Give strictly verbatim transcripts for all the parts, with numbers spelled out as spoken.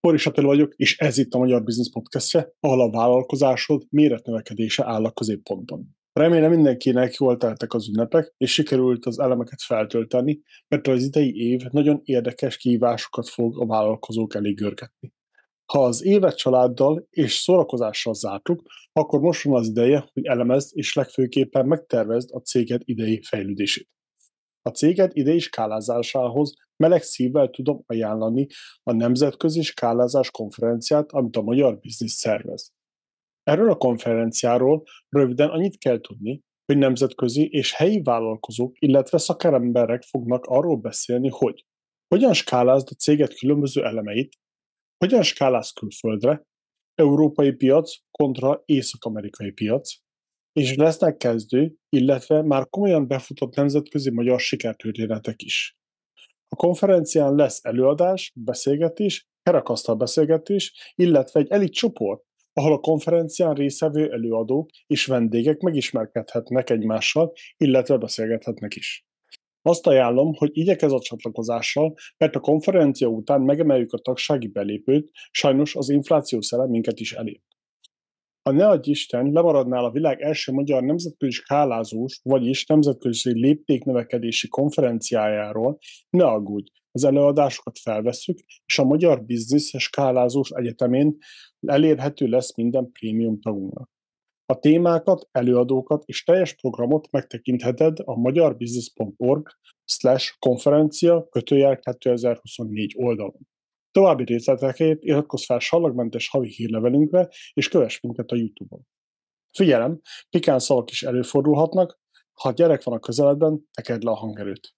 Boris Attila vagyok, és ez itt a Magyar Business Podcastje, ahol a vállalkozásod méretnövekedése áll a középpontban. Remélem mindenkinek jól teltek az ünnepek, és sikerült az elemeket feltölteni, mert az idei év nagyon érdekes kihívásokat fog a vállalkozók elé görgetni. Ha az évet családdal és szórakozással zártuk, akkor most van az ideje, hogy elemezd és legfőképpen megtervezd a céged idei fejlődését. A céged idei skálázásához meleg szívvel tudom ajánlani a Nemzetközi Skálázás konferenciát, amit a Magyar Biznisz szervez. Erről a konferenciáról röviden annyit kell tudni, hogy nemzetközi és helyi vállalkozók, illetve szakemberek fognak arról beszélni, hogy hogyan skálázd a céged különböző elemeit, hogyan skálázd külföldre, európai piac kontra észak-amerikai piac, és lesznek kezdő, illetve már komolyan befutott nemzetközi magyar sikertörténetek is. A konferencián lesz előadás, beszélgetés, kerekasztal beszélgetés, illetve egy elit csoport, ahol a konferencián résztvevő előadók és vendégek megismerkedhetnek egymással, illetve beszélgethetnek is. Azt ajánlom, hogy igyekezz a csatlakozással, mert a konferencia után megemeljük a tagsági belépőt, sajnos az infláció szele minket is elért. Ha ne adj Isten, lemaradnál a világ első magyar nemzetközi skálázós, vagyis nemzetközi léptéknövekedési konferenciájáról, ne aggódj, az előadásokat felvesszük, és a Magyar Biznisz Skálázós Egyetemén elérhető lesz minden prémium tagunknak. A témákat, előadókat és teljes programot megtekintheted a magyarbusiness pont org slash konferencia kötőjel kétezer-huszonnégy oldalon. További részletekért iratkozz fel sallagmentes havi hírlevelünkre, és kövess minket a YouTube-on. Figyelem, pikán szavak is előfordulhatnak, ha gyerek van a közeledben, tekerd le a hangerőt.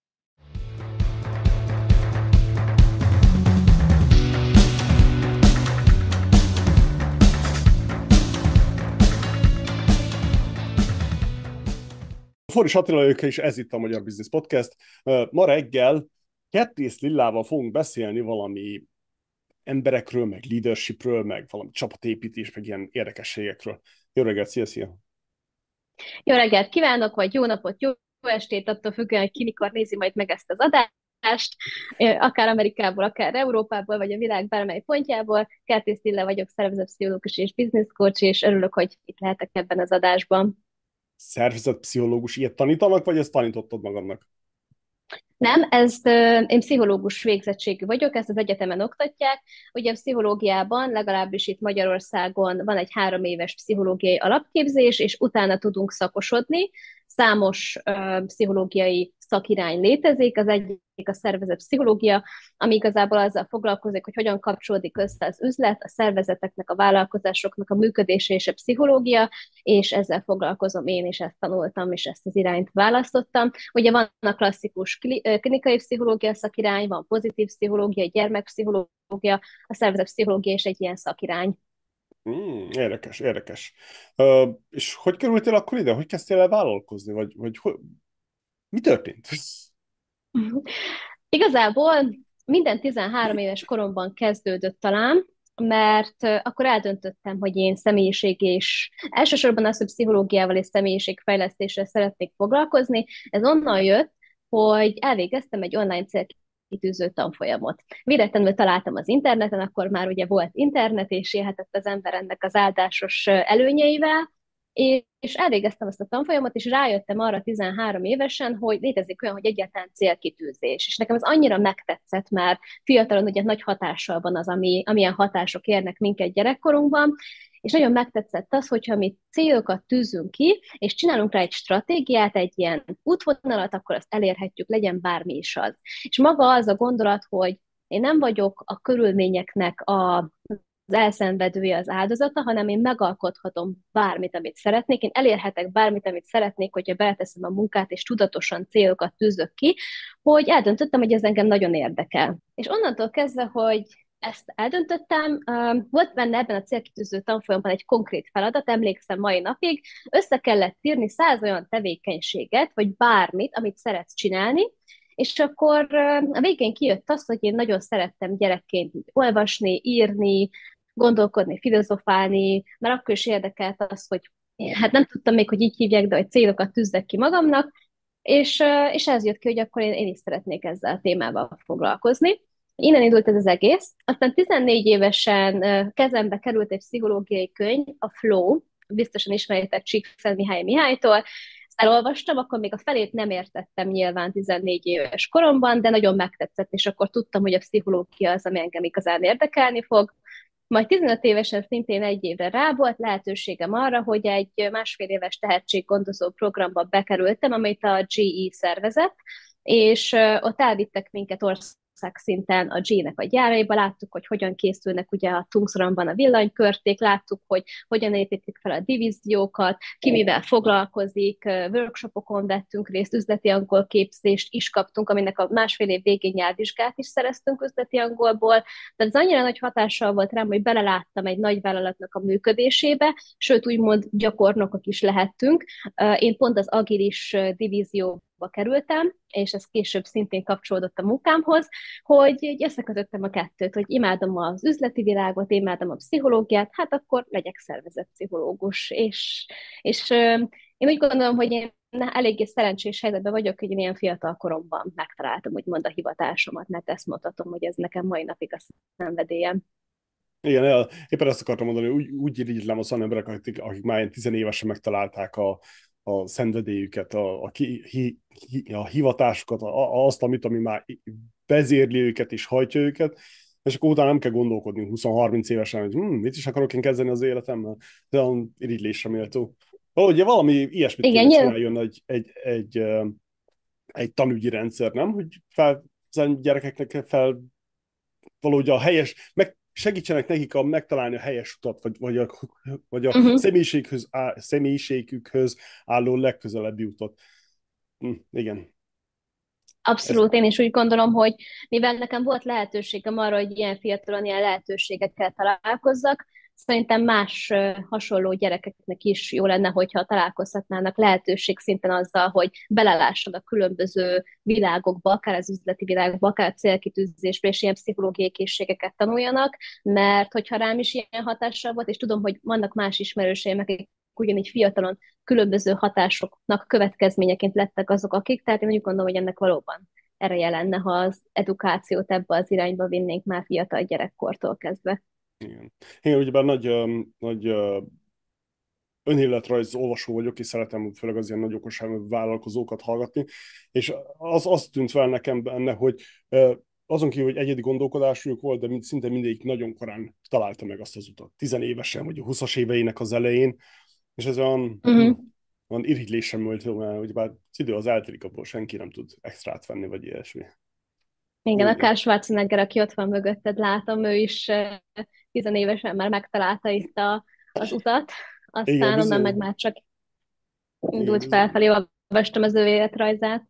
Boris Attila vagyok, és ez itt a Magyar Business Podcast. Ma reggel Kertész Lillával fogunk beszélni valami emberekről, meg leadershipről, meg valami csapatépítés, meg ilyen érdekességekről. Jó reggelt, szia, szia! Jó reggelt kívánok, vagy jó napot, jó estét, attól függően, hogy ki mikor nézi majd meg ezt az adást, akár Amerikából, akár Európából, vagy a világ bármely pontjából. Kertész Lilla vagyok, szervezetpszichológus és business coach, és örülök, hogy itt lehetek ebben az adásban. Szervezetpszichológus, ilyet tanítanak, vagy ezt tanítottad magadnak? Nem, ezt én pszichológus végzettségű vagyok, ezt az egyetemen oktatják. Ugye a pszichológiában, legalábbis itt Magyarországon van egy három éves pszichológiai alapképzés, és utána tudunk szakosodni. Számos uh, pszichológiai szakirány létezik, az egyik a szervezetpszichológia, ami igazából azzal foglalkozik, hogy hogyan kapcsolódik össze az üzlet, a szervezeteknek, a vállalkozásoknak a működése és a pszichológia, és ezzel foglalkozom én is, ezt tanultam, és ezt az irányt választottam. Ugye van a klasszikus klinikai pszichológia szakirány, van pozitív pszichológia, gyermekpszichológia, a szervezetpszichológia is egy ilyen szakirány. Hmm, érdekes, érdekes. Uh, és hogy kerültél akkor ide? Hogy kezdtél el vállalkozni? Vagy, vagy hogy... mi történt? Igazából minden tizenhárom éves koromban kezdődött talán, mert akkor eldöntöttem, hogy én személyiség és elsősorban az, hogy pszichológiával és személyiségfejlesztéssel szeretnék foglalkozni. Ez onnan jött, hogy elvégeztem egy online célkitűző tanfolyamot. Véletlenül találtam az interneten, akkor már ugye volt internet, és élhetett az ember ennek az áldásos előnyeivel, és elvégeztem ezt a tanfolyamot, és rájöttem arra tizenhárom évesen, hogy létezik olyan, hogy egyáltalán célkitűzés. És nekem ez annyira megtetszett, mert fiatalon ugye nagy hatással van az, ami, amilyen hatások érnek minket gyerekkorunkban, és nagyon megtetszett az, hogyha mi célokat tűzünk ki, és csinálunk rá egy stratégiát, egy ilyen útvonalat, akkor azt elérhetjük, legyen bármi is az. És maga az a gondolat, hogy én nem vagyok a körülményeknek a az elszenvedője, az áldozata, hanem én megalkothatom bármit, amit szeretnék, én elérhetek bármit, amit szeretnék, hogyha beteszem a munkát, és tudatosan célokat tűzök ki, hogy eldöntöttem, hogy ez engem nagyon érdekel. És onnantól kezdve, hogy ezt eldöntöttem, volt benne ebben a célkitűző tanfolyamban egy konkrét feladat, emlékszem mai napig, össze kellett írni száz olyan tevékenységet, vagy bármit, amit szeretsz csinálni, és akkor a végén kijött az, hogy én nagyon szerettem gyerekként olvasni, írni, gondolkodni, filozofálni, mert akkor is érdekelt az, hogy hát nem tudtam még, hogy így hívják, de hogy célokat tűzzek ki magamnak, és, és ez jött ki, hogy akkor én, én is szeretnék ezzel a témával foglalkozni. Innen indult ez az egész. Aztán tizennégy évesen ö, kezembe került egy pszichológiai könyv, a Flow, biztosan ismeritek Csíkszer Mihály Mihálytól. Ezt elolvastam, akkor még a felét nem értettem nyilván tizennégy éves koromban, de nagyon megtetszett, és akkor tudtam, hogy a pszichológia az, ami engem igazán érdekelni fog. Majd tizenöt évesen szintén egy évre rá volt lehetőségem arra, hogy egy másfél éves tehetséggondozó programba bekerültem, amit a gé é szervezett, és ott elvittek minket országszinten a G-nek a gyáraiba, láttuk, hogy hogyan készülnek ugye a Tungsramban a villanykörték, láttuk, hogy hogyan építik fel a divíziókat, ki mivel foglalkozik, workshopokon vettünk részt, üzleti angol képzést is kaptunk, aminek a másfél év végén nyelvvizsgát is szereztünk üzleti angolból, tehát ez annyira nagy hatással volt rám, hogy beleláttam egy nagy vállalatnak a működésébe, sőt úgymond gyakornokok is lehettünk. Én pont az agilis divízióba kerültem, és ez később szintén kapcsolódott a munkámhoz, hogy így összekötöttem a kettőt, hogy imádom az üzleti világot, imádom a pszichológiát, hát akkor legyek szervezetpszichológus. És, és én úgy gondolom, hogy én eléggé szerencsés helyzetben vagyok, hogy én ilyen fiatal koromban megtaláltam úgymond a hivatásomat, mert ezt mondhatom, hogy ez nekem mai napig a szenvedélyem. Igen, el, éppen ezt akartam mondani, úgy, úgy irigylem az olyan emberek, akik, akik már ilyen tizenévesen megtalálták a, a szenvedélyüket, a, a, ki, hi, hi, a hivatásukat, a, azt, amit, ami már vezérli őket és hajtja őket, és akkor utána nem kell gondolkodni húsz-harminc évesen, hogy hm, mit is akarok én kezdeni az életemmel, de olyan irigylésre méltó. Valahogy valami ilyesmit Igen, kéne nyilván. csináljon egy, egy, egy, egy tanügyi rendszer, nem? Hogy fel, gyerekeknek fel valahogy a helyes, meg segítsenek nekik a, megtalálni a helyes utat, vagy, vagy a, vagy a Uh-huh. személyiséghöz, á, személyiségükhöz álló legközelebbi utat. Hm, igen. Ez, Abszolút, én is úgy gondolom, hogy mivel nekem volt lehetőségem arra, hogy ilyen fiatalon ilyen lehetőségekkel találkozzak, szerintem más ö, hasonló gyerekeknek is jó lenne, hogyha találkozhatnának lehetőség szinten azzal, hogy belelássad a különböző világokba, akár az üzleti világba, akár a célkitűzésbe, és ilyen pszichológiai készségeket tanuljanak, mert hogyha rám is ilyen hatással volt, és tudom, hogy vannak más ismerőseim, akik ugyanígy fiatalon különböző hatásoknak következményeként lettek azok, akik, tehát én úgy gondolom, hogy ennek valóban ereje lenne, ha az edukációt ebbe az irányba vinnénk már fiatal gyerekkortól kezdve. igen. Én ugyebár nagy, ö, nagy ö, önéletrajz olvasó vagyok, és szeretem főleg az ilyen nagy okosságú vállalkozókat hallgatni, és az, az tűnt fel nekem benne, hogy ö, azon kívül, hogy egyedi gondolkodásuk volt, de mind, szinte mindegyik nagyon korán találta meg azt az utat. Tizenévesen, vagy a huszas éveinek az elején, és ez olyan, hm, Uh-huh. van irigylésem volt, mert ugye bár az idő az eltelik, abból senki nem tud extrát venni, vagy ilyesmi. Igen, Jó, igen. akár Schwarzenegger, aki ott van mögötted, látom, ő is eh, tizenévesen már megtalálta itt a, az utat, Igen, aztán onnan meg bizony. már csak Igen, indult bizony. felfelé, olvastam az ő életrajzát.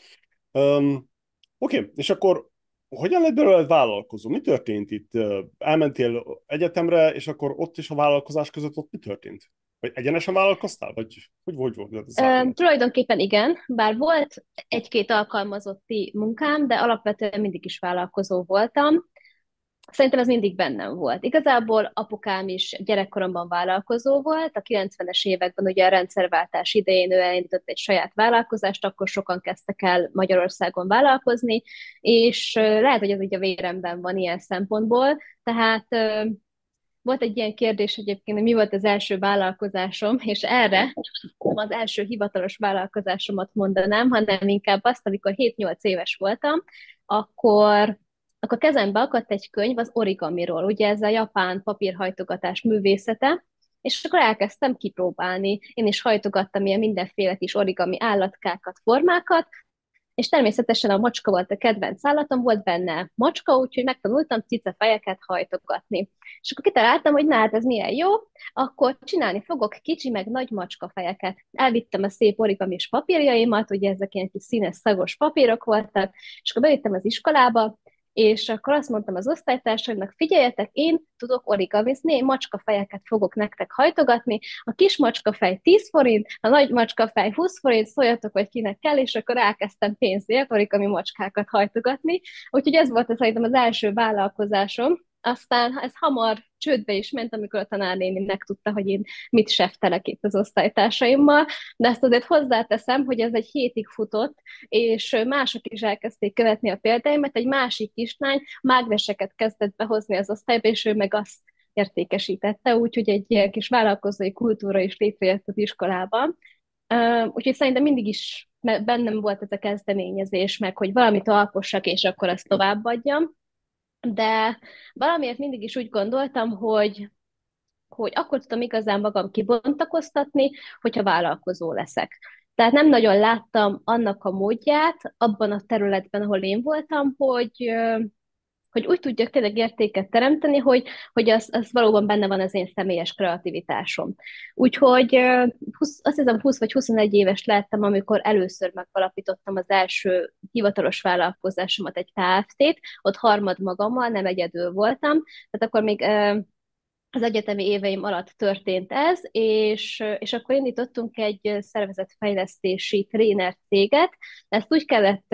Um, Oké, okay. És akkor hogyan lett belőle vállalkozó? Mi történt itt? Ö, Elmentél egyetemre, és akkor ott is a vállalkozás között ott mi történt? Vagy egyenesen vállalkoztál? Vagy hogy, hogy volt ez Ö, átmenet? tulajdonképpen igen, bár volt egy-két alkalmazotti munkám, de alapvetően mindig is vállalkozó voltam. Szerintem ez mindig bennem volt. Igazából apukám is gyerekkoromban vállalkozó volt, a kilencvenes években ugye a rendszerváltás idején ő elindított egy saját vállalkozást, akkor sokan kezdtek el Magyarországon vállalkozni, és lehet, hogy ez így a véremben van ilyen szempontból, tehát volt egy ilyen kérdés egyébként, hogy mi volt az első vállalkozásom, és erre nem az első hivatalos vállalkozásomat mondanám, hanem inkább azt, amikor hét-nyolc éves voltam, akkor akkor kezembe akadt egy könyv az origamiról, ugye ez a japán papírhajtogatás művészete, és akkor elkezdtem kipróbálni. Én is hajtogattam ilyen mindenféle kis origami állatkákat, formákat, és természetesen a macska volt a kedvenc állatom, volt benne macska, úgyhogy megtanultam cicafejeket hajtogatni. És akkor kitaláltam, hogy na hát ez milyen jó, akkor csinálni fogok kicsi meg nagy macska fejeket. Elvittem a szép origamis papírjaimat, ugye ezek ilyen kis színes szagos papírok voltak, és akkor bejöttem az iskolába, és akkor azt mondtam az osztálytársaimnak, figyeljetek, én tudok origamizni, én macskafejeket fogok nektek hajtogatni, a kis macskafej tíz forint, a nagy macskafej húsz forint, szóljatok, hogy kinek kell, és akkor elkezdtem pénzért origami macskákat hajtogatni. Úgyhogy ez volt az, szerintem az első vállalkozásom, aztán ez hamar csődbe is ment, amikor a tanárnéni megtudta, hogy én mit seftelek itt az osztálytársaimmal, de ezt azért hozzáteszem, hogy ez egy hétig futott, és mások is elkezdték követni a példáimat, egy másik kislány mágneseket kezdett behozni az osztályba, és ő meg azt értékesítette, úgyhogy egy ilyen kis vállalkozói kultúra is létrejött az iskolában. Úgyhogy szerintem mindig is bennem volt ez a kezdeményezés, meg hogy valamit alkossak, és akkor azt továbbadjam. De valamiért mindig is úgy gondoltam, hogy, hogy akkor tudom igazán magam kibontakoztatni, hogyha vállalkozó leszek. Tehát nem nagyon láttam annak a módját abban a területben, ahol én voltam, hogy, hogy úgy tudjak tényleg értéket teremteni, hogy, hogy az, az valóban benne van az én személyes kreativitásom. Úgyhogy húsz, azt hiszem húsz vagy huszonegy éves lettem, amikor először megalapítottam az első hivatalos vállalkozásomat, egy Kft-t, ott harmad magammal, nem egyedül voltam, tehát akkor még az egyetemi éveim alatt történt ez, és, és akkor indítottunk egy szervezetfejlesztési tréner céget. Ezt úgy kellett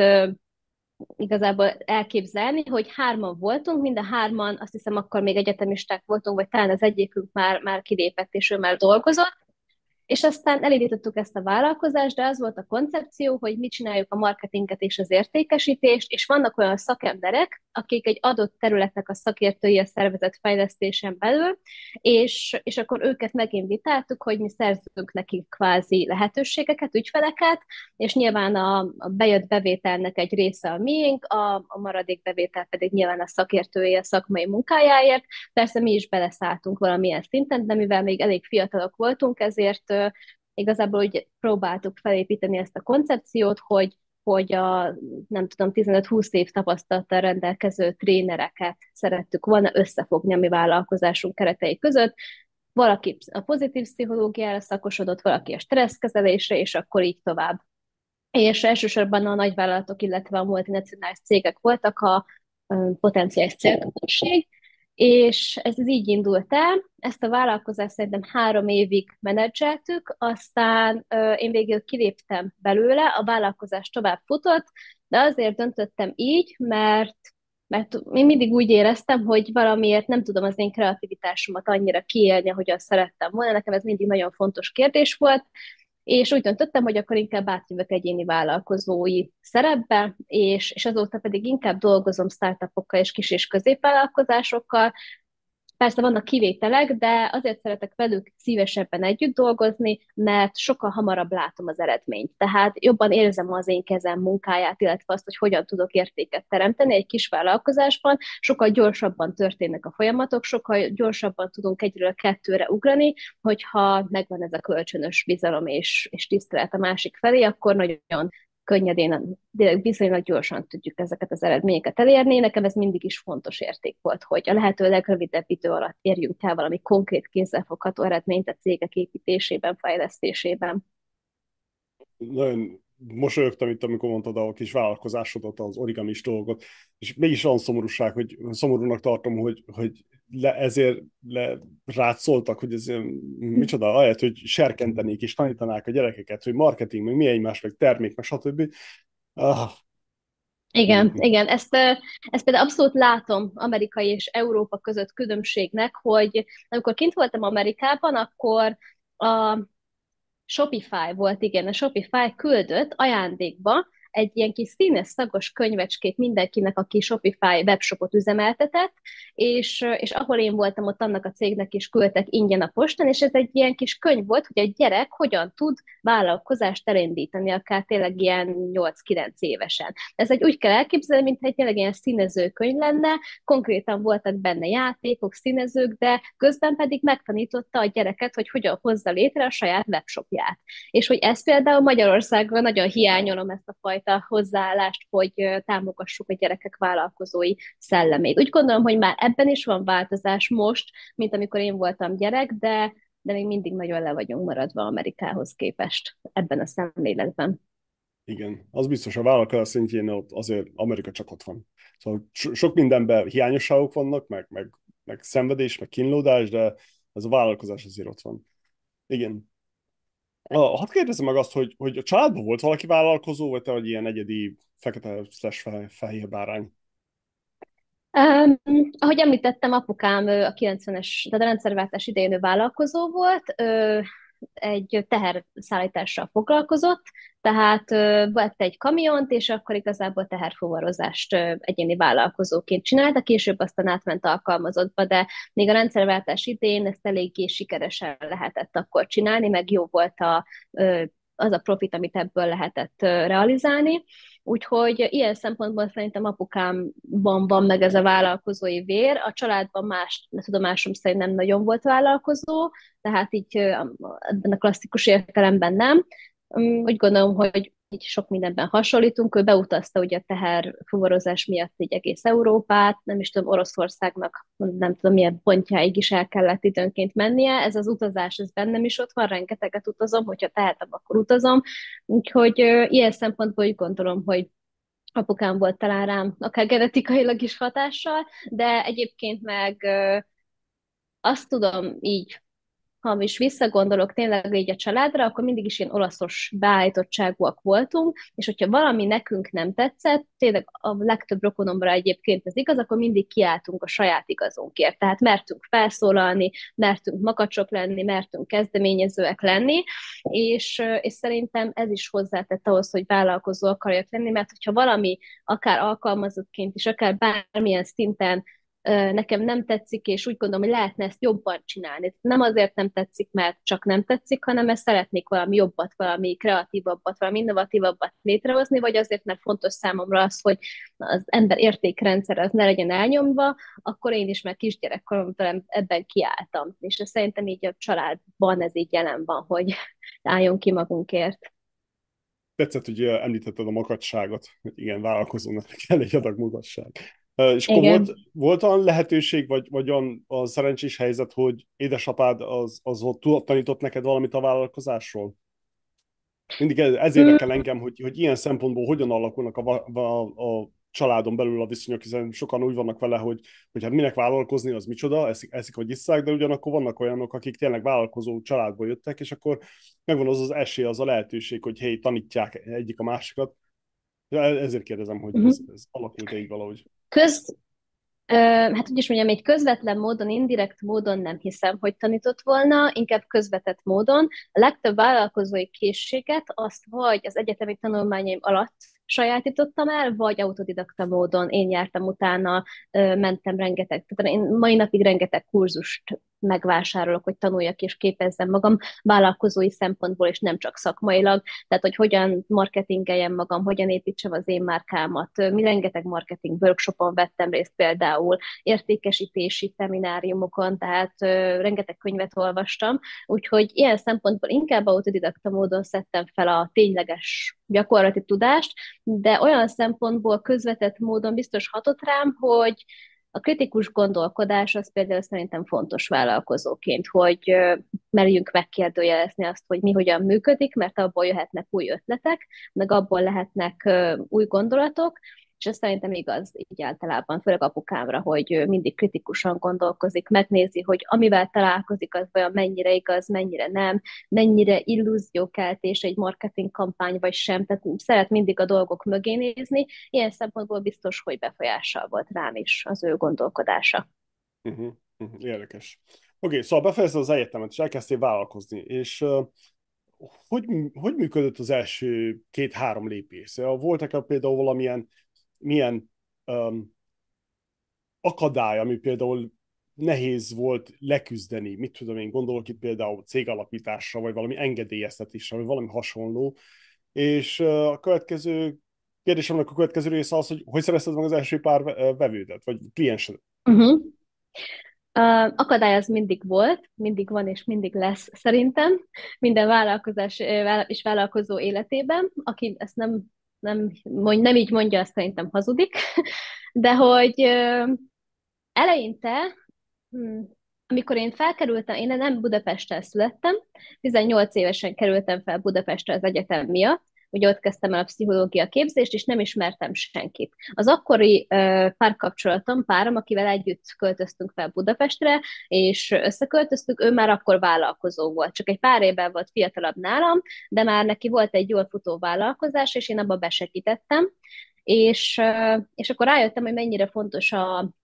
igazából elképzelni, hogy hárman voltunk, mind a hárman, azt hiszem akkor még egyetemisták voltunk, vagy talán az egyikünk már, már kilépett, és ő már dolgozott, és aztán elindítottuk ezt a vállalkozást, de az volt a koncepció, hogy mit csináljuk a marketinget és az értékesítést, és vannak olyan szakemberek, akik egy adott területnek a szakértői a szervezet fejlesztésen belül, és, és akkor őket meginvitáltuk, hogy mi szerzünk nekik kvázi lehetőségeket, ügyfeleket, és nyilván a, a bejött bevételnek egy része a miénk, a, a maradék bevétel pedig nyilván a szakértői a szakmai munkájáért. Persze mi is beleszálltunk valamilyen szinten, de mivel még elég fiatalok voltunk, ezért uh, igazából úgy próbáltuk felépíteni ezt a koncepciót, hogy hogy a, nem tudom, tizenöt-húsz év tapasztalattal rendelkező trénereket szerettük volna összefogni a mi vállalkozásunk keretei között. Valaki a pozitív pszichológiára szakosodott, valaki a stresszkezelésre, és akkor így tovább. És elsősorban a nagyvállalatok, illetve a multinacionális cégek voltak a potenciális célközönség, és ez így indult el. Ezt a vállalkozást szerintem három évig menedzseltük, aztán ö, én végül kiléptem belőle, a vállalkozás tovább futott, de azért döntöttem így, mert mert én mindig úgy éreztem, hogy valamiért nem tudom az én kreativitásomat annyira kiélni, hogy azt szerettem volna. Nekem ez mindig nagyon fontos kérdés volt, és úgy döntöttem, hogy akkor inkább átjövök egyéni vállalkozói szerepbe, és, és azóta pedig inkább dolgozom startupokkal és kis- és középvállalkozásokkal. Persze vannak kivételek, de azért szeretek velük szívesebben együtt dolgozni, mert sokkal hamarabb látom az eredményt. Tehát jobban érzem az én kezem munkáját, illetve azt, hogy hogyan tudok értéket teremteni egy kis vállalkozásban, sokkal gyorsabban történnek a folyamatok, sokkal gyorsabban tudunk egyről a kettőre ugrani, hogyha megvan ez a kölcsönös bizalom és, és tisztelet a másik felé, akkor nagyon könnyedén, viszonylag gyorsan tudjuk ezeket az eredményeket elérni. Nekem ez mindig is fontos érték volt, hogy a lehető legrövidebb idő alatt érjünk el valami konkrét kézzelfogható eredményt a cégek építésében, fejlesztésében. Nagyon mosolyogtam itt, amikor mondtad a kis vállalkozásodat, az origamis dolgot, és mégis olyan szomorúság, hogy szomorúnak tartom, hogy, hogy le, ezért le, rád szóltak, hogy ez micsoda, ahelyett, hogy serkentenék és tanítanák a gyerekeket, hogy marketing, meg mi egymás, meg termék, meg stb. Ah. Igen, igen, ezt, ezt például abszolút látom Amerika és Európa között különbségnek, hogy amikor kint voltam Amerikában, akkor a Shopify volt, igen, a Shopify küldött ajándékba egy ilyen kis színes szagos könyvecskét mindenkinek, aki Shopify webshopot üzemeltetett, és, és ahol én voltam, ott annak a cégnek is küldtek ingyen a postán, és ez egy ilyen kis könyv volt, hogy egy gyerek hogyan tud vállalkozást elindítani, akár tényleg ilyen nyolc-kilenc évesen. Ez egy úgy kell elképzelni, mintha egy tényleg ilyen színező könyv lenne, konkrétan voltak benne játékok, színezők, de közben pedig megtanította a gyereket, hogy hogyan hozza létre a saját webshopját. És hogy ezt például Magyarországon nagyon hiányolom, ezt a fajta hozzáállást, hogy támogassuk a gyerekek vállalkozói szellemét. Úgy gondolom, hogy már ebben is van változás most, mint amikor én voltam gyerek, de, de még mindig nagyon le vagyunk maradva Amerikához képest ebben a szemléletben. Igen, az biztos, a vállalkozás szintjén ott azért Amerika csak ott van. Szóval so- sok mindenben hiányosságok vannak, meg, meg, meg szenvedés, meg kínlódás, de ez a vállalkozás azért ott van. Igen. Ah, hadd kérdezzem meg azt, hogy, hogy a családban volt valaki vállalkozó, vagy te vagy ilyen egyedi fekete slash fehér bárány? Um, ahogy említettem, apukám ö, a kilencvenes, tehát a rendszerváltás idején ő vállalkozó volt, ö, egy teherszállítással foglalkozott, tehát ö, vett egy kamiont, és akkor igazából teherfuvarozást ö, egyéni vállalkozóként csinálta, később aztán átment alkalmazottba, de még a rendszerváltás idején ezt eléggé sikeresen lehetett akkor csinálni, meg jó volt a, ö, az a profit, amit ebből lehetett ö, realizálni. Úgyhogy ilyen szempontból szerintem apukámban van meg ez a vállalkozói vér. A családban más, tudomásom szerint nem nagyon volt vállalkozó, tehát így ebben a klasszikus értelemben nem. Úgy gondolom, hogy így sok mindenben hasonlítunk. Ő beutazta ugye a teherfuvarozás miatt így egész Európát, nem is tudom, Oroszországnak nem tudom milyen pontjáig is el kellett időnként mennie. Ez az utazás, ez bennem is ott van, rengeteget utazom, hogyha tehetem, akkor utazom. Úgyhogy ilyen szempontból úgy gondolom, hogy apukám volt talán rám, akár genetikailag is hatással, de egyébként meg azt tudom így, ha is visszagondolok tényleg így a családra, akkor mindig is ilyen olaszos beállítottságúak voltunk, és hogyha valami nekünk nem tetszett, tényleg a legtöbb rokonomra egyébként ez igaz, akkor mindig kiálltunk a saját igazunkért. Tehát mertünk felszólalni, mertünk makacsok lenni, mertünk kezdeményezőek lenni, és, és szerintem ez is hozzátett ahhoz, hogy vállalkozó akarjak lenni, mert hogyha valami akár alkalmazottként is, akár bármilyen szinten nekem nem tetszik, és úgy gondolom, hogy lehetne ezt jobban csinálni. Nem azért nem tetszik, mert csak nem tetszik, hanem ezt szeretnék valami jobbat, valami kreatívabbat, valami innovatívabbat létrehozni, vagy azért, mert fontos számomra az, hogy az ember értékrendszer az ne legyen elnyomva, akkor én is már kisgyerekkoromtól ebben kiálltam. És ez szerintem így a családban ez így jelen van, hogy álljon ki magunkért. Tetszett, hogy említetted a makacságot, hogy igen, vállalkozónak kell egy adag mutatság. És akkor volt, Igen. volt olyan lehetőség, vagy, vagy olyan a szerencsés helyzet, hogy édesapád az, az ott tanított neked valamit a vállalkozásról? Mindig ez, ez Mm, érdekel engem, hogy, hogy ilyen szempontból hogyan alakulnak a, a, a családon belül a viszonyok, hiszen sokan úgy vannak vele, hogy, hogy hát minek vállalkozni, az micsoda, eszik, eszik vagy isszák, de ugyanakkor vannak olyanok, akik tényleg vállalkozó családból jöttek, és akkor megvan az az esély, az a lehetőség, hogy hé, tanítják egyik a másikat. Ezért kérdezem, hogy uh-huh. ez, ez alakult-e így valahogy. Köz, Ö, hát úgy is mondjam, egy közvetlen módon, indirekt módon nem hiszem, hogy tanított volna, inkább közvetett módon. A legtöbb vállalkozói készséget azt vagy az egyetemi tanulmányaim alatt sajátítottam el, vagy autodidakta módon én jártam utána, ö, mentem rengeteg, tehát én mai napig rengeteg kurzust megvásárolok, hogy tanuljak és képezzem magam vállalkozói szempontból, és nem csak szakmailag, tehát hogy hogyan marketingeljem magam, hogyan építsem az én márkámat. Mi rengeteg marketing workshopon vettem részt például, értékesítési szemináriumokon, tehát ö, rengeteg könyvet olvastam, úgyhogy ilyen szempontból inkább autodidakta módon szedtem fel a tényleges gyakorlati tudást, de olyan szempontból közvetett módon biztos hatott rám, hogy a kritikus gondolkodás az például szerintem fontos vállalkozóként, hogy merjünk megkérdőjelezni azt, hogy mi hogyan működik, mert abból jöhetnek új ötletek, meg abból lehetnek új gondolatok, és ez szerintem igaz így általában, főleg apukámra, hogy mindig kritikusan gondolkozik, megnézi, hogy amivel találkozik, az vajon mennyire igaz, mennyire nem, mennyire illúziókeltés egy marketing kampány, vagy sem, tehát szeret mindig a dolgok mögé nézni, ilyen szempontból biztos, hogy befolyással volt rám is az ő gondolkodása. Uh-huh, uh-huh, érdekes. Oké, okay, szóval befejezted az egyetemet, és elkezdtél vállalkozni, és uh, hogy, hogy működött az első két-három lépés? Szóval voltak-e például valamilyen milyen um, akadály, ami például nehéz volt leküzdeni, mit tudom én, gondolok itt például cégalapításra, vagy valami engedélyeztetésre, vagy valami hasonló, és uh, a következő kérdésemnek a következő része az, hogy hogy szerezted meg az első pár vevődet, vagy kliensedet? Uh-huh. Uh, akadály az mindig volt, mindig van és mindig lesz szerintem minden vállalkozás és vállalkozó életében. Aki ezt nem, nem, mond, nem így mondja, azt szerintem hazudik. De hogy uh, eleinte, hmm, amikor én felkerültem, én nem Budapesten születtem, tizennyolc évesen kerültem fel Budapestre az egyetem miatt, ugye ott kezdtem el a pszichológia képzést, és nem ismertem senkit. Az akkori uh, párkapcsolatom, párom, akivel együtt költöztünk fel Budapestre, és összeköltöztük, ő már akkor vállalkozó volt. Csak egy pár évvel volt fiatalabb nálam, de már neki volt egy jól futó vállalkozás, és én abba besegítettem. És, uh, és akkor rájöttem, hogy mennyire fontos a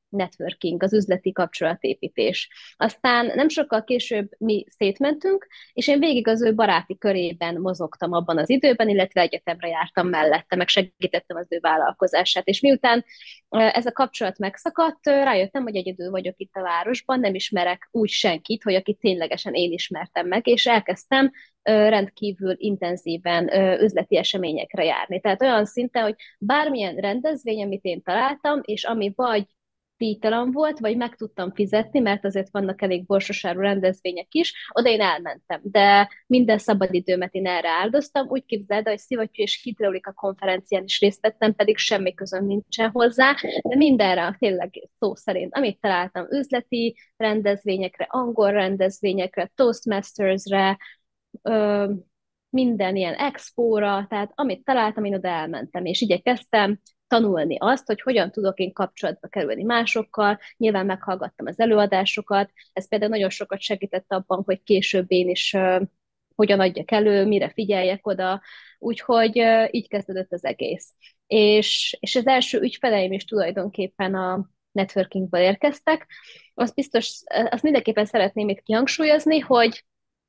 networking, az üzleti kapcsolatépítés. Aztán nem sokkal később mi szétmentünk, és én végig az ő baráti körében mozogtam abban az időben, illetve egyetemre jártam mellette, meg segítettem az ő vállalkozását. És miután ez a kapcsolat megszakadt, rájöttem, hogy egyedül vagyok itt a városban, nem ismerek úgy senkit, hogy akit ténylegesen én ismertem meg, és elkezdtem rendkívül intenzíven üzleti eseményekre járni. Tehát olyan szinten, hogy bármilyen rendezvény, amit én találtam, és ami vagy díjtalan volt, vagy meg tudtam fizetni, mert azért vannak elég borsosáru rendezvények is, oda én elmentem. De minden szabadidőmet én erre áldoztam. Úgy képzeld, hogy szivattyú és hidraulika konferencián is részt vettem, pedig semmi közöm nincsen hozzá, de mindenre tényleg szó szerint, amit találtam, üzleti rendezvényekre, angol rendezvényekre, Toastmastersre, ö, minden ilyen expóra, tehát amit találtam, én oda elmentem, és igyekeztem tanulni azt, hogy hogyan tudok én kapcsolatba kerülni másokkal, nyilván meghallgattam az előadásokat, ez például nagyon sokat segített abban, hogy később én is uh, hogyan adjak elő, mire figyeljek oda, úgyhogy uh, így kezdődött az egész. És, és az első ügyfeleim is tulajdonképpen a networkingből érkeztek. Azt biztos, azt mindenképpen szeretném itt kihangsúlyozni, hogy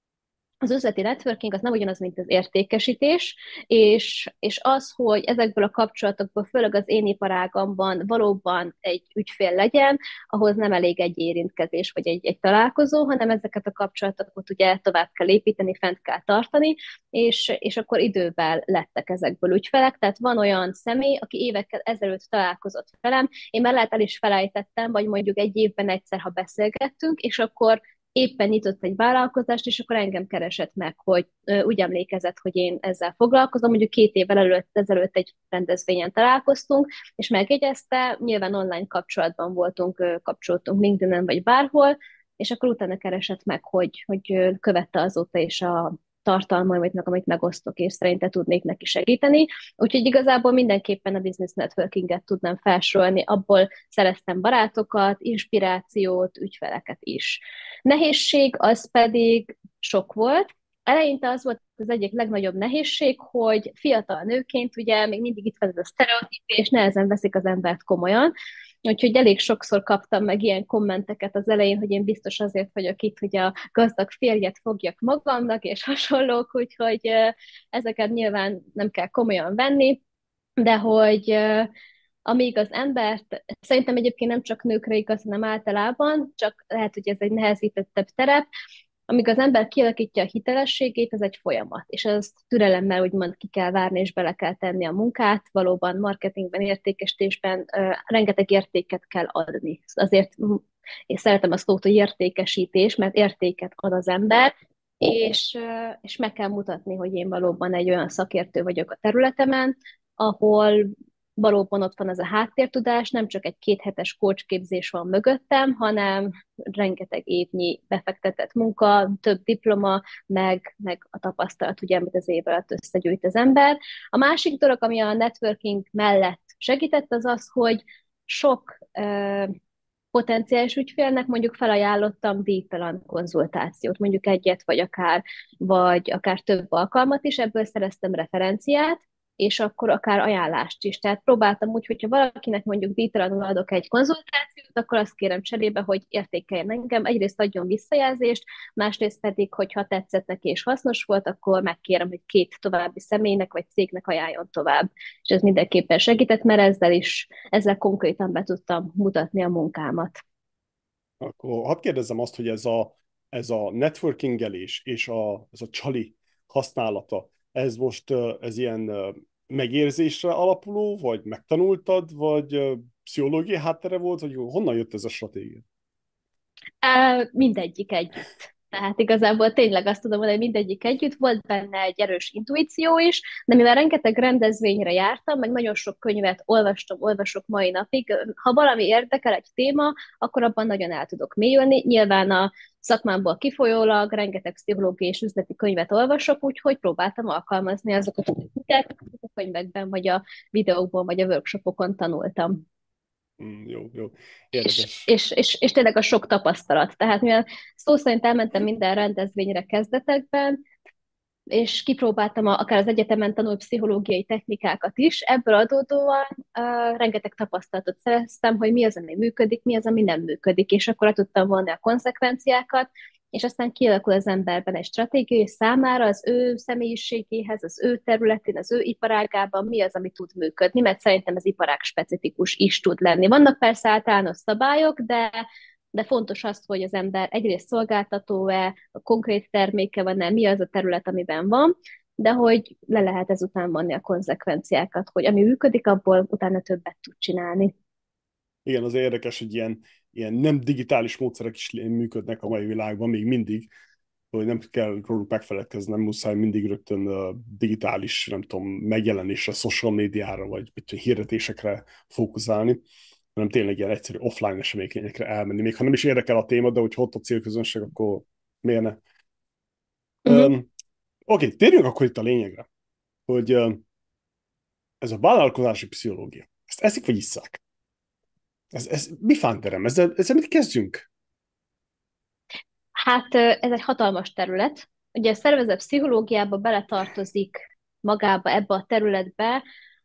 az üzleti networking az nem ugyanaz, mint az értékesítés, és, és az, hogy ezekből a kapcsolatokból, főleg az én iparágamban valóban egy ügyfél legyen, ahhoz nem elég egy érintkezés vagy egy, egy találkozó, hanem ezeket a kapcsolatokat ugye tovább kell építeni, fent kell tartani, és, és akkor idővel lettek ezekből ügyfelek. Tehát van olyan személy, aki évekkel ezelőtt találkozott velem, én már lehet el is felejtettem, vagy mondjuk egy évben egyszer, ha beszélgettünk, és akkor éppen nyitott egy vállalkozást, és akkor engem keresett meg, hogy ö, úgy emlékezett, hogy én ezzel foglalkozom. Mondjuk két évvel előtt, ezelőtt egy rendezvényen találkoztunk, és megjegyezte, nyilván online kapcsolatban voltunk, ö, kapcsoltunk LinkedIn-en vagy bárhol, és akkor utána keresett meg, hogy, hogy ö, követte azóta is a tartalmaimat, amit megosztok, és szerinte tudnék neki segíteni. Úgyhogy igazából mindenképpen a business networkinget tudnám felsorolni, abból szereztem barátokat, inspirációt, ügyfeleket is. Nehézség az pedig sok volt. Eleinte az volt az egyik legnagyobb nehézség, hogy fiatal nőként ugye még mindig itt van ez a sztereotíp, és nehezen veszik az embert komolyan. Úgyhogy elég sokszor kaptam meg ilyen kommenteket az elején, hogy én biztos azért vagyok itt, hogy a gazdag férjet fogjak magamnak, és hasonlók, úgyhogy ezeket nyilván nem kell komolyan venni, de hogy amíg az embert, szerintem egyébként nem csak nőkre igaz, hanem általában, csak lehet, hogy ez egy nehezítettebb terep, amíg az ember kialakítja a hitelességét, ez egy folyamat, és ezt türelemmel úgymond ki kell várni, és bele kell tenni a munkát, valóban marketingben, értékesítésben uh, rengeteg értéket kell adni. Azért én szeretem a szót, hogy értékesítés, mert értéket ad az ember, és, uh, és meg kell mutatni, hogy én valóban egy olyan szakértő vagyok a területemen, ahol valóban ott van az a háttértudás, nem csak egy kéthetes coachképzés van mögöttem, hanem rengeteg évnyi befektetett munka, több diploma, meg, meg a tapasztalat, ugye, amit az év alatt összegyűjt az ember. A másik dolog, ami a networking mellett segített, az az, hogy sok uh, potenciális ügyfélnek mondjuk felajánlottam díjtalan konzultációt, mondjuk egyet, vagy akár, vagy akár több alkalmat is, ebből szereztem referenciát, és akkor akár ajánlást is. Tehát próbáltam úgy, hogyha valakinek mondjuk díjtalanul adok egy konzultációt, akkor azt kérem cserébe, hogy értékeljen engem, egyrészt adjon visszajelzést, másrészt pedig, hogyha tetszett neki és hasznos volt, akkor megkérem, hogy két további személynek vagy cégnek ajánljon tovább. És ez mindenképpen segített, mert ezzel is, ezzel konkrétan be tudtam mutatni a munkámat. Akkor hadd kérdezzem azt, hogy ez a, ez a networkingelés és a, ez a csali használata, ez most ez ilyen megérzésre alapuló, vagy megtanultad, vagy pszichológiai háttere volt, vagy honnan jött ez a stratégia? Mindegyik együtt. Tehát igazából tényleg azt tudom mondani, hogy mindegyik együtt, volt benne egy erős intuíció is, de mivel rengeteg rendezvényre jártam, meg nagyon sok könyvet olvastam, olvasok mai napig, ha valami érdekel egy téma, akkor abban nagyon el tudok mélyülni. Nyilván a szakmámból kifolyólag rengeteg pszichológiai és üzleti könyvet olvasok, úgyhogy próbáltam alkalmazni azokat a technikákat, a könyvekben, vagy a videókban, vagy a workshopokon tanultam. Mm, jó, jó. És, Érdekes. és, és, és tényleg a sok tapasztalat. Tehát mivel szó szerint elmentem minden rendezvényre kezdetekben, és kipróbáltam a, akár az egyetemen tanult pszichológiai technikákat is. Ebből adódóan uh, rengeteg tapasztalatot szereztem, hogy mi az, ami működik, mi az, ami nem működik, és akkor le tudtam vonni a konzekvenciákat, és aztán kialakul az emberben egy stratégia, és számára az ő személyiségéhez, az ő területén, az ő iparágában mi az, ami tud működni, mert szerintem ez iparág specifikus is tud lenni. Vannak persze általános szabályok, de de fontos az, hogy az ember egyrészt szolgáltató-e, a konkrét terméke van-e, mi az a terület, amiben van, de hogy le lehet ezután vonni a konzekvenciákat, hogy ami működik, abból utána többet tud csinálni. Igen, az érdekes, hogy ilyen, ilyen nem digitális módszerek is működnek a mai világban, még mindig, hogy nem kell róluk megfelelkezni, nem muszáj mindig rögtön a digitális, nem tudom, megjelenésre, social médiára, vagy mit tudom, hirdetésekre fókuszálni, hanem tényleg ilyen egyszerű offline eseményekre elmenni. Még ha nem is érdekel a téma, de hogy ott a célközönség, akkor miért ne? Uh-huh. Um, Oké, okay, térjünk akkor itt a lényegre, hogy um, ez a vállalkozási pszichológia, ezt eszik vagy isszák? Ez, ez mi fánterem? Ezzel, ezzel mit kezdjünk? Hát ez egy hatalmas terület. Ugye a szervezet pszichológiába beletartozik magába ebbe a területbe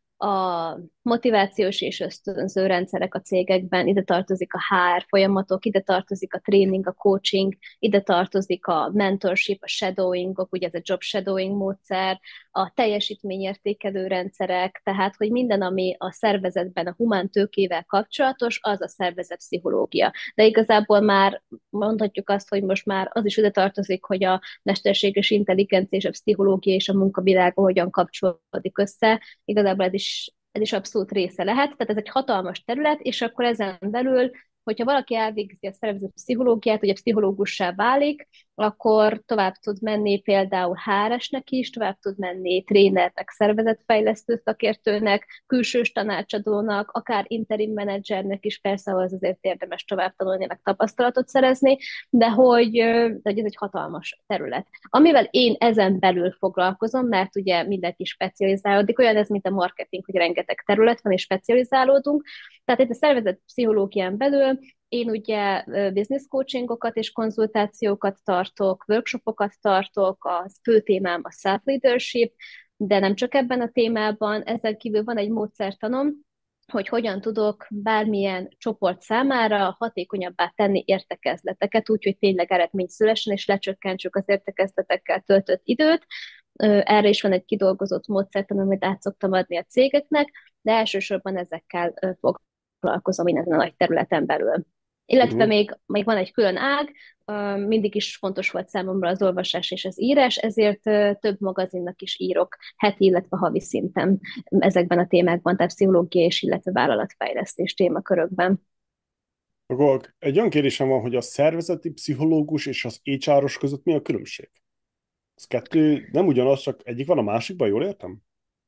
a motivációs és ösztönző rendszerek a cégekben, ide tartozik a há er folyamatok, ide tartozik a tréning, a coaching, ide tartozik a mentorship, a shadowingok, ugye ez a job shadowing módszer, a teljesítményértékelő rendszerek, tehát hogy minden, ami a szervezetben a humán tőkével kapcsolatos, az a szervezet pszichológia. De igazából már mondhatjuk azt, hogy most már az is ide tartozik, hogy a mesterséges intelligencia és a pszichológia és a munkavilága hogyan kapcsolódik össze. Igazából ez is ez is abszolút része lehet. Tehát ez egy hatalmas terület, és akkor ezen belül, hogyha valaki elvégzi a szervezet pszichológiát, ugye pszichológussá válik, akkor tovább tud menni például há er esnek is, tovább tud menni trénernek, szervezetfejlesztő szakértőnek, külsős tanácsadónak, akár interim menedzsernek is, persze ahhoz azért érdemes tovább tanulni, meg tapasztalatot szerezni, de hogy, de hogy ez egy hatalmas terület. Amivel én ezen belül foglalkozom, mert ugye mindenki specializálódik, olyan ez, mint a marketing, hogy rengeteg terület van, és specializálódunk. Tehát itt a szervezet pszichológián belül én ugye business coachingokat és konzultációkat tartok, workshopokat tartok, a fő témám a self-leadership, de nem csak ebben a témában, ezzel kívül van egy módszertanom, hogy hogyan tudok bármilyen csoport számára hatékonyabbá tenni értekezleteket, úgyhogy tényleg eredmény szülessen, és lecsökkentsük az értekezletekkel töltött időt. Erre is van egy kidolgozott módszertan, amit át szoktam adni a cégeknek, de elsősorban ezekkel foglalkozom én ezen a nagy területen belül. Illetve Uh-huh. még, még van egy külön ág, mindig is fontos volt számomra az olvasás és az írás, ezért több magazinnak is írok heti, illetve havi szinten ezekben a témákban, tehát pszichológia és illetve vállalatfejlesztés témakörökben. Akkor egy olyan kérdésem van, hogy a szervezeti pszichológus és az há er-os között mi a különbség? Az kettő nem ugyanaz, csak egyik van a másikban, jól értem?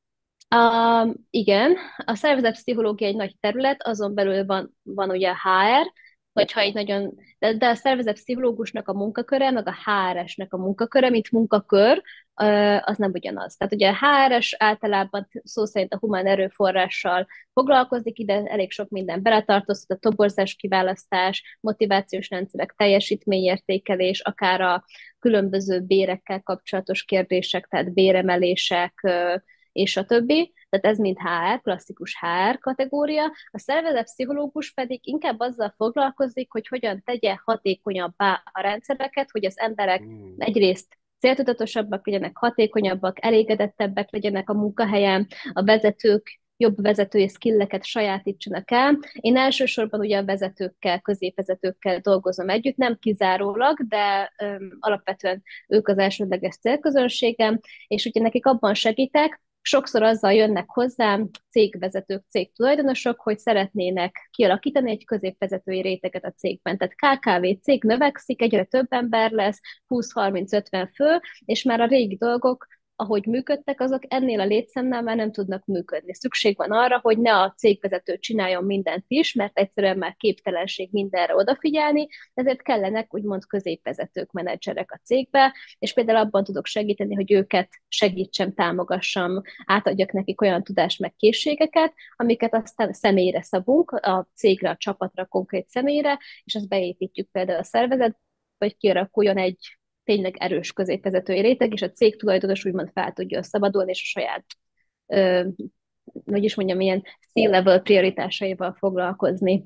Uh, igen, a szervezetpszichológia egy nagy terület, azon belül van, van ugye a há er, hogyha így nagyon, de, de a szervezetpszichológusnak a munkaköre, meg a há er esnek a munkaköre, mint munkakör, uh, az nem ugyanaz. Tehát ugye a há er es általában szó szerint a humán erőforrással foglalkozik, ide elég sok minden beletartozhat, a toborzás kiválasztás, motivációs rendszerek, teljesítményértékelés, akár a különböző bérekkel kapcsolatos kérdések, tehát béremelések, uh, és a többi, tehát ez mind há er, klasszikus há er kategória. A szervezetpszichológus pedig inkább azzal foglalkozik, hogy hogyan tegye hatékonyabbá a rendszereket, hogy az emberek Hmm. egyrészt céltudatosabbak legyenek, hatékonyabbak, elégedettebbek legyenek a munkahelyen, a vezetők jobb vezetői skilleket sajátítsanak el. Én elsősorban ugye a vezetőkkel, középvezetőkkel dolgozom együtt, nem kizárólag, de öm, alapvetően ők az elsődleges célközönségem, és ugye nekik abban segítek, sokszor azzal jönnek hozzám cégvezetők, cégtulajdonosok, hogy szeretnének kialakítani egy középvezetői réteget a cégben. Tehát ká ká vé cég növekszik, egyre több ember lesz, húsz-harminc-ötven fő, és már a régi dolgok, ahogy működtek, azok ennél a létszámnál már nem tudnak működni. Szükség van arra, hogy ne a cégvezető csináljon mindent is, mert egyszerűen már képtelenség mindenre odafigyelni, ezért kellenek úgymond középvezetők, menedzserek a cégbe, és például abban tudok segíteni, hogy őket segítsem, támogassam, átadjak nekik olyan tudást, meg készségeket, amiket aztán személyre szabunk, a cégre, a csapatra, konkrét személyre, és azt beépítjük például a szervezetbe, hogy kialakuljon egy tényleg erős középvezetői réteg, és a cég tulajdonos úgymond fel tudja szabadulni, és a saját, ö, hogy is mondjam, ilyen C-level prioritásaival foglalkozni.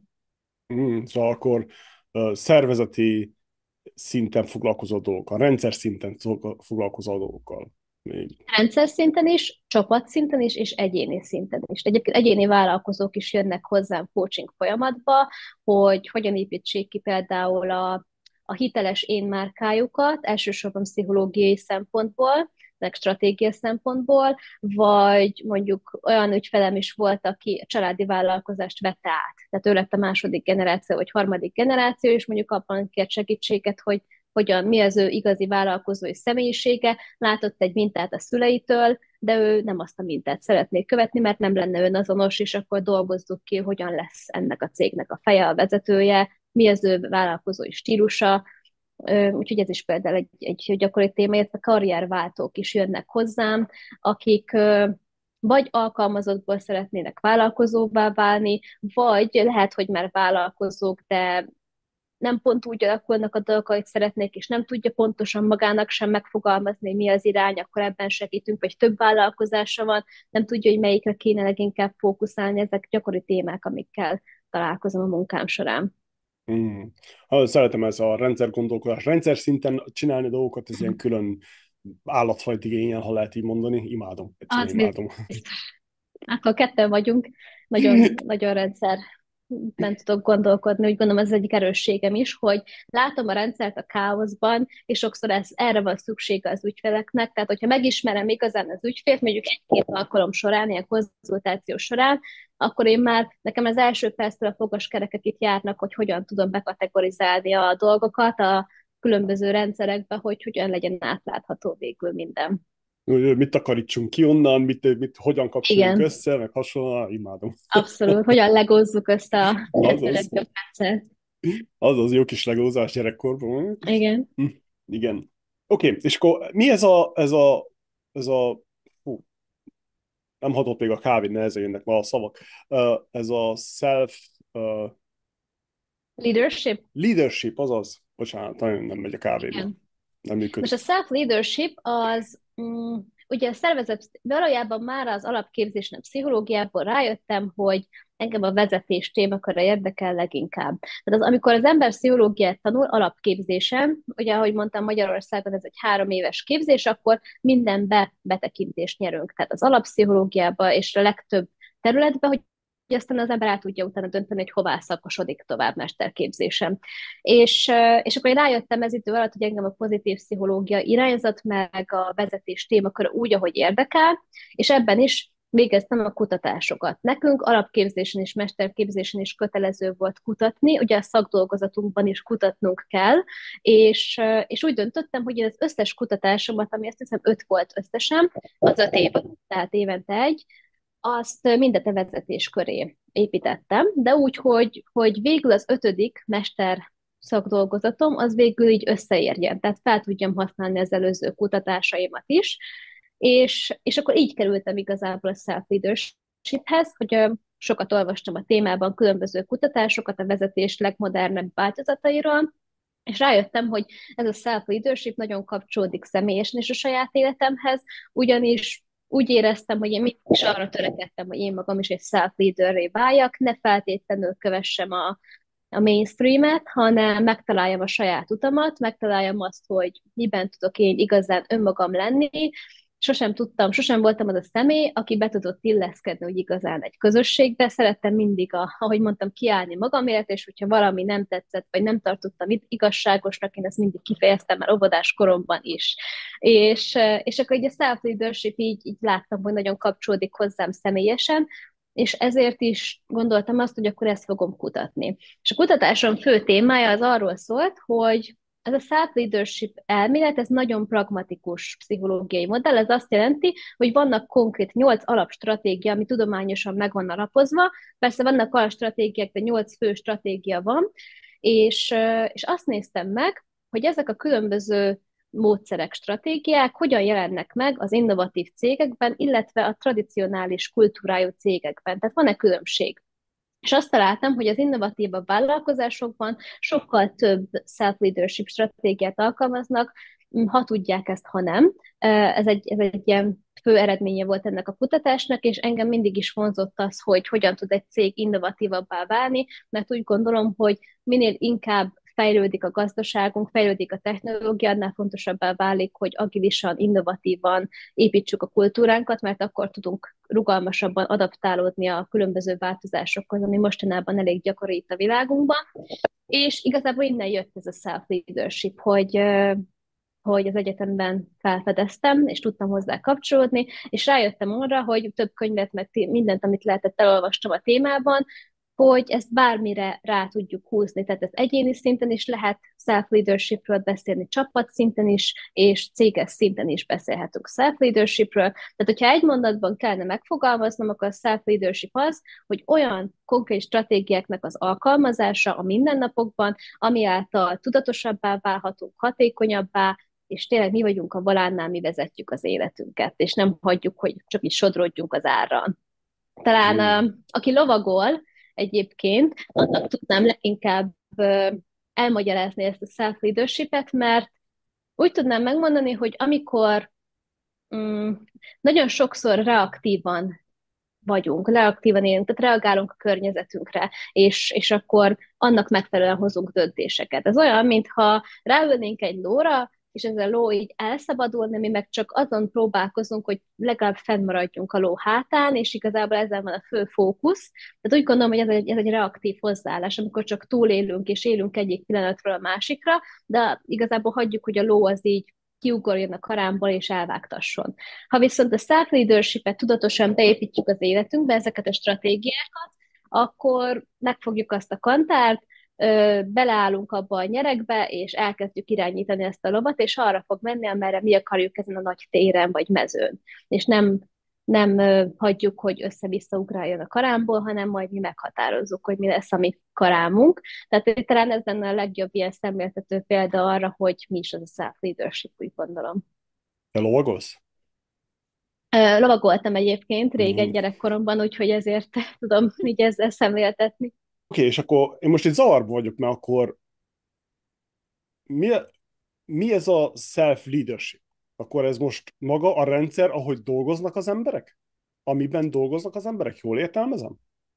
Mm, szóval akkor uh, szervezeti szinten foglalkozó dolgokkal, rendszer szinten foglalkozó dolgokkal. Még. Rendszer szinten is, csapatszinten is, és egyéni szinten is. Egyébként egyéni vállalkozók is jönnek hozzám coaching folyamatba, hogy hogyan építsék ki például a, a hiteles én márkájukat, elsősorban pszichológiai szempontból, meg stratégiai szempontból, vagy mondjuk olyan ügyfelem is volt, aki a családi vállalkozást vette át. Tehát ő lett a második generáció, vagy harmadik generáció, és mondjuk abban kért segítséget, hogy hogyan, mi az ő igazi vállalkozói személyisége, látott egy mintát a szüleitől, de ő nem azt a mintát szeretné követni, mert nem lenne önazonos, és akkor dolgozzuk ki, hogyan lesz ennek a cégnek a feje, a vezetője, mi az ő vállalkozói stílusa, úgyhogy ez is például egy, egy gyakori téma, illetve karrierváltók is jönnek hozzám, akik vagy alkalmazottból szeretnének vállalkozóvá válni, vagy lehet, hogy már vállalkozók, de nem pont úgy alakulnak a dolgok, ahogy szeretnék, és nem tudja pontosan magának sem megfogalmazni, mi az irány, akkor ebben segítünk, vagy több vállalkozása van, nem tudja, hogy melyikre kéne leginkább fókuszálni, ezek gyakori témák, amikkel találkozom a munkám során. Mm. Szeretem ez a rendszer gondolkodás. Rendszer szinten csinálni dolgokat, ez ilyen külön állatfajt igényel, ha lehet így mondani. Imádom. Egyszerűen Az imádom. biztos. Akkor ketten vagyunk, nagyon, nagyon rendszer nem tudok gondolkodni, úgy gondolom ez az egyik erősségem is, hogy látom a rendszert a káoszban, és sokszor ez, erre van szüksége az ügyfeleknek, tehát hogyha megismerem igazán az ügyfélt, mondjuk egy-két alkalom során, ilyen konzultáció során, akkor én már, nekem az első perctől a fogaskerekek itt járnak, hogy hogyan tudom bekategorizálni a dolgokat a különböző rendszerekbe, hogy hogyan legyen átlátható végül minden. Mit takarítsunk ki onnan, mit, mit, hogyan kapcsoljunk Igen, össze, meg hasonlóan, imádom. abszolút. Hogyan legózzuk össze a lehető Azaz, legjobb rendszert. azaz jó kis legózás gyerekkorban. Igen. Hm, igen. Oké, okay, és akkor mi ez a, ez a, ez a, hú, nem hatott még a kávé, nehezen jönnek ma a szavak. Uh, ez a self uh, Leadership? leadership, azaz. Bocsánat, nagyon nem megy a kávéba. Igen. Nem Most a működik. self-leadership az, mm, ugye a szervezet, valójában már az alapképzésnek pszichológiából rájöttem, hogy engem a vezetés témaköre érdekel leginkább. Tehát az, amikor az ember pszichológiát tanul alapképzésen, ugye ahogy mondtam, Magyarországon ez egy három éves képzés, akkor mindenbe betekintést nyerünk. Tehát az alappszichológiába és a legtöbb területbe, hogy hogy aztán az ember el tudja utána dönteni, hogy hová szakosodik tovább mesterképzésen. És, és akkor én rájöttem ez idő alatt, hogy engem a pozitív pszichológia irányzat, meg a vezetés témakör úgy, ahogy érdekel, és ebben is végeztem a kutatásokat. Nekünk alapképzésen és mesterképzésen is kötelező volt kutatni, ugye a szakdolgozatunkban is kutatnunk kell, és, és úgy döntöttem, hogy az összes kutatásomat, ami azt hiszem öt volt összesen, az öt év, tehát évente egy, azt mindet a vezetés köré építettem, de úgy, hogy, hogy végül az ötödik mester szakdolgozatom, az végül így összeérjen, tehát fel tudjam használni az előző kutatásaimat is, és, és akkor így kerültem igazából a self-leadershiphez, hogy sokat olvastam a témában különböző kutatásokat a vezetés legmodernebb változatairól, és rájöttem, hogy ez a self-leadership nagyon kapcsolódik személyesen is a saját életemhez, ugyanis úgy éreztem, hogy én mindig is arra törekedtem, hogy én magam is egy self-leaderré váljak, ne feltétlenül kövessem a, a mainstreamet, hanem megtaláljam a saját utamat, megtaláljam azt, hogy miben tudok én igazán önmagam lenni. Sosem tudtam, sosem voltam az a személy, aki be tudott illeszkedni, hogy igazán egy közösségbe. Szerettem mindig, a, ahogy mondtam, kiállni magamért, és hogyha valami nem tetszett, vagy nem tartottam igazságosnak, én ezt mindig kifejeztem már óvodás koromban is. És, és akkor így a self-leadership így, így láttam, hogy nagyon kapcsolódik hozzám személyesen, és ezért is gondoltam azt, hogy akkor ezt fogom kutatni. És a kutatásom fő témája az arról szólt, hogy ez a self-leadership elmélet, ez nagyon pragmatikus pszichológiai modell, ez azt jelenti, hogy vannak konkrét nyolc alapstratégia, ami tudományosan meg van alapozva, persze vannak alapstratégiák, de nyolc fő stratégia van, és, és azt néztem meg, hogy ezek a különböző módszerek, stratégiák hogyan jelennek meg az innovatív cégekben, illetve a tradicionális kultúrájú cégekben. Tehát van-e különbség? És azt találtam, hogy az innovatívabb vállalkozásokban sokkal több self-leadership stratégiát alkalmaznak, ha tudják ezt, ha nem. Ez egy, ez egy ilyen fő eredménye volt ennek a kutatásnak, és engem mindig is vonzott az, hogy hogyan tud egy cég innovatívabbá válni, mert úgy gondolom, hogy minél inkább fejlődik a gazdaságunk, fejlődik a technológia, annál fontosabbá válik, hogy agilisan, innovatívan építsük a kultúránkat, mert akkor tudunk rugalmasabban adaptálódni a különböző változásokhoz, ami mostanában elég gyakori itt a világunkban. És igazából innen jött ez a self-leadership, hogy, hogy az egyetemben felfedeztem, és tudtam hozzá kapcsolódni, és rájöttem arra, hogy több könyvet, meg mindent, amit lehetett, elolvastam a témában, hogy ezt bármire rá tudjuk húzni. Tehát ez egyéni szinten is lehet self-leadershipről beszélni, csapat szinten is, és céges szinten is beszélhetünk self-leadershipről. Tehát, hogyha egy mondatban kellene megfogalmaznom, akkor a self-leadership az, hogy olyan konkrét stratégiáknak az alkalmazása a mindennapokban, ami által tudatosabbá válhatunk, hatékonyabbá, és tényleg mi vagyunk a volánnál, mi vezetjük az életünket, és nem hagyjuk, hogy csak így sodrodjunk az árral. Talán uh, aki lovagol egyébként, annak tudnám leginkább uh, elmagyarázni ezt a self-leadershipet, mert úgy tudnám megmondani, hogy amikor um, nagyon sokszor reaktívan vagyunk, reaktívan élünk, tehát reagálunk a környezetünkre, és, és akkor annak megfelelően hozunk döntéseket. Ez olyan, mintha ráülnénk egy lóra, és ez a ló így elszabadulna, mi meg csak azon próbálkozunk, hogy legalább fennmaradjunk a ló hátán, és igazából ezzel van a fő fókusz. Tehát úgy gondolom, hogy ez egy, ez egy reaktív hozzáállás, amikor csak túlélünk, és élünk egyik pillanatról a másikra, de igazából hagyjuk, hogy a ló az így kiugorjon a karámból és elvágtasson. Ha viszont a self-leadership-et tudatosan beépítjük az életünkbe, ezeket a stratégiákat, akkor megfogjuk azt a kantárt, beleállunk abba a nyerekbe, és elkezdjük irányítani ezt a lovat, és arra fog menni, amerre mi akarjuk ezen a nagy téren vagy mezőn. És nem, nem hagyjuk, hogy össze-vissza ugráljon a karámból, hanem majd mi meghatározzuk, hogy mi lesz a mi karámunk. Tehát talán ez lenne a legjobb ilyen szemléltető példa arra, hogy mi is az a self-leadership, úgy gondolom. Te lovagolsz? Lovagoltam egyébként régen Mm. gyerekkoromban, úgyhogy ezért tudom így ezzel szemléltetni. Oké, okay, és akkor én most egy zavarba vagyok, mert akkor mi, mi ez a self-leadership? Akkor ez most maga a rendszer, ahogy dolgoznak az emberek? Amiben dolgoznak az emberek? Jól értelmezem?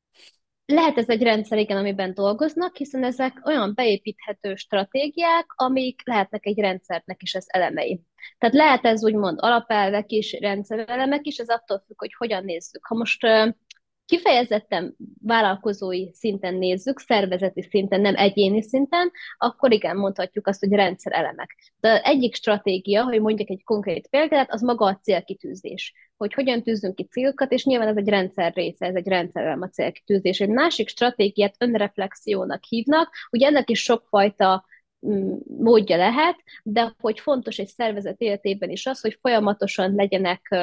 Lehet ez egy rendszer, igen, amiben dolgoznak, hiszen ezek olyan beépíthető stratégiák, amik lehetnek egy rendszernek is az elemei. Tehát lehet ez úgymond alapelvek is, rendszerelemek is, ez attól függ, hogy hogyan nézzük. Ha most kifejezetten vállalkozói szinten nézzük, szervezeti szinten, nem egyéni szinten, akkor igen, mondhatjuk azt, hogy rendszerelemek. De egyik stratégia, hogy mondjak egy konkrét példát, az maga a célkitűzés. Hogy hogyan tűzünk ki célokat, és nyilván ez egy rendszer része, ez egy rendszerelem a célkitűzés. Egy másik stratégiát önreflexiónak hívnak, ugye ennek is sokfajta módja lehet, de hogy fontos egy szervezet életében is az, hogy folyamatosan legyenek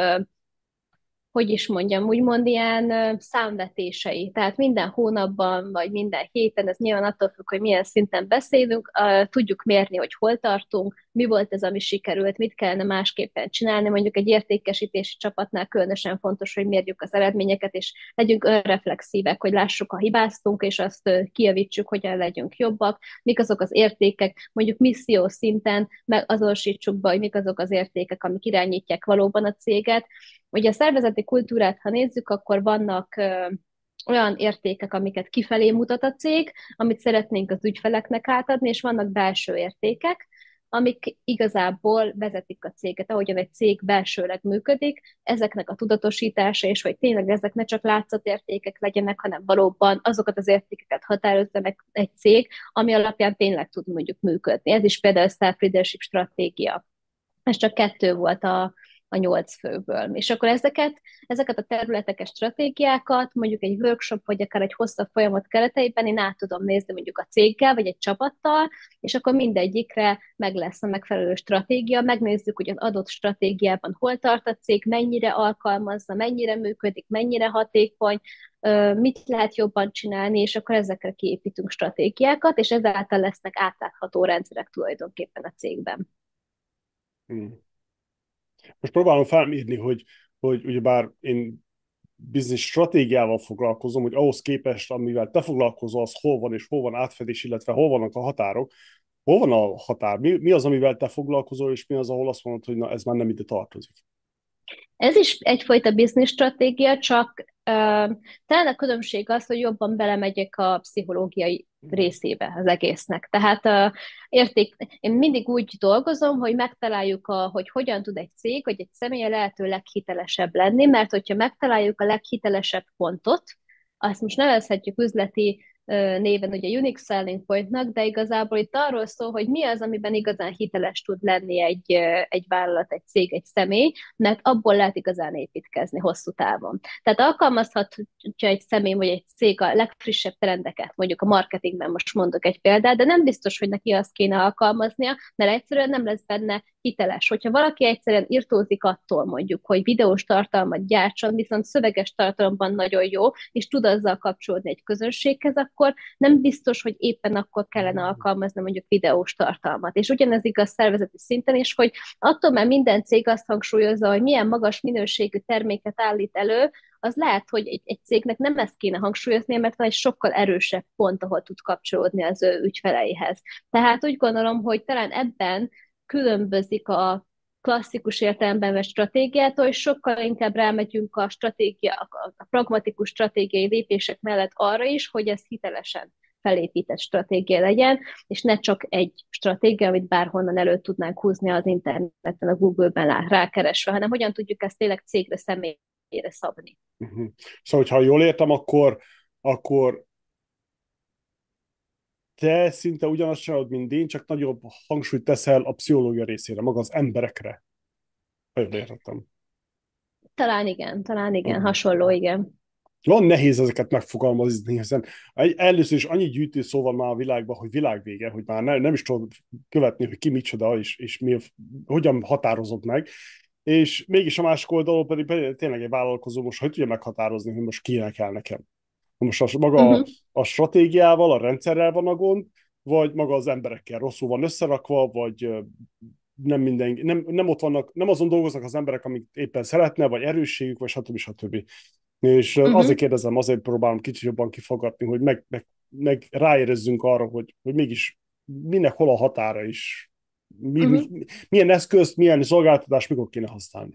hogy is mondjam, úgymond ilyen számvetései. Tehát minden hónapban, vagy minden héten, ez nyilván attól függ, hogy milyen szinten beszélünk, tudjuk mérni, hogy hol tartunk, mi volt ez, ami sikerült, mit kellene másképpen csinálni. Mondjuk egy értékesítési csapatnál különösen fontos, hogy mérjük az eredményeket, és legyünk önreflexívek, hogy lássuk, ha hibáztunk, és azt kijavítsuk, hogyan legyünk jobbak, mik azok az értékek, mondjuk misszió szinten megazonosítsuk be, hogy mik azok az értékek, amik irányítják valóban a céget. Ugye a szervezeti kultúrát, ha nézzük, akkor vannak ö, olyan értékek, amiket kifelé mutat a cég, amit szeretnénk az ügyfeleknek átadni, és vannak belső értékek, amik igazából vezetik a céget, ahogyan egy cég belsőleg működik, ezeknek a tudatosítása, és hogy tényleg ezek ne csak látszatértékek legyenek, hanem valóban azokat az értékeket határozza meg egy cég, ami alapján tényleg tud mondjuk működni. Ez is például a self-leadership stratégia. Ez csak kettő volt a, a nyolc főből. És akkor ezeket, ezeket a területeket, stratégiákat, mondjuk egy workshop, vagy akár egy hosszabb folyamat kereteiben én át tudom nézni mondjuk a céggel, vagy egy csapattal, és akkor mindegyikre meg lesz a megfelelő stratégia, megnézzük, hogy az adott stratégiában hol tart a cég, mennyire alkalmazza, mennyire működik, mennyire hatékony, mit lehet jobban csinálni, és akkor ezekre kiépítünk stratégiákat, és ezáltal lesznek átlátható rendszerek tulajdonképpen a cégben. Hmm. Most próbálom felmérni, hogy, hogy ugyebár én biznisz stratégiával foglalkozom, hogy ahhoz képest, amivel te foglalkozol, az hol van és hol van átfedés, illetve hol vannak a határok. Hol van a határ? Mi, mi az, amivel te foglalkozol, és mi az, ahol azt mondod, hogy na, ez már nem ide tartozik? Ez is egyfajta business stratégia, csak uh, talán a különbség az, hogy jobban belemegyek a pszichológiai részébe az egésznek. Tehát uh, érték, én mindig úgy dolgozom, hogy megtaláljuk, a, hogy hogyan tud egy cég, vagy egy személy a lehető leghitelesebb lenni, mert hogyha megtaláljuk a leghitelesebb pontot, azt most nevezhetjük üzleti néven ugye unique selling pointnak, de igazából itt arról szól, hogy mi az, amiben igazán hiteles tud lenni egy, egy vállalat, egy cég, egy személy, mert abból lehet igazán építkezni hosszú távon. Tehát alkalmazhatja egy személy vagy egy cég a legfrissebb trendeket, mondjuk a marketingben most mondok egy példát, de nem biztos, hogy neki azt kéne alkalmaznia, mert egyszerűen nem lesz benne hiteles. Hogyha valaki egyszerűen irtózik attól mondjuk, hogy videós tartalmat gyártson, viszont szöveges tartalomban nagyon jó, és tud azzal kapcsolódni egy közönséghez, akkor nem biztos, hogy éppen akkor kellene alkalmazni mondjuk videós tartalmat. És ugyanez igaz szervezeti szinten is, hogy attól, mert minden cég azt hangsúlyozza, hogy milyen magas minőségű terméket állít elő, az lehet, hogy egy, egy cégnek nem ezt kéne hangsúlyozni, mert van egy sokkal erősebb pont, ahol tud kapcsolódni az ő ügyfeleihez. Tehát úgy gondolom, hogy talán ebben különbözik a klasszikus értelemben vett stratégiától, és sokkal inkább rámegyünk a stratégia, a pragmatikus stratégiai lépések mellett arra is, hogy ez hitelesen felépített stratégia legyen, és ne csak egy stratégia, amit bárhonnan elő tudnánk húzni az interneten, a Google-ben rákeresve, hanem hogyan tudjuk ezt tényleg cégre, személyre szabni. Uh-huh. Szóval, ha jól értem, akkor, akkor te szinte ugyanazt csinálod, mint én, csak nagyobb hangsúlyt teszel a pszichológia részére, maga az emberekre. Ha jól értettem. Talán igen, talán igen, Uh-huh. hasonló, igen. Van nehéz ezeket megfogalmazni, hiszen először is annyi gyűjtő szó van már a világban, hogy világvége, hogy már ne, nem is tudom követni, hogy ki micsoda, és, és mi, hogyan határozod meg. És mégis a másik oldalon pedig, pedig tényleg egy vállalkozó most hogy tudja meghatározni, hogy most kinek kell nekem. Most a, maga a, Uh-huh. a stratégiával, a rendszerrel van a gond, vagy maga az emberekkel rosszul van összerakva, vagy nem minden, nem, nem ott vannak, nem azon dolgoznak az emberek, amit éppen szeretne, vagy erősségük, vagy stb. stb. És Uh-huh. azért kérdezem, azért próbálom kicsit jobban kifogatni, hogy meg, meg, meg ráérezzünk arra, hogy, hogy mégis minek hol a határa is, mi, Uh-huh. mi, milyen eszközt, milyen szolgáltatást mikor kéne használni.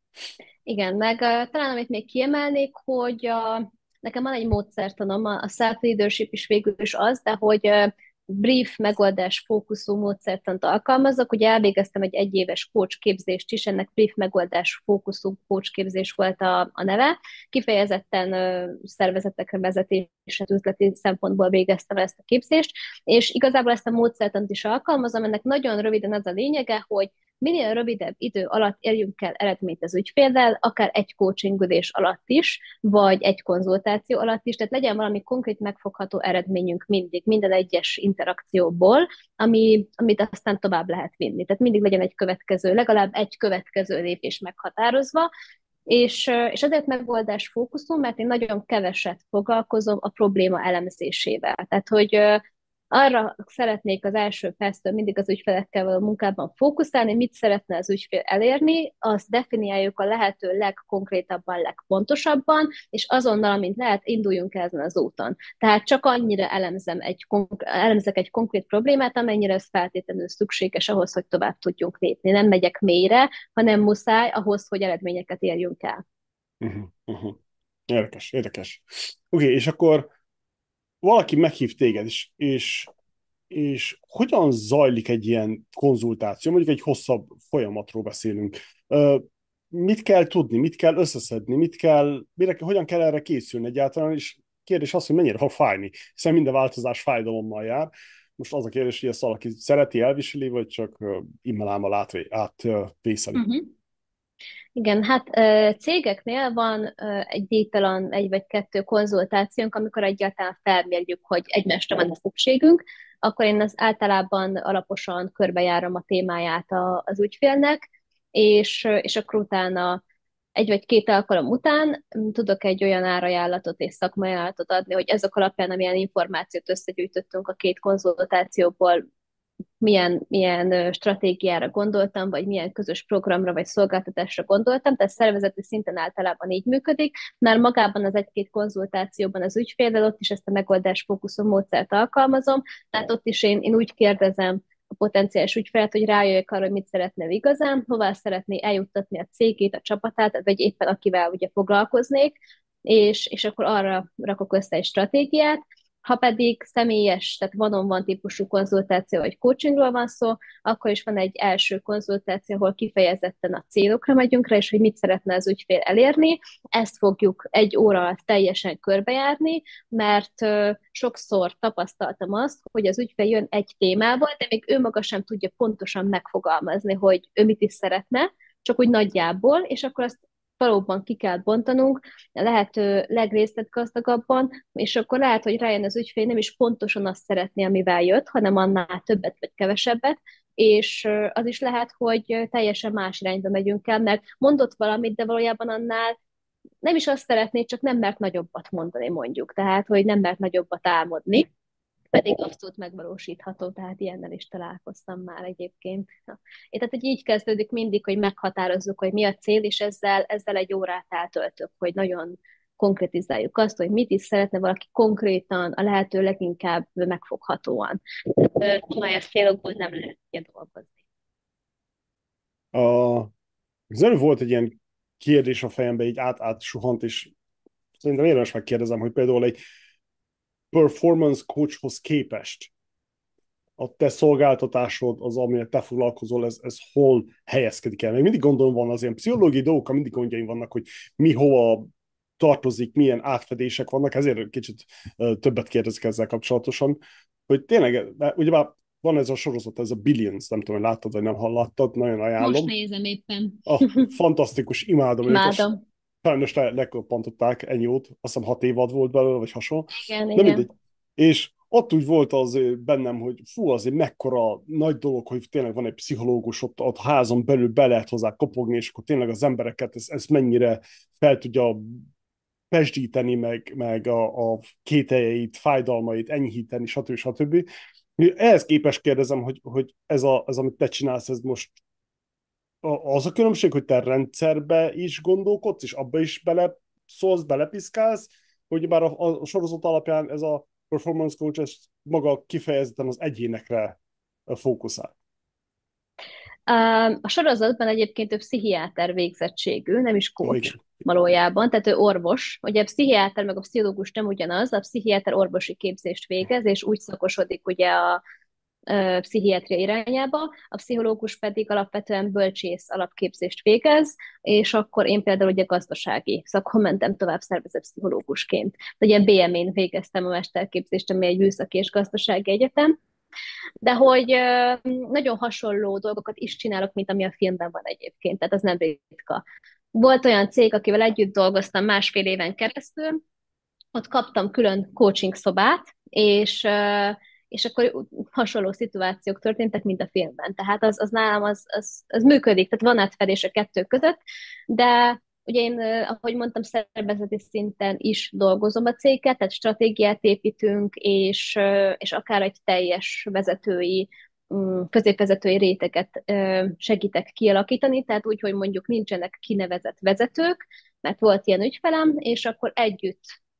Igen, meg uh, talán amit még kiemelnék, hogy uh, nekem van egy módszertanom, a self-leadership is végül is az, de hogy uh, brief, megoldás fókuszú módszertant alkalmazok. Ugye elvégeztem egy egyéves coach képzést is, ennek brief, megoldás fókuszú coach képzés volt a, a neve. Kifejezetten uh, szervezetekre vezetéset, üzleti szempontból végeztem ezt a képzést, és igazából ezt a módszertant is alkalmazom. Ennek nagyon röviden az a lényege, hogy minél rövidebb idő alatt érjünk el eredményt az ügyféllel, akár egy coachingudés alatt is, vagy egy konzultáció alatt is, tehát legyen valami konkrét megfogható eredményünk mindig, minden egyes interakcióból, ami, amit aztán tovább lehet vinni. Tehát mindig legyen egy következő, legalább egy következő lépés meghatározva, és, és azért megoldás fókuszú, mert én nagyon keveset foglalkozom a probléma elemzésével. Tehát, hogy arra szeretnék az első perctől mindig az ügyfelekkel való munkában fókuszálni, mit szeretne az ügyfél elérni, azt definiáljuk a lehető legkonkrétabban, legpontosabban, és azonnal, amint lehet, induljunk ezen az úton. Tehát csak annyira elemzem egy, elemzek egy konkrét problémát, amennyire ez feltétlenül szükséges ahhoz, hogy tovább tudjunk lépni. Nem megyek mélyre, hanem muszáj ahhoz, hogy eredményeket érjünk el. Uh-huh, uh-huh. Érdekes, érdekes. Oké, okay, és akkor valaki meghív téged, és, és, és hogyan zajlik egy ilyen konzultáció? Mondjuk egy hosszabb folyamatról beszélünk. Mit kell tudni, mit kell összeszedni, mit kell, mire, hogyan kell erre készülni egyáltalán, és kérdés az, hogy mennyire fog fájni, hiszen minden változás fájdalommal jár. Most az a kérdés, hogy ezt valaki szereti, elviseli, vagy csak immelámmal átvészeli. Uh-huh. Igen, hát cégeknél van egy díjtalan egy vagy kettő konzultációnk, amikor egyáltalán felmérjük, hogy egymásra van a szükségünk, akkor én az általában alaposan körbejárom a témáját a, az ügyfélnek, és, és akkor utána egy vagy két alkalom után tudok egy olyan árajánlatot és szakmai ajánlatot adni, hogy ezek alapján, amilyen információt összegyűjtöttünk a két konzultációból, milyen, milyen stratégiára gondoltam, vagy milyen közös programra, vagy szolgáltatásra gondoltam, tehát szervezeti szinten általában így működik, már magában az egy-két konzultációban az ügyféllel, ott is ezt a megoldás fókuszú módszert alkalmazom, tehát ott is én, én úgy kérdezem a potenciális ügyfelet, hogy rájöjjek arra, hogy mit szeretne igazán, hová szeretné eljuttatni a cégét, a csapatát, vagy éppen akivel ugye foglalkoznék, és, és akkor arra rakok össze egy stratégiát. Ha pedig személyes, tehát one-on-one típusú konzultáció vagy coachingról van szó, akkor is van egy első konzultáció, ahol kifejezetten a célokra megyünk rá, és hogy mit szeretne az ügyfél elérni. Ezt fogjuk egy óra alatt teljesen körbejárni, mert ö, sokszor tapasztaltam azt, hogy az ügyfél jön egy témával, de még ő maga sem tudja pontosan megfogalmazni, hogy ő mit is szeretne, csak úgy nagyjából, és akkor azt valóban ki kell bontanunk, a lehető legrészletgazdagabban, és akkor lehet, hogy rájön az ügyfél, nem is pontosan azt szeretné, amivel jött, hanem annál többet vagy kevesebbet, és az is lehet, hogy teljesen más irányba megyünk el, mert mondott valamit, de valójában annál nem is azt szeretné, csak nem mert nagyobbat mondani, mondjuk. Tehát, hogy nem mert nagyobbat álmodni, pedig abszolút megvalósítható, tehát ilyennel is találkoztam már egyébként. Na. Én tehát, hogy így kezdődik mindig, hogy meghatározzuk, hogy mi a cél, és ezzel, ezzel egy órát eltöltök, hogy nagyon konkretizáljuk azt, hogy mit is szeretne valaki konkrétan, a lehető leginkább megfoghatóan. Tudományos célokból nem lehet ilyen dolgozni. A, az előbb volt egy ilyen kérdés a fejembe, így át-át suhant, és szerintem érdemes megkérdezem, hogy például egy performance coachhoz képest a te szolgáltatásod, az, amire te foglalkozol, ez, ez hol helyezkedik el? Még mindig gondolom, van az ilyen pszichológiai dolgok, mindig gondjaim vannak, hogy mi hova tartozik, milyen átfedések vannak, ezért kicsit uh, többet kérdezik ezzel kapcsolatosan, hogy tényleg, ugyebár van ez a sorozat, ez a Billions, nem tudom, hogy láttad, vagy nem hallottad, nagyon Most ajánlom. nézem éppen. Ah, fantasztikus, imádom őt. Imádom. Sajnos le, lekoppantották ennyi ót, azt hiszem hat évad volt belőle, vagy hasonló. Igen, De mindegy. igen. És ott úgy volt az bennem, hogy fú, azért mekkora nagy dolog, hogy tényleg van egy pszichológus ott, ott házon belül, be lehet hozzá kopogni, és akkor tényleg az embereket ez, ez mennyire fel tudja pesdíteni, meg, meg a, a kételjeit, fájdalmait enyhíteni, stb. stb. Ehhez képest kérdezem, hogy, hogy ez, a, ez, amit te csinálsz, ez most az a különbség, hogy te rendszerbe is gondolkodsz, és abba is bele szólsz, belepiszkálsz, hogy bár a, a sorozat alapján ez a performance coach ez maga kifejezetten az egyénekre fókuszál. A sorozatban egyébként ő pszichiáter végzettségű, nem is Ó, coach igen. valójában, tehát ő orvos. Ugye a pszichiáter meg a pszichológus nem ugyanaz, a pszichiáter orvosi képzést végez, és úgy szakosodik ugye a ö, pszichiátria irányába, a pszichológus pedig alapvetően bölcsész alapképzést végez, és akkor én például ugye gazdasági szakon mentem tovább szervezetpszichológusként. Ugye bé em én végeztem a mesterképzést, ami egy műszaki és gazdasági egyetem, de hogy nagyon hasonló dolgokat is csinálok, mint ami a filmben van egyébként, tehát az nem ritka. Volt olyan cég, akivel együtt dolgoztam másfél éven keresztül, ott kaptam külön coaching szobát, és, és akkor hasonló szituációk történtek, mint a filmben. Tehát az, az nálam az, az, az működik, tehát van átfedés a kettő között, de ugye én, ahogy mondtam, szervezeti szinten is dolgozom a céget, tehát stratégiát építünk, és, és akár egy teljes vezetői, középvezetői réteget segítek kialakítani, tehát úgy, hogy mondjuk nincsenek kinevezett vezetők, mert volt ilyen ügyfelem, és akkor együtt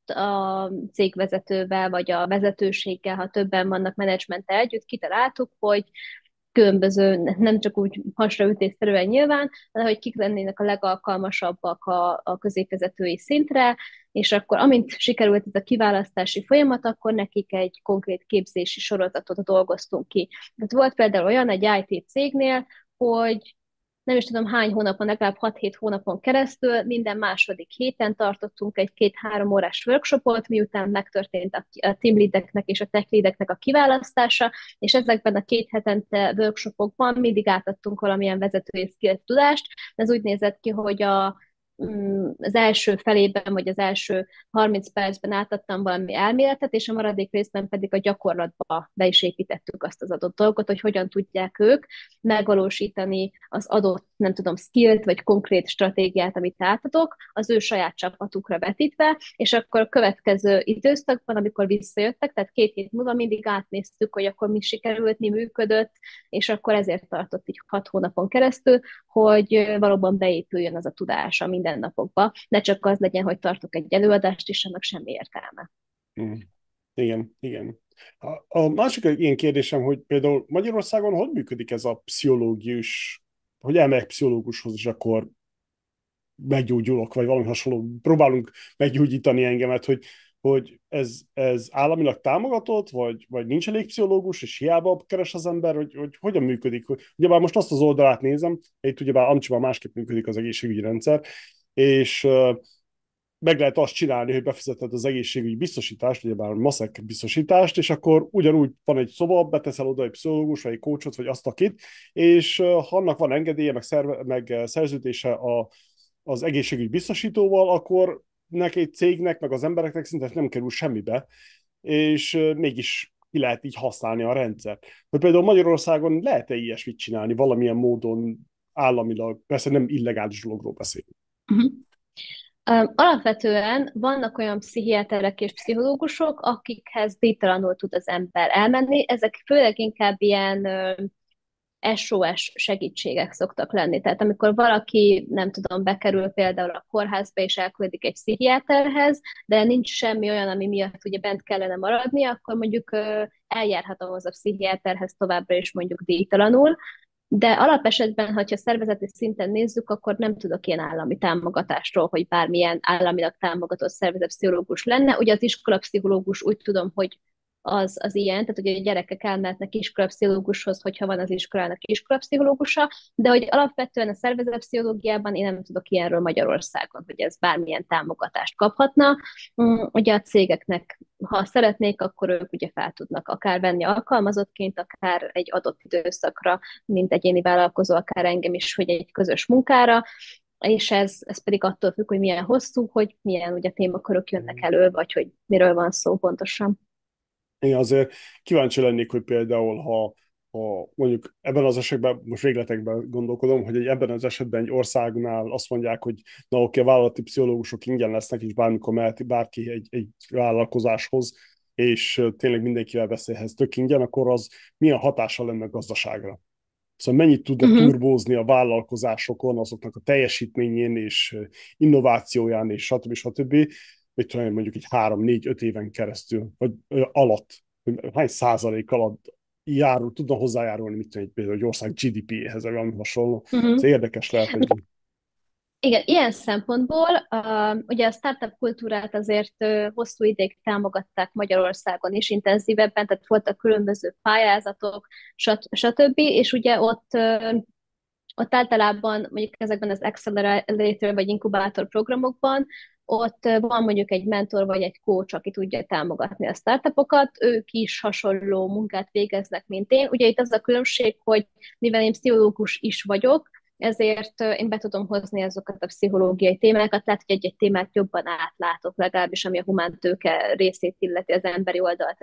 a cégvezetővel, vagy a vezetőséggel, ha többen vannak menedzsmenttel együtt, kitaláltuk, hogy különböző, nem csak úgy hasraütésszerűen nyilván, de hogy kik lennének a legalkalmasabbak a, a középvezetői szintre, és akkor amint sikerült ez a kiválasztási folyamat, akkor nekik egy konkrét képzési sorozatot dolgoztunk ki. Tehát volt például olyan egy i té cégnél, hogy nem is tudom hány hónapon, legalább hat-hét hónapon keresztül, minden második héten tartottunk egy két-három órás workshopot, miután megtörtént a team leadeknek és a tech leadeknek a kiválasztása, és ezekben a két hetente workshopokban mindig átadtunk valamilyen vezetői skill tudást. Ez úgy nézett ki, hogy a az első felében, vagy az első harminc percben átadtam valami elméletet, és a maradék részben pedig a gyakorlatba be is építettük azt az adott dolgot, hogy hogyan tudják ők megvalósítani az adott, nem tudom, skillt, vagy konkrét stratégiát, amit átadok, az ő saját csapatukra vetítve, és akkor a következő időszakban, amikor visszajöttek, tehát két hét múlva mindig átnéztük, hogy akkor mi sikerült, mi működött, és akkor ezért tartott így hat hónapon keresztül, hogy valóban beépüljön az a tudás a mindennapokba, ne csak az legyen, hogy tartok egy előadást, és annak semmi értelme. Mm. Igen, igen. A, a másik ilyen kérdésem, hogy például Magyarországon hogy működik ez a pszichológus, hogy elmegyek pszichológushoz, és akkor meggyógyulok, vagy valami hasonló, próbálunk meggyógyítani engemet, hogy, hogy ez, ez államilag támogatott, vagy, vagy nincs elég pszichológus, és hiába keres az ember, hogy, hogy hogyan működik. Ugyebár most azt az oldalát nézem, itt ugyebár Amcsiban másképp működik az egészségügyi rendszer, és uh, meg lehet azt csinálni, hogy befizeted az egészségügyi biztosítást, ugyebár a maszek biztosítást, és akkor ugyanúgy van egy szoba, beteszel oda egy pszichológus, vagy egy coachot, vagy azt akit, és uh, ha annak van engedélye, meg, szerve, meg szerződése a az egészségügy biztosítóval, akkor neki egy cégnek, meg az embereknek szinte nem kerül semmibe, és mégis ki lehet így használni a rendszert. Hogy például Magyarországon lehet-e ilyesmit csinálni valamilyen módon államilag, persze nem illegális dologról beszélünk. Uh-huh. Um, alapvetően vannak olyan pszichiáterek és pszichológusok, akikhez díjtalanul tud az ember elmenni. Ezek főleg inkább ilyen es o es segítségek szoktak lenni. Tehát amikor valaki, nem tudom, bekerül például a kórházba és elküldik egy pszichiáterhez, de nincs semmi olyan, ami miatt ugye bent kellene maradni, akkor mondjuk eljárhat ahhoz a pszichiáterhez továbbra is mondjuk díjtalanul. De alapesetben, hogyha szervezeti szinten nézzük, akkor nem tudok ilyen állami támogatásról, hogy bármilyen államilag támogatott szervezetpszichológus lenne. Ugye az iskolapszichológus úgy tudom, hogy az, az ilyen, tehát hogy a gyerekek elmehetnek iskolapszichológushoz, hogyha van az iskolának iskolapszichológusa, de hogy alapvetően a szervezetpszichológiában én nem tudok ilyenről Magyarországon, hogy ez bármilyen támogatást kaphatna. Ugye a cégeknek, ha szeretnék, akkor ők ugye fel tudnak akár venni alkalmazottként, akár egy adott időszakra, mint egyéni vállalkozó, akár engem is, hogy egy közös munkára, és ez, ez pedig attól függ, hogy milyen hosszú, hogy milyen ugye témakörök jönnek elő, vagy hogy miről van szó pontosan. Én azért kíváncsi lennék, hogy például, ha, ha mondjuk ebben az esetben, most végletekben gondolkodom, hogy egy, ebben az esetben egy országnál azt mondják, hogy na oké, a vállalati pszichológusok ingyen lesznek, és bármikor mehet bárki egy, egy vállalkozáshoz, és tényleg mindenkivel beszélhez tök ingyen, akkor az milyen hatással lenne a gazdaságra? Szóval mennyit tudna Uh-huh. turbózni a vállalkozásokon, azoknak a teljesítményén és innovációján és stb. stb. Mit tudom én, mondjuk egy három, négy, öt éven keresztül, vagy ö, alatt, hogy hány százalék alatt járul, tudna hozzájárulni, mit tudom, egy, például egy ország gé dé pé-hez, vagy valami hasonló. Ez Uh-huh. érdekes lehet egy. Igen, ilyen szempontból uh, ugye a startup kultúrát azért uh, hosszú ideig támogatták Magyarországon is intenzívebben, tehát voltak különböző pályázatok, sat, stb. És ugye ott, uh, ott általában mondjuk ezekben az accelerator vagy inkubátor programokban ott uh, van mondjuk egy mentor vagy egy coach, aki tudja támogatni a startupokat, ők is hasonló munkát végeznek, mint én. Ugye itt az a különbség, hogy mivel én pszichológus is vagyok, ezért én be tudom hozni azokat a pszichológiai témákat, lehet, hogy egy-egy témát jobban átlátok, legalábbis ami a humántőke részét illeti, az emberi oldalt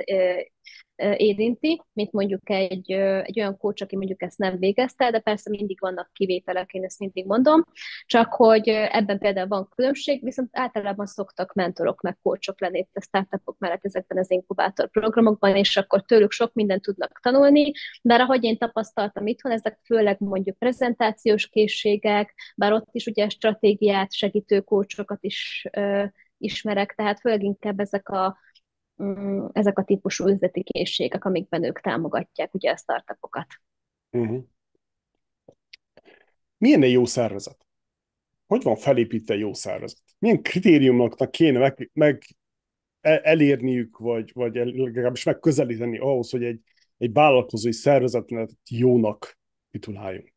érinti, mint mondjuk egy, egy olyan coach, aki mondjuk ezt nem végezte, de persze mindig vannak kivételek, én ezt mindig mondom, csak hogy ebben például van különbség, viszont általában szoktak mentorok meg coachok lenni itt a startupok mellett ezekben az inkubátor programokban, és akkor tőlük sok mindent tudnak tanulni, bár ahogy én tapasztaltam itthon, ezek főleg mondjuk prezentációs készségek, bár ott is ugye stratégiát segítő coachokat is ö, ismerek, tehát főleg inkább ezek a ezek a típusú üzleti készségek, amikben ők támogatják ugye a startupokat. Uh-huh. Milyen egy jó szervezet? Hogy van felépítve jó szervezet? Milyen kritériumoknak kéne meg, meg elérniük, vagy, vagy legalábbis megközelíteni ahhoz, hogy egy, egy vállalkozói szervezetet jónak tituláljunk?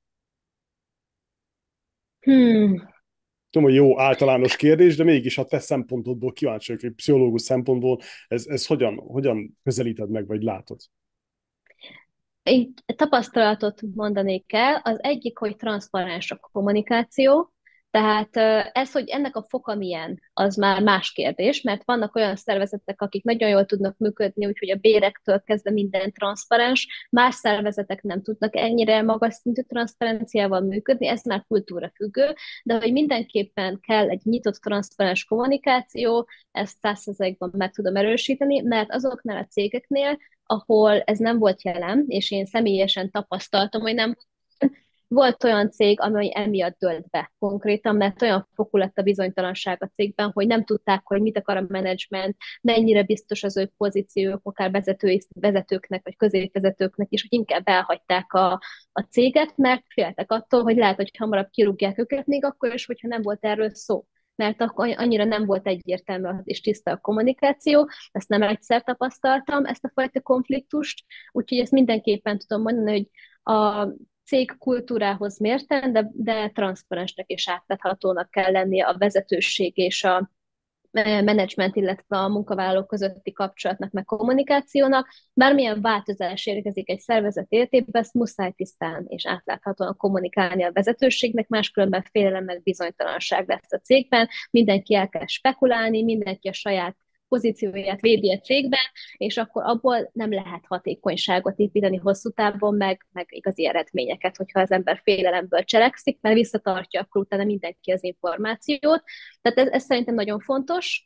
Hmm. Tudom, hogy jó általános kérdés, de mégis a te szempontodból kíváncsi vagyok, hogy pszichológus szempontból ez, ez hogyan, hogyan közelíted meg, vagy látod? Egy tapasztalatot mondanék el. Az egyik, hogy transzparens a kommunikáció, tehát ez, hogy ennek a foka milyen, az már más kérdés, mert vannak olyan szervezetek, akik nagyon jól tudnak működni, úgyhogy a bérektől kezdve minden transzparens, más szervezetek nem tudnak ennyire magas szintű transzparenciával működni, ez már kultúra függő, de hogy mindenképpen kell egy nyitott, transzparens kommunikáció, ezt száz százalékban meg tudom erősíteni, mert azoknál a cégeknél, ahol ez nem volt jelen, és én személyesen tapasztaltam, hogy nem Volt olyan cég, amely emiatt dölt be konkrétan, mert olyan fokú lett a bizonytalanság a cégben, hogy nem tudták, hogy mit akar a menedzsment, mennyire biztos az ő pozíciók, akár vezetői, vezetőknek, vagy középvezetőknek is, hogy inkább elhagyták a, a céget, mert féltek attól, hogy lehet, hogy hamarabb kirúgják őket, még akkor is, hogyha nem volt erről szó, mert akkor annyira nem volt egyértelmű és tiszta a kommunikáció, ezt nem egyszer tapasztaltam, ezt a fajta konfliktust, úgyhogy ezt mindenképpen tudom mondani, hogy a cég kultúrához mérten, de, de transzparensnek és átláthatónak kell lennie a vezetőség és a menedzsment, illetve a munkavállalók közötti kapcsolatnak, meg kommunikációnak. Bármilyen változás érkezik egy szervezet életében, ezt muszáj tisztán és átláthatóan kommunikálni a vezetőségnek, máskülönben félelem meg bizonytalanság lesz a cégben, mindenki el kell spekulálni, mindenki a saját pozícióját védi a cégben, és akkor abból nem lehet hatékonyságot építeni hosszú távon, meg, meg igazi eredményeket, hogyha az ember félelemből cselekszik, mert visszatartja akkor utána mindenki az információt. Tehát ez, ez szerintem nagyon fontos.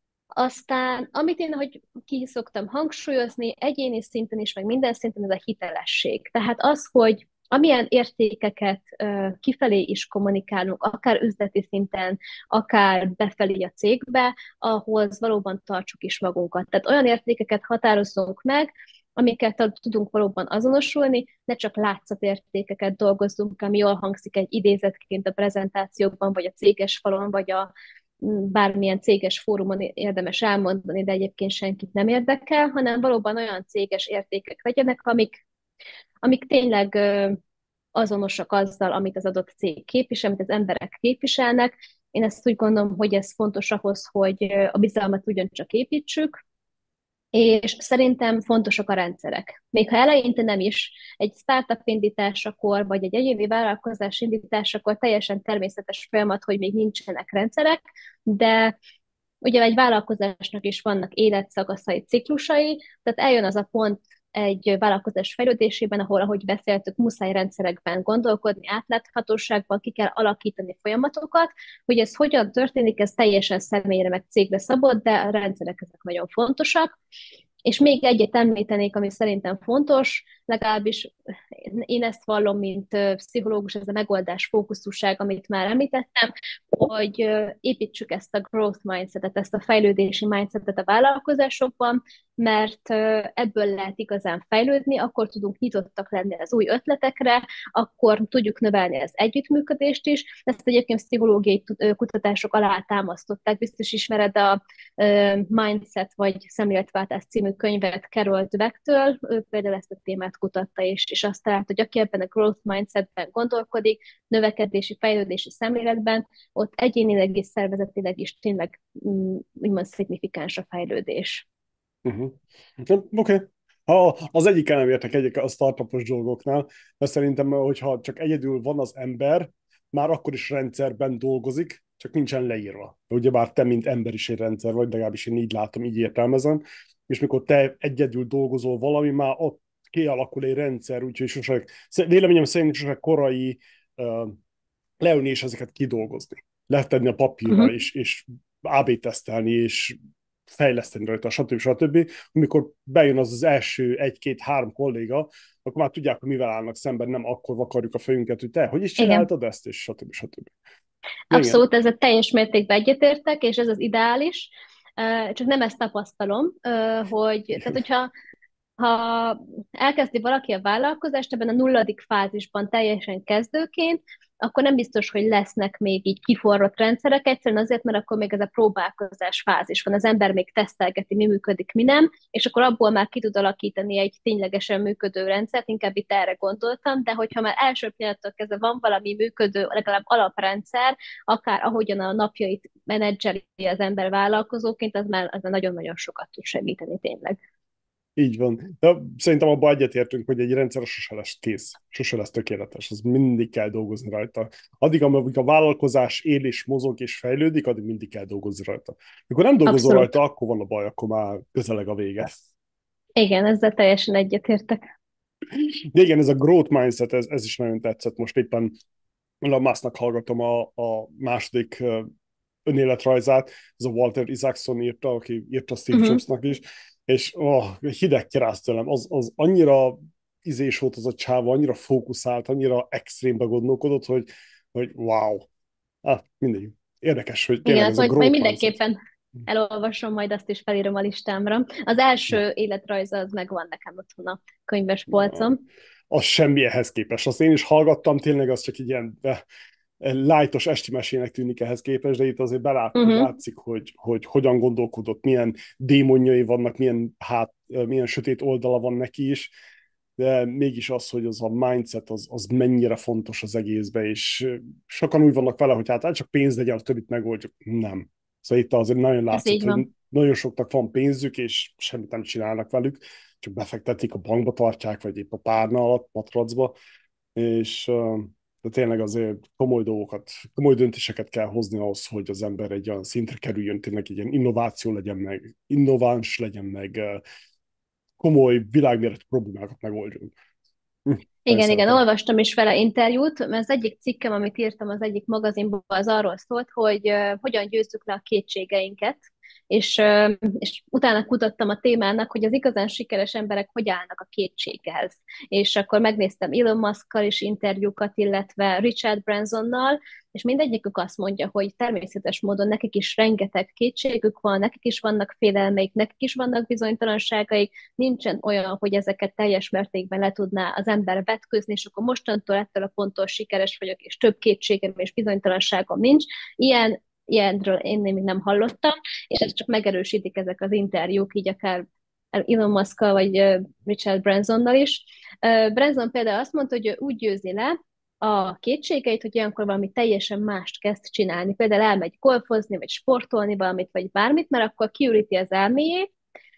Aztán, amit én, hogy ki szoktam hangsúlyozni, egyéni szinten is, meg minden szinten, ez a hitelesség. Tehát az, hogy amilyen értékeket uh, kifelé is kommunikálunk, akár üzleti szinten, akár befelé a cégbe, ahhoz valóban tartsuk is magunkat. Tehát olyan értékeket határozzunk meg, amiket tudunk valóban azonosulni, ne csak látszatértékeket dolgozzunk, ami jól hangzik egy idézetként a prezentációkban, vagy a céges falon, vagy a bármilyen céges fórumon érdemes elmondani, de egyébként senkit nem érdekel, hanem valóban olyan céges értékek legyenek, amik, amik tényleg azonosak azzal, amit az adott cég képvisel, amit az emberek képviselnek. Én ezt úgy gondolom, hogy ez fontos ahhoz, hogy a bizalmat ugyancsak építsük, és szerintem fontosak a rendszerek. Még ha eleinte nem is, egy startup indításakor, vagy egy egyéni vállalkozás indításakor teljesen természetes folyamat, hogy még nincsenek rendszerek, de ugye egy vállalkozásnak is vannak életszakaszai, ciklusai, tehát eljön az a pont egy vállalkozás fejlődésében, ahol, ahogy beszéltük, muszáj rendszerekben gondolkodni, átláthatóságban, ki kell alakítani folyamatokat, hogy ez hogyan történik, ez teljesen személyre meg cégre szabott, de a rendszerek ezek nagyon fontosak. És még egyet említenék, ami szerintem fontos, legalábbis én ezt vallom, mint pszichológus, ez a megoldás fókuszúság, amit már említettem, hogy építsük ezt a growth mindsetet, ezt a fejlődési mindsetet a vállalkozásokban, mert ebből lehet igazán fejlődni, akkor tudunk nyitottak lenni az új ötletekre, akkor tudjuk növelni az együttműködést is. Ezt egyébként pszichológiai kutatások alá támasztották, biztos ismered a Mindset vagy Szemléletváltás című könyvet Carol Dweck-től, ő például ezt a témát kutatta, és, és azt talált, hogy aki ebben a growth mindsetben gondolkodik, növekedési, fejlődési szemléletben, ott egyénileg és szervezetileg is tényleg úgymond szignifikáns a fejlődés. Uh-huh. Oké. Okay. Ha az egyikkel nem értek egyik a startupos dolgoknál, mert szerintem, hogyha csak egyedül van az ember, már akkor is rendszerben dolgozik, csak nincsen leírva. Ugyebár te, mint ember is egy rendszer vagy, legalábbis én így látom, így értelmezem, és mikor te egyedül dolgozol valami, már ott kialakul egy rendszer, úgyhogy sose, véleményem szerint sose korai uh, leülni és ezeket kidolgozni. Letenni a papírra, uh-huh. és, és á bé tesztelni, és fejleszteni rajta, stb. stb. Amikor bejön az az első egy-két-három kolléga, akkor már tudják, hogy mivel állnak szemben, nem akkor vakarjuk a fejünket, hogy te, hogy is csináltad Igen. ezt, és stb. stb. Abszolút, ezzel teljes mértékben egyetértek, és ez az ideális, csak nem ezt tapasztalom, hogy, tehát hogyha ha elkezdi valaki a vállalkozást ebben a nulladik fázisban teljesen kezdőként, akkor nem biztos, hogy lesznek még így kiforrott rendszerek, egyszerűen azért, mert akkor még ez a próbálkozás fázis van, az ember még tesztelgeti, mi működik, mi nem, és akkor abból már ki tud alakítani egy ténylegesen működő rendszert, inkább itt erre gondoltam, de hogyha már első pillanattól kezdve van valami működő, legalább alaprendszer, akár ahogyan a napjait menedzseli az ember vállalkozóként, az már, az már nagyon-nagyon sokat tud segíteni tényleg. Így van. De szerintem abban egyetértünk, hogy egy rendszer sose lesz kész, sose lesz tökéletes. Az mindig kell dolgozni rajta. Addig, amíg a vállalkozás él és mozog és fejlődik, addig mindig kell dolgozni rajta. Mikor nem dolgozol Abszolút. rajta, akkor van a baj, akkor már közeleg a vége. Igen, ezzel teljesen egyetértek. De igen, ez a growth mindset, ez, ez is nagyon tetszett. Most éppen a Musknak hallgatom a, a második önéletrajzát, ez a Walter Isaacson írta, aki írta Steve uh-huh. Jobsnak is, és oh, hideg kerász tőlem, az, az annyira izés volt az a csáva, annyira fókuszált, annyira extrémbe gondolkodott, hogy, hogy wow. Ah, mindegy. Érdekes, hogy Igen, tényleg hát ez a majd, majd growth mindset. mindenképpen elolvasom, majd azt is felírom a listámra. Az első életrajza az megvan nekem otthon a könyves Na, polcom. az semmi ehhez képest. Azt én is hallgattam, tényleg az csak egy ilyen lájtos esti mesének tűnik ehhez képest, de itt azért belát, Uh-huh. látszik, hogy, hogy hogyan gondolkodott, milyen démonjai vannak, milyen, hát, milyen sötét oldala van neki is, de mégis az, hogy az a mindset, az, az mennyire fontos az egészben, és sokan úgy vannak vele, hogy hát, hát csak pénz legyen, a többit megoldjuk. Nem. Szóval itt azért nagyon Ez látszott, így hogy van. nagyon soknak van pénzük, és semmit nem csinálnak velük, csak befektetik, a bankba tartják, vagy épp a párna alatt, matracba, és de tényleg azért komoly dolgokat, komoly döntéseket kell hozni ahhoz, hogy az ember egy olyan szintre kerüljön, tényleg egy ilyen innováció legyen meg, innováns legyen meg, komoly világméretű problémákat megoldjon. Hm, nagyon Igen, igen, szeretem. olvastam is vele interjút, mert az egyik cikkem, amit írtam az egyik magazinban, az arról szólt, hogy uh, hogyan győzzük le a kétségeinket, és, uh, és utána kutattam a témának, hogy az igazán sikeres emberek hogy állnak a kétséghez. És akkor megnéztem Elon Muskkal is interjúkat, illetve Richard Bransonnal, és mindegyikük azt mondja, hogy természetes módon nekik is rengeteg kétségük van, nekik is vannak félelmeik, nekik is vannak bizonytalanságaik, nincsen olyan, hogy ezeket teljes mértékben le tudná az ember vetközni, és akkor mostantól ettől a ponttól sikeres vagyok, és több kétségem és bizonytalanságom nincs. Ilyen, ilyenről én még nem hallottam, és ez csak megerősítik ezek az interjúk, így akár Elon musk vagy Richard Bransonnal is. Branson például azt mondta, hogy ő úgy győzi le a kétségeit, hogy olyankor valami teljesen mást kezd csinálni. Például elmegy golfozni, vagy sportolni valamit, vagy bármit, mert akkor kiüríti az elméjét,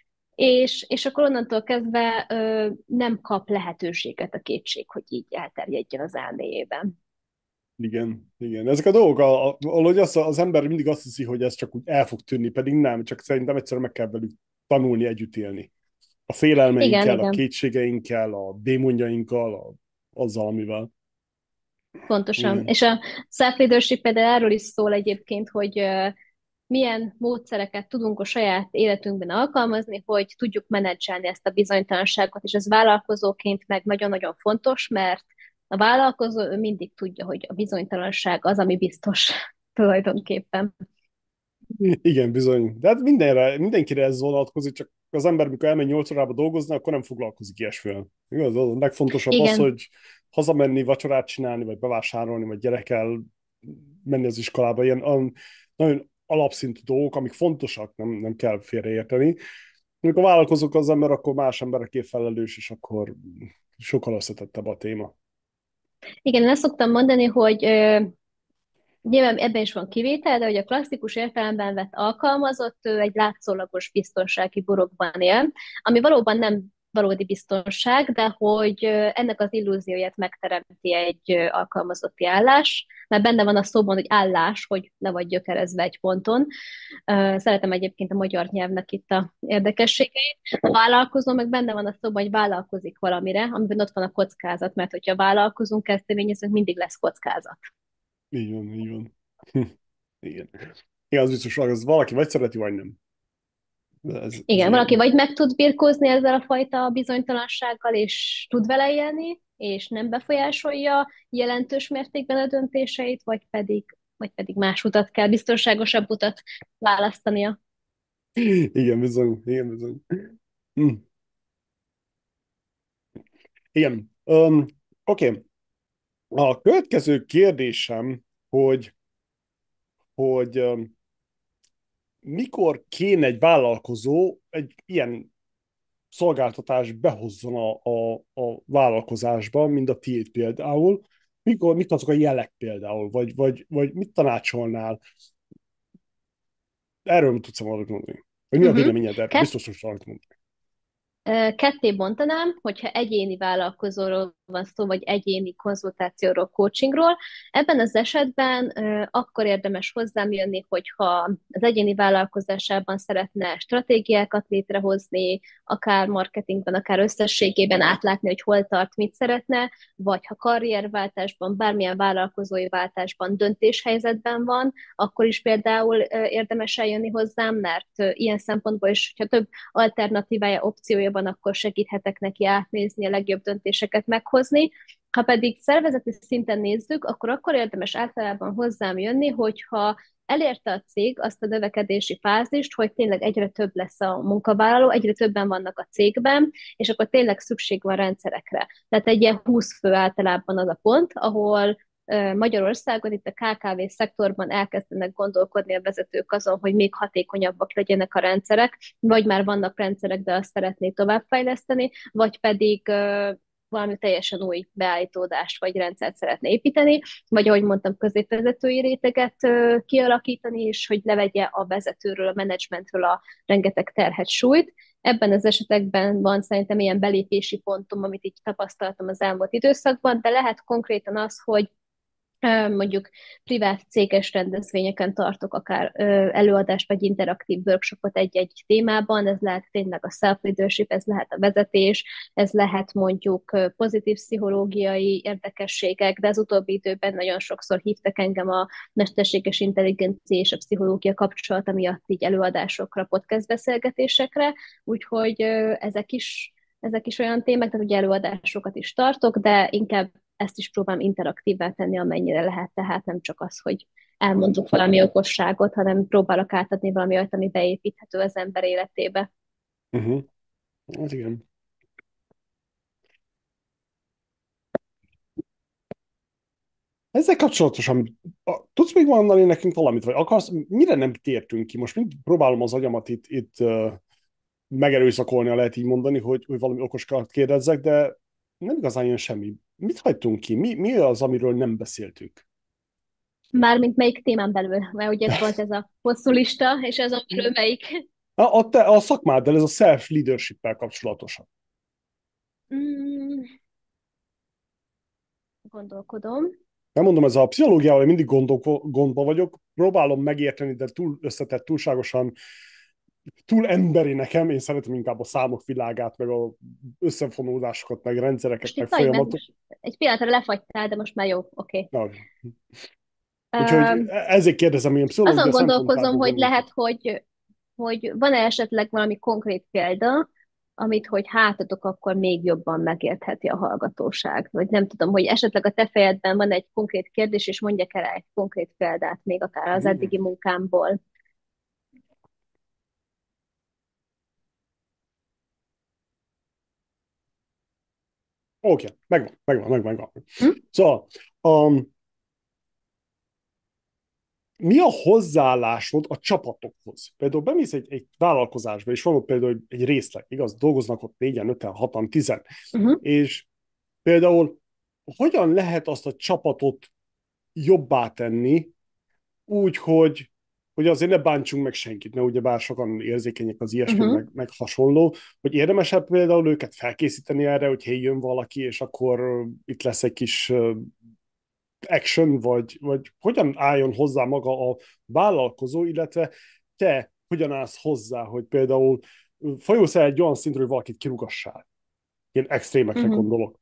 és, és akkor onnantól kezdve ö, nem kap lehetőséget a kétség, hogy így elterjedjen az elméjében. Igen, igen. Ezek a dolgok, a, a, valahogy az, az ember mindig azt hiszi, hogy ez csak úgy el fog tűnni, pedig nem, csak szerintem egyszerűen meg kell velük tanulni, együtt élni. A Igen, félelmeinkkel, a igen, kétségeinkkel, a démonjainkkal, a, azzal, amivel. pontosan. Igen. És a self-leadership például erről is szól egyébként, hogy ö, milyen módszereket tudunk a saját életünkben alkalmazni, hogy tudjuk menedzselni ezt a bizonytalanságot, és ez vállalkozóként meg nagyon-nagyon fontos, mert a vállalkozó ő mindig tudja, hogy a bizonytalanság az, ami biztos tulajdonképpen. Igen, bizony. De hát mindenre, mindenkire ez vonatkozik, csak az ember, mikor elmegy nyolc órába dolgozni, akkor nem foglalkozik ilyesmivel. Igaz? A legfontosabb az, Igen, hogy hazamenni, vacsorát csinálni, vagy bevásárolni, vagy gyerekkel menni az iskolába. Ilyen um, nagyon alapszintű dolgok, amik fontosak, nem, nem kell félreérteni. Amikor vállalkozok az ember, akkor más emberekért felelős, és akkor sokkal összetettebb a téma. igen, én azt szoktam mondani, hogy ö, nyilván ebben is van kivétel, de hogy a klasszikus értelemben vett alkalmazott, ő egy látszólagos biztonsági burokban él, ami valóban nem valódi biztonság, de hogy ennek az illúzióját megteremti egy alkalmazotti állás, mert benne van a szóban, hogy állás, hogy le vagy gyökerezve egy ponton. Szeretem egyébként a magyar nyelvnek itt a érdekességeit. A vállalkozó meg benne van a szóban, hogy vállalkozik valamire, amiben ott van a kockázat, mert hogyha vállalkozunk, kezdeményezünk, mindig lesz kockázat. Így van, így van. Hm, igen. Igen, az biztos, hogy az valaki vagy szereti, vagy nem. De ez, ez Igen, valaki ilyen. vagy meg tud birkózni ezzel a fajta bizonytalansággal, és tud vele élni, és nem befolyásolja jelentős mértékben a döntéseit, vagy pedig, vagy pedig más utat kell, biztonságosabb utat választania. Igen, bizony, igen, bizony. Hm. Igen. Um, Oké. Okay. A következő kérdésem, hogy, hogy um, mikor kéne egy vállalkozó egy ilyen szolgáltatást behozzon a, a, a vállalkozásba, mint a tiéd például, mikor, mik azok a jelek például, vagy, vagy, vagy mit tanácsolnál? Erről tudsz valamit mondani. Vagy mi a Uh-huh. véleményed erről? Biztos, hogy valamit mondani. Ketté bontanám, hogyha egyéni vállalkozóról van szó, vagy egyéni konzultációról, coachingról. Ebben az esetben ö, akkor érdemes hozzám jönni, hogyha az egyéni vállalkozásában szeretne stratégiákat létrehozni, akár marketingben, akár összességében átlátni, hogy hol tart, mit szeretne, vagy ha karrierváltásban, bármilyen vállalkozói váltásban, döntéshelyzetben van, akkor is például ö, érdemes eljönni hozzám, mert ö, ilyen szempontból is, ha több alternatívája, opciója van, akkor segíthetek neki átnézni, a legjobb döntéseket meghozni. Ha pedig szervezeti szinten nézzük, akkor akkor érdemes általában hozzám jönni, hogyha elérte a cég azt a növekedési fázist, hogy tényleg egyre több lesz a munkavállaló, egyre többen vannak a cégben, és akkor tényleg szükség van rendszerekre. Tehát egy ilyen húsz fő általában az a pont, ahol Magyarországon itt a ká ká vé szektorban elkezdenek gondolkodni a vezetők azon, hogy még hatékonyabbak legyenek a rendszerek, vagy már vannak rendszerek, de azt szeretné továbbfejleszteni, vagy pedig valami teljesen új beállítódást vagy rendszert szeretne építeni, vagy ahogy mondtam, középvezetői réteget kialakítani, és hogy levegye a vezetőről, a menedzsmentről a rengeteg terhet, súlyt. Ebben az esetekben van szerintem ilyen belépési pontom, amit így tapasztaltam az elmúlt időszakban, de lehet konkrétan az, hogy mondjuk privát céges rendezvényeken tartok akár előadást vagy interaktív workshopot egy-egy témában, ez lehet tényleg a self-leadership, ez lehet a vezetés, ez lehet mondjuk pozitív pszichológiai érdekességek, de az utóbbi időben nagyon sokszor hívtak engem a mesterséges intelligencia és a pszichológia kapcsolata miatt így előadásokra, podcast beszélgetésekre, úgyhogy ezek is, ezek is olyan témák, tehát ugye előadásokat is tartok, de inkább ezt is próbálom interaktívvá tenni, amennyire lehet, tehát nem csak az, hogy elmondok valami okosságot, hanem próbálok átadni valami olyat, ami beépíthető az ember életébe. Uh-huh. Hát igen. Ezzel kapcsolatosan tudsz még mondani nekünk valamit, vagy akarsz, mire nem tértünk ki? Most mind próbálom az agyamat itt, itt uh, megerőszakolni, ha lehet így mondani, hogy, hogy valami okoskat kérdezzek, de nem igazán jön semmi. Mit hagytunk ki? Mi, mi az, amiről nem beszéltük? Mármint melyik témán belül? Mert ugye volt ez a hosszú lista, és ez a belül melyik? A, a, te, a szakmáddal, ez a self-leadership-el kapcsolatosan. Mm, gondolkodom. Nem mondom, ez a pszichológiával mindig gondok, gondba vagyok, próbálom megérteni, de túl összetett, túlságosan túl emberi nekem, én szeretem inkább a számok világát, meg a összefonódásokat, meg rendszereket, meg folyamatot. Egy pillanatra lefagytál, de most már jó, oké. Okay. Úgyhogy Um, ezért kérdezem, ilyen pszichológia azon gondolkozom, hogy gondolkodom. lehet, hogy, hogy van-e esetleg valami konkrét példa, amit, hogy hátadok, akkor még jobban megértheti a hallgatóság. Vagy nem tudom, hogy esetleg a te fejedben van egy konkrét kérdés, és mondjak el egy konkrét példát, még akár az eddigi munkámból. Oké, okay, megvan, megvan, megvan. megvan. Hm? Szóval, um, mi a hozzáállásod a csapatokhoz? Például bemész egy, egy vállalkozásba, és van ott például egy részleg, igaz? Dolgoznak ott négyen, öten, hatan, tizen. Uh-huh. És például hogyan lehet azt a csapatot jobbá tenni, úgy, hogy, hogy azért ne bántsunk meg senkit, mert ugye bár sokan érzékenyek az ilyesmi, uh-huh. meg, meg hasonló, hogy érdemesebb például őket felkészíteni erre, hogy hé, jön valaki, és akkor itt lesz egy kis action, vagy, vagy hogyan álljon hozzá maga a vállalkozó, illetve te hogyan állsz hozzá, hogy például folyulsz el egy olyan szintről, hogy valakit kirugassál. Ilyen extrémekre uh-huh. gondolok.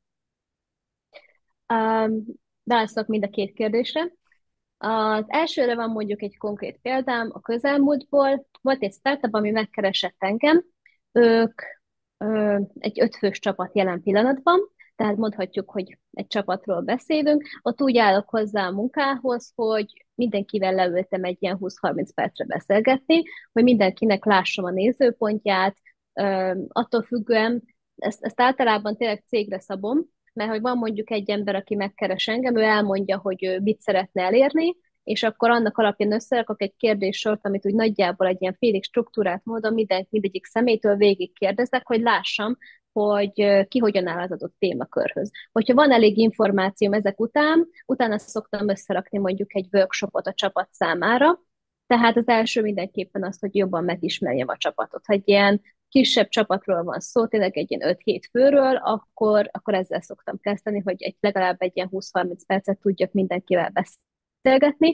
Um, válaszolok mind a két kérdésre. Az elsőre van mondjuk egy konkrét példám a közelmúltból. Volt egy startup, ami megkeresett engem. Ők ö, egy ötfős csapat jelen pillanatban, tehát mondhatjuk, hogy egy csapatról beszélünk. Ott úgy állok hozzá a munkához, hogy mindenkivel leültem egy ilyen húsz-harminc percre beszélgetni, hogy mindenkinek lássam a nézőpontját, ö, attól függően, ezt, ezt általában tényleg cégre szabom, mert hogy van mondjuk egy ember, aki megkeres engem, ő elmondja, hogy ő mit szeretne elérni, és akkor annak alapján összerakok egy kérdéssort, amit úgy nagyjából egy ilyen félig struktúrált módon minden, mindegyik személytől végig kérdezek, hogy lássam, hogy ki hogyan áll az adott témakörhöz. Hogyha van elég információm ezek után, utána szoktam összerakni mondjuk egy workshopot a csapat számára, tehát az első mindenképpen az, hogy jobban megismerjem a csapatot. Ha egy ilyen kisebb csapatról van szó, tényleg egy ilyen öt-hét főről, akkor, akkor ezzel szoktam kezdeni, hogy egy, legalább egy ilyen húsz-harminc percet tudjak mindenkivel beszélgetni.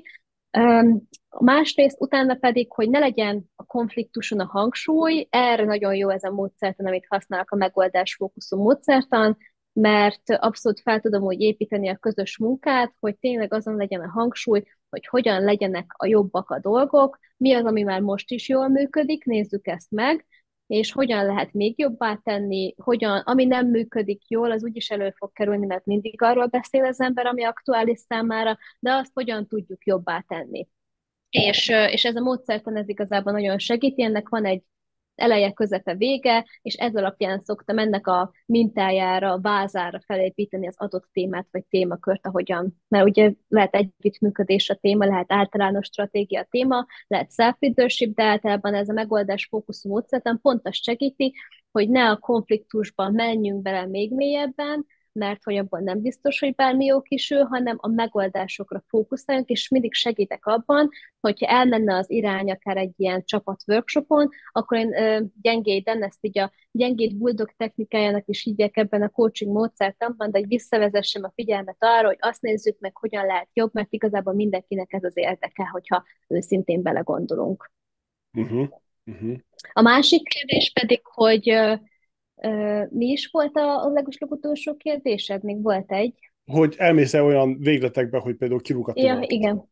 Másrészt utána pedig, hogy ne legyen a konfliktuson a hangsúly, erre nagyon jó ez a módszertan, amit használok, a megoldásfókuszú módszertan, mert abszolút fel tudom úgy építeni a közös munkát, hogy tényleg azon legyen a hangsúly, hogy hogyan legyenek a jobbak a dolgok, mi az, ami már most is jól működik, nézzük ezt meg, és hogyan lehet még jobbá tenni, hogyan, ami nem működik jól, az úgyis elő fog kerülni, mert mindig arról beszél az ember, ami aktuális számára, de azt hogyan tudjuk jobbá tenni. És, és ez a módszertan ez igazából nagyon segíti, ennek van egy eleje, közepe, vége, és ez alapján szoktam ennek a mintájára, vázára felépíteni az adott témát, vagy témakört, ahogyan, mert ugye lehet együttműködés a téma, lehet általános stratégia a téma, lehet self-leadership, de általában ez a megoldás fókuszú módszertan pont azt segíti, hogy ne a konfliktusban menjünk bele még mélyebben, mert hogy abban nem biztos, hogy bármi jó kisül, hanem a megoldásokra fókuszáljunk, és mindig segítek abban, hogyha elmenne az irány akár egy ilyen csapat workshopon, akkor én ö, gyengéden, ezt így a gyengéd buldog technikájának is hívják ebben a coaching módszertanban, de hogy visszavezessem a figyelmet arra, hogy azt nézzük meg, hogyan lehet jobb, mert igazából mindenkinek ez az érdeke, hogyha őszintén belegondolunk. Uh-huh. Uh-huh. A másik kérdés pedig, hogy ö, ö, mi is volt a, a legutolsó kérdésed? Még volt egy. Hogy elmész-e olyan végletekbe, hogy például kirúgatod Ja, valakit? igen.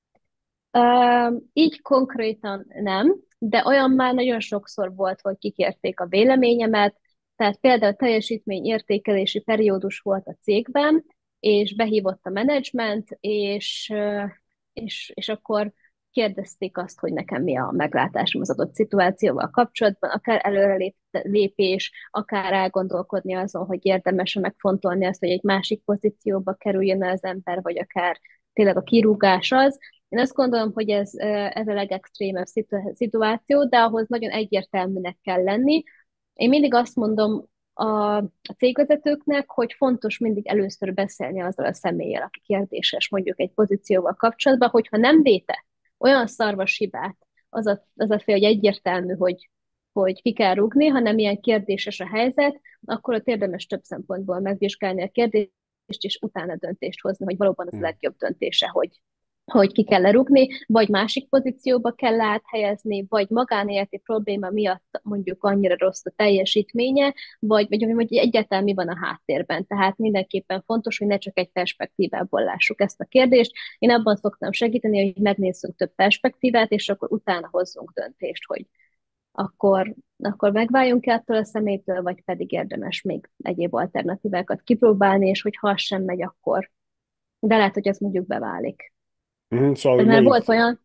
Uh, így konkrétan nem, de olyan már nagyon sokszor volt, hogy kikérték a véleményemet, tehát például teljesítményértékelési periódus volt a cégben, és behívott a menedzsment, és, uh, és, és akkor kérdezték azt, hogy nekem mi a meglátásom az adott szituációval kapcsolatban, akár előrelépés, akár elgondolkodni azon, hogy érdemes megfontolni azt, hogy egy másik pozícióba kerüljön az ember, vagy akár tényleg a kirúgás az. Én azt gondolom, hogy ez, ez a legextrémebb szituáció, de ahhoz nagyon egyértelműnek kell lenni. Én mindig azt mondom a, a cégvezetőknek, hogy fontos mindig először beszélni azzal a személlyel, aki kérdéses mondjuk egy pozícióval kapcsolatban, hogyha nem véte olyan szarvas hibát, az a, az a fél, hogy egyértelmű, hogy, hogy ki kell rúgni, hanem ilyen kérdéses a helyzet, akkor ott érdemes több szempontból megvizsgálni a kérdést, és utána döntést hozni, hogy valóban az a legjobb döntése, hogy, hogy ki kell lerúgni, vagy másik pozícióba kell áthelyezni, vagy magánéleti probléma miatt mondjuk annyira rossz a teljesítménye, vagy, vagy, vagy egyáltalán mi van a háttérben. Tehát mindenképpen fontos, hogy ne csak egy perspektívából lássuk ezt a kérdést. Én abban szoktam segíteni, hogy megnézzünk több perspektívát, és akkor utána hozzunk döntést, hogy akkor, akkor megváljunk-e attól a személytől, vagy pedig érdemes még egyéb alternatívákat kipróbálni, és hogy ha az sem megy, akkor de lehet, hogy ez mondjuk beválik. Uh-huh. Szóval, Tehát hogy már megint... volt olyan,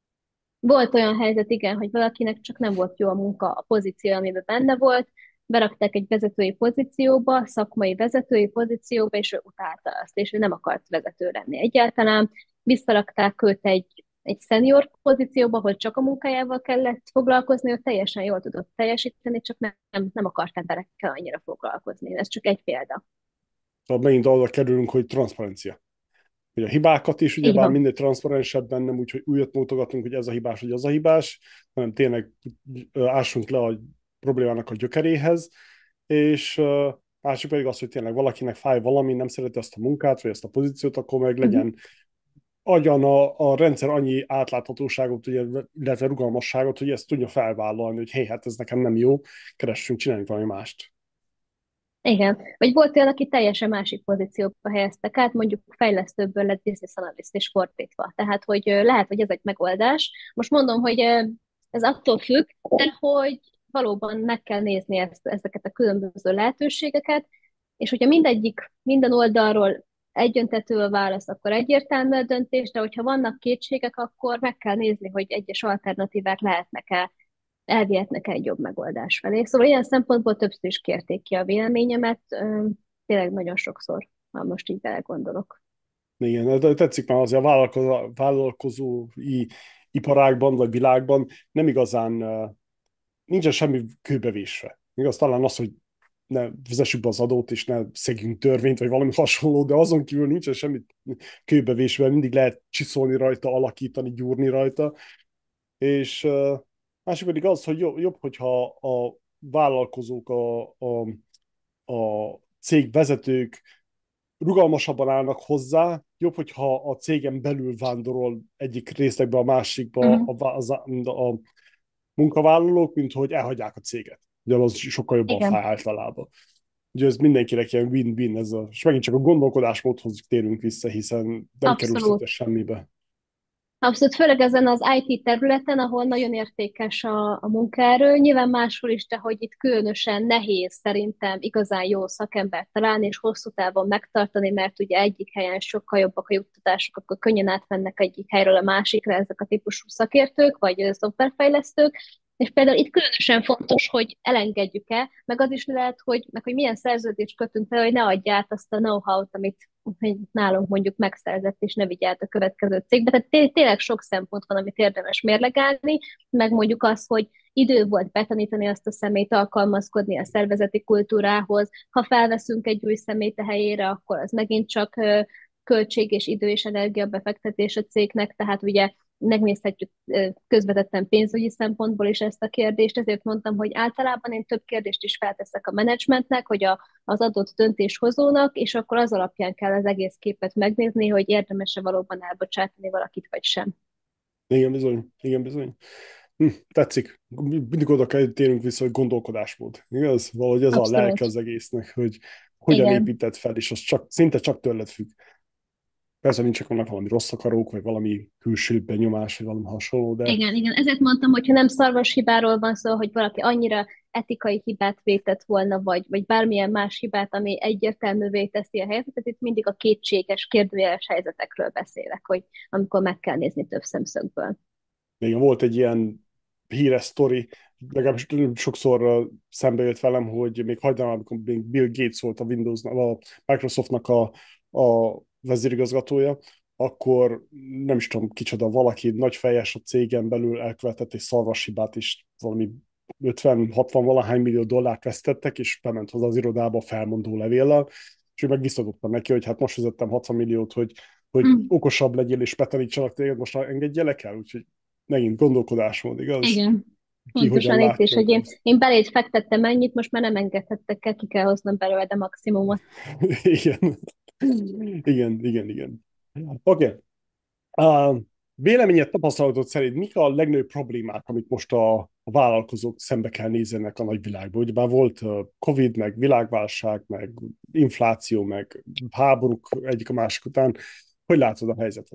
volt olyan helyzet, igen, hogy valakinek csak nem volt jó a munka, a pozíció, amiben benne volt, berakták egy vezetői pozícióba, szakmai vezetői pozícióba, és ő utálta azt, és ő nem akart vezető lenni egyáltalán. Visszarakták őt egy, egy senior pozícióba, ahol csak a munkájával kellett foglalkozni, ő teljesen jól tudott teljesíteni, csak nem, nem, nem akart emberekkel annyira foglalkozni. Ez csak egy példa. Szóval megint oda kerülünk, hogy transzparencia. Hogy a hibákat is, Így ugyebár van. minél transzparensebben, nem úgy, hogy újat mutogatunk, hogy ez a hibás, vagy az a hibás, hanem tényleg ássunk le a problémának a gyökeréhez, és uh, másik pedig az, hogy tényleg valakinek fáj valami, nem szereti azt a munkát, vagy ezt a pozíciót, akkor meg legyen Uh-huh. agyan a, a rendszer annyi átláthatóságot, ugye, illetve rugalmasságot, hogy ezt tudja felvállalni, hogy hé, hát ez nekem nem jó, keressünk, csináljunk valami mást. Igen. Vagy volt olyan, aki teljesen másik pozícióba helyeztek át, mondjuk fejlesztőből lett business analyst és fordítva. Tehát, hogy ö, lehet, hogy ez egy megoldás. Most mondom, hogy ö, ez attól függ, de hogy valóban meg kell nézni ezt, ezeket a különböző lehetőségeket, és hogyha mindegyik, minden oldalról egyöntető a válasz, akkor egyértelmű a döntés, de hogyha vannak kétségek, akkor meg kell nézni, hogy egyes alternatívák lehetnek-e, elvihetnek egy jobb megoldás felé. Szóval ilyen szempontból többször is kérték ki a véleményemet, tényleg nagyon sokszor, ha most így belegondolok. Igen, de tetszik már azért a vállalkozó, vállalkozói iparágban, vagy világban nem igazán, nincsen semmi kőbevésve. Igaz, talán az, hogy ne fizessük be az adót, és ne szegjünk törvényt, vagy valami hasonló, de azon kívül nincsen semmi kőbevésve, mindig lehet csiszolni rajta, alakítani, gyúrni rajta, és uh, másik pedig az, hogy jobb, jobb hogyha a vállalkozók, a, a, a cégvezetők rugalmasabban állnak hozzá, jobb, hogyha a cégen belül vándorol egyik részlegbe a másikba Uh-huh. a, a, a, a munkavállalók, mint hogy elhagyják a céget. Ugye az sokkal jobban Igen. fáj általában. Ugye ez mindenkinek ilyen win-win, ez a, és megint csak a gondolkodásmódhoz térünk vissza, hiszen nem kerül szinte Abszolút. semmibe. Abszolút, főleg ezen az i té területen, ahol nagyon értékes a, a munkaerő, nyilván máshol is, de hogy itt különösen nehéz szerintem igazán jó szakembert találni, és hosszú távon megtartani, mert ugye egyik helyen sokkal jobbak a juttatások, akkor könnyen átmennek egyik helyről a másikra ezek a típusú szakértők, vagy ö, szoftverfejlesztők, és például itt különösen fontos, hogy elengedjük-e, meg az is lehet, hogy, meg hogy milyen szerződést kötünk fel, hogy ne adj át azt a know-how-t, amit hogy nálunk mondjuk megszerzett, és ne vigye át a következő cégbe. Tehát té- tényleg sok szempont van, amit érdemes mérlegelni, meg mondjuk az, hogy idő volt betanítani azt a személyt, alkalmazkodni a szervezeti kultúrához. Ha felveszünk egy új személyt a helyére, akkor az megint csak ö, költség és idő és energia befektetés a cégnek, tehát ugye megnézhetjük ö, közvetetten pénzügyi szempontból is ezt a kérdést, ezért mondtam, hogy általában én több kérdést is felteszek a menedzsmentnek, hogy a az adott döntéshozónak, és akkor az alapján kell az egész képet megnézni, hogy érdemes-e valóban elbocsátani valakit, vagy sem. Igen, bizony, igen, bizony. Hm, tetszik. Mindig oda kell térünk vissza, hogy gondolkodásmód. Igaz? Valahogy ez a lelke Abszolút. az egésznek, hogy hogyan Igen. építed fel, és az csak, szinte csak tőled függ. Persze nincs csak vannak valami rossz akarók, vagy valami külső benyomás, vagy valami hasonló, de Igen, igen. Ezért mondtam, hogy ha nem szarvas hibáról van szó, hogy valaki annyira etikai hibát vétett volna, vagy, vagy bármilyen más hibát, ami egyértelművé teszi a helyzetet, itt mindig a kétséges, kérdőjeles helyzetekről beszélek, hogy amikor meg kell nézni több szemszögből. még volt egy ilyen híres sztori, legalábbis sokszor uh, szembe jött velem, hogy még hajdan, amikor még Bill Gates volt a Windows, a Microsoftnak a, a vezérigazgatója, akkor nem is tudom kicsoda, valaki nagy fejes a cégen belül elkövetett egy szarvashibát is, valami ötven-hatvan valahány millió dollárt vesztettek, és bement hozzá az irodába felmondó levéllel, és ő meg visszadobta neki, hogy hát most fizettem hatvan milliót, hogy, hogy Mm. okosabb legyél, és betanítsanak téged, most engedjelek el, úgyhogy megint gondolkodásmód, igaz? Igen. Ki hogyan Pontosan itt is, látja hogy én, ezt. én beléd fektettem ennyit, most már nem engedhettek el, ki kell hoznom belőle a maximumot. Igen. Igen, igen, igen. Oké. Okay. Uh, véleményed, tapasztalatod szerint mik a legnagyobb problémák, amit most a, a vállalkozók szembe kell nézzenek a nagyvilágban? Ugye már volt uh, Covid, meg világválság, meg infláció, meg háborúk egyik a másik után. Hogy látod a helyzetet?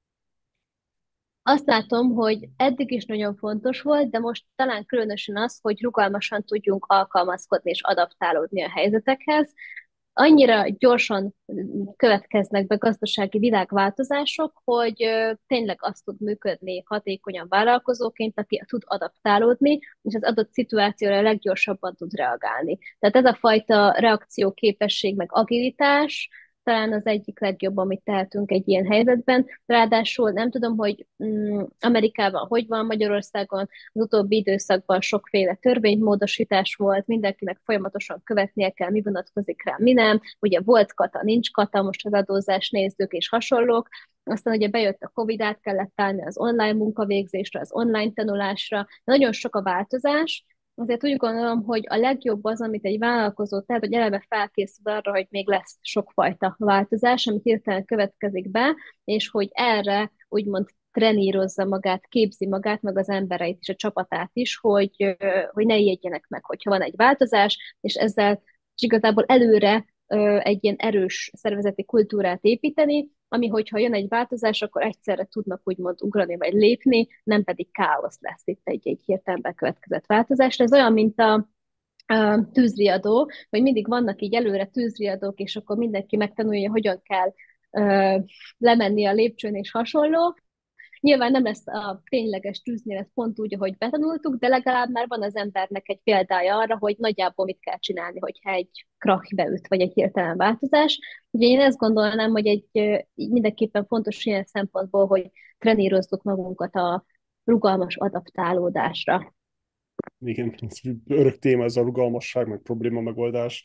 Azt látom, hogy eddig is nagyon fontos volt, de most talán különösen az, hogy rugalmasan tudjunk alkalmazkodni és adaptálódni a helyzetekhez. Annyira gyorsan következnek be gazdasági világváltozások, hogy ö, tényleg azt tud működni hatékonyan vállalkozóként, aki tud adaptálódni, és az adott szituációra leggyorsabban tud reagálni. Tehát ez a fajta reakcióképesség, meg agilitás, talán az egyik legjobb, amit tehetünk egy ilyen helyzetben. Ráadásul nem tudom, hogy mm, Amerikában hogy van, Magyarországon az utóbbi időszakban sokféle törvénymódosítás volt, mindenkinek folyamatosan követnie kell, mi vonatkozik rá, mi nem. Ugye volt kata, nincs kata, most az adózás nézők és hasonlók. Aztán ugye bejött a Covid, át kellett állni az online munkavégzésre, az online tanulásra. Nagyon sok a változás, azért úgy gondolom, hogy a legjobb az, amit egy vállalkozó tehet, hogy eleve felkészül arra, hogy még lesz sokfajta változás, amit hirtelen következik be, és hogy erre úgymond trenírozza magát, képzi magát, meg az embereit és a csapatát is, hogy, hogy ne ijedjenek meg, hogyha van egy változás, és ezzel és igazából előre egy ilyen erős szervezeti kultúrát építeni, ami, hogyha jön egy változás, akkor egyszerre tudnak úgymond ugrani vagy lépni, nem pedig káosz lesz itt egy-egy hirtelen bekövetkezett változás. Ez olyan, mint a, a tűzriadó, hogy mindig vannak így előre tűzriadók, és akkor mindenki megtanulja, hogyan kell ö, lemenni a lépcsőn és hasonló. Nyilván nem lesz a tényleges tűzméret pont úgy, ahogy betanultuk, de legalább már van az embernek egy példája arra, hogy nagyjából mit kell csinálni, hogyha egy krach beüt, vagy egy hirtelen változás. Ugye én ezt gondolnám, hogy egy mindenképpen fontos ilyen szempontból, hogy trenírozzuk magunkat a rugalmas adaptálódásra. Igen, ez örök téma, ez a rugalmasság, meg probléma megoldás.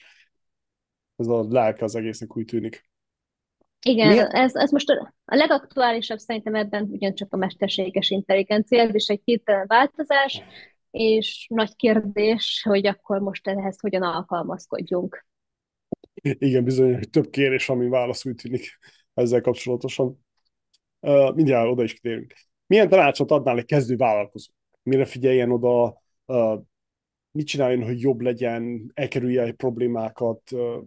Ez a lelke az egésznek úgy tűnik. Igen, Milyen? ez, ez most a, a legaktuálisabb szerintem ebben ugyancsak a mesterséges intelligencia, ez is egy hirtelen változás, és nagy kérdés, hogy akkor most ehhez hogyan alkalmazkodjunk. Igen, bizony, hogy több kérés, ami válasz úgy tűnik ezzel kapcsolatosan. Uh, mindjárt oda is kitérünk. Milyen tanácsot adnál egy kezdő vállalkozó? Mire figyeljen oda, uh, mit csináljon, hogy jobb legyen, elkerülje egy problémákat? Uh,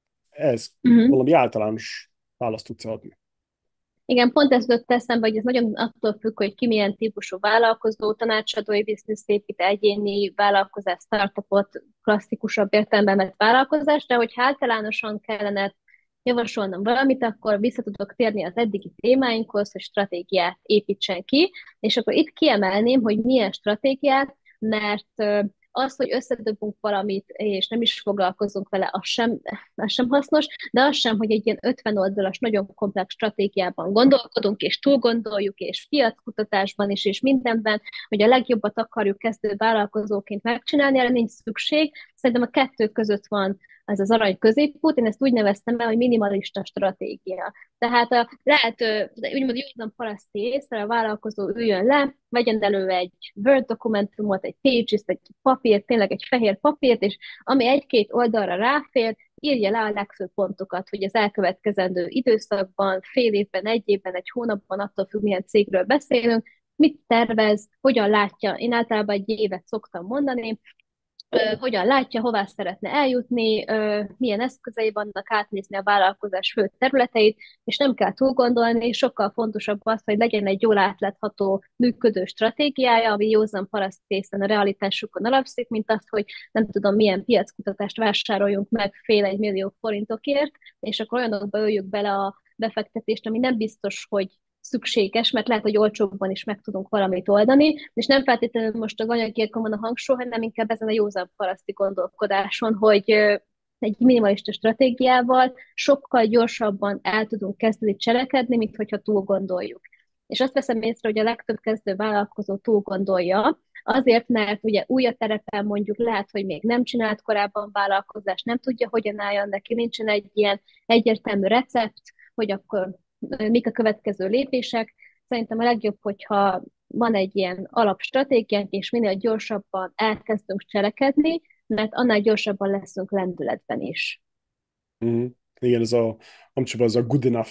ez Uh-huh. valami általános választ tudsz adni. Igen, pont ez jutott eszembe, hogy ez nagyon attól függ, hogy ki milyen típusú vállalkozó, tanácsadói bizniszt épít, egyéni vállalkozás, startupot, klasszikusabb értelemben vett vállalkozást, de hogyha általánosan kellene javasolnom valamit, akkor vissza tudok térni az eddigi témáinkhoz, hogy stratégiát építsen ki, és akkor itt kiemelném, hogy milyen stratégiát, mert az, hogy összedobunk valamit, és nem is foglalkozunk vele, az sem, az sem hasznos, de az sem, hogy egy ilyen ötven oldalas, nagyon komplex stratégiában gondolkodunk, és túl gondoljuk, és piackutatásban is, és mindenben, hogy a legjobbat akarjuk kezdő vállalkozóként megcsinálni, erre nincs szükség. Szerintem a kettő között van ez az arany középút, én ezt úgy neveztem el, hogy minimalista stratégia. Tehát a, lehet, úgymond józan paraszti észre, a vállalkozó üljön le, vegyen elő egy Word dokumentumot, egy Pages, egy papírt, tényleg egy fehér papírt, és ami egy-két oldalra ráfér, írja le a legfőbb pontokat, hogy az elkövetkezendő időszakban, fél évben, egy évben, egy hónapban, attól függ, milyen cégről beszélünk, mit tervez, hogyan látja. Én általában egy évet szoktam mondani, hogyan látja, hová szeretne eljutni, milyen eszközei vannak, átnézni a vállalkozás fő területeit, és nem kell túl gondolni, sokkal fontosabb az, hogy legyen egy jól átlátható, működő stratégiája, ami józan parasztészen a realitásukon alapszik, mint az, hogy nem tudom, milyen piackutatást vásároljunk meg fél egy millió forintokért, és akkor olyanokba öljük bele a befektetést, ami nem biztos, hogy szükséges, mert lehet, hogy olcsóbban is meg tudunk valamit oldani, és nem feltétlenül most az anyagiakon van a hangsúly, hanem inkább ezen a józan paraszti gondolkodáson, hogy egy minimalista stratégiával sokkal gyorsabban el tudunk kezdeni cselekedni, mint hogyha túl gondoljuk. És azt veszem észre, hogy a legtöbb kezdő vállalkozó túl gondolja, azért, mert ugye új a terepen, mondjuk lehet, hogy még nem csinált korábban vállalkozást, nem tudja, hogyan álljon neki, nincsen egy ilyen egyértelmű recept, hogy akkor mik a következő lépések. Szerintem a legjobb, hogyha van egy ilyen alapstratégiánk, és minél gyorsabban elkezdünk cselekedni, mert annál gyorsabban leszünk lendületben is. Mm. Igen, ez a, nem csak az a good enough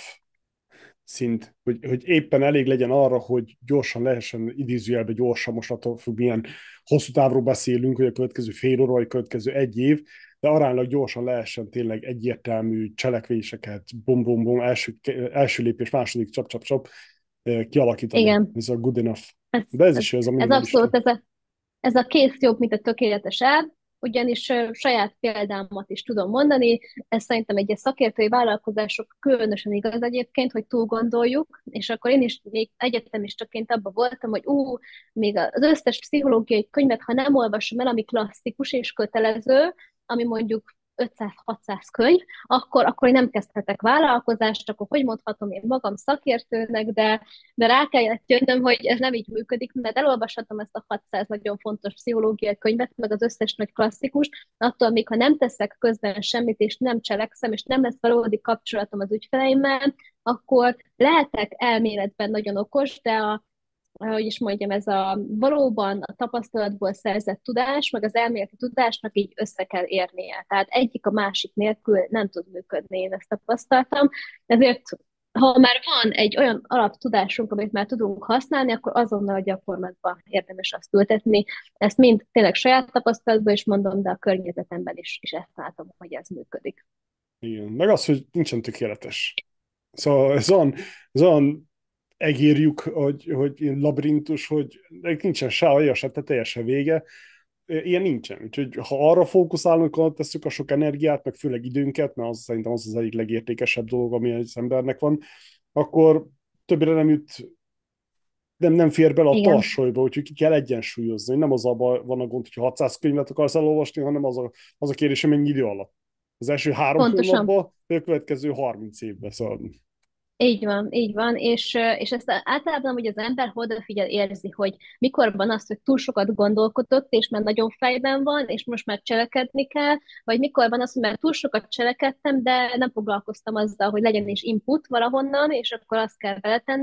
szint, hogy, hogy éppen elég legyen arra, hogy gyorsan lehessen, idézőjelben gyorsan, most attól függ, milyen hosszú távról beszélünk, hogy a következő fél óra, vagy a következő egy év, de aránylag gyorsan lehessen tényleg egyértelmű cselekvéseket, bom-bom-bom, első, első lépés, második csap-csap-csap kialakítani. Igen. Ez a good enough. Ez, De ez ez, is ez a ez minimalista. abszolút, ez a, ez a kész jobb, mint a tökéletes elv, ugyanis uh, saját példámat is tudom mondani, ez szerintem egy szakértői vállalkozások különösen igaz egyébként, hogy túl gondoljuk, és akkor én is még egyetemistaként abban voltam, hogy ú, még az összes pszichológiai könyvet, ha nem olvasom el, ami klasszikus és kötelező, ami mondjuk ötszáz-hatszáz könyv, akkor, akkor én nem kezdhetek vállalkozást, akkor hogy mondhatom én magam szakértőnek, de, de rá kellett jönnöm, hogy ez nem így működik, mert elolvashatom ezt a hatszáz nagyon fontos pszichológiai könyvet, meg az összes nagy klasszikus, attól még ha nem teszek közben semmit, és nem cselekszem, és nem lesz valódi kapcsolatom az ügyfeleimmel, akkor lehetek elméletben nagyon okos, de a hogy is mondjam, ez a valóban a tapasztalatból szerzett tudás, meg az elméleti tudásnak így össze kell érnie. Tehát egyik a másik nélkül nem tud működni, én ezt tapasztaltam. Ezért, ha már van egy olyan alaptudásunk, amit már tudunk használni, akkor azonnal a gyakorlatban érdemes azt ültetni. Ezt mind tényleg saját tapasztalatból is mondom, de a környezetemben is, is ezt látom, hogy ez működik. Igen. Meg az, hogy nincsen tökéletes. Szóval ez olyan, ez olyan egérjük, hogy, hogy ilyen labirintus, hogy nincsen se alja, se teteje, se vége. Ilyen nincsen. Úgyhogy ha arra fókuszálunk, arra tesszük a sok energiát, meg főleg időnket, mert az szerintem az az egyik legértékesebb dolog, ami egy embernek van, akkor többire nem jut, nem, nem fér bele a Igen, tarsolyba, úgyhogy ki kell egyensúlyozni. Nem az abban van a gond, hogy hatszáz könyvet akarsz elolvasni, hanem az a, az a kérdés, hogy mennyi idő alatt. Az első három pontosan. hónapban, vagy a következő harminc évben. Szóval. Így van, így van, és, és ezt általában, hogy az ember odafigyel, érzi, hogy mikor van az, hogy túl sokat gondolkodott, és már nagyon fejben van, és most már cselekedni kell, vagy mikor van az, hogy már túl sokat cselekedtem, de nem foglalkoztam azzal, hogy legyen is input valahonnan, és akkor azt kell beletenni.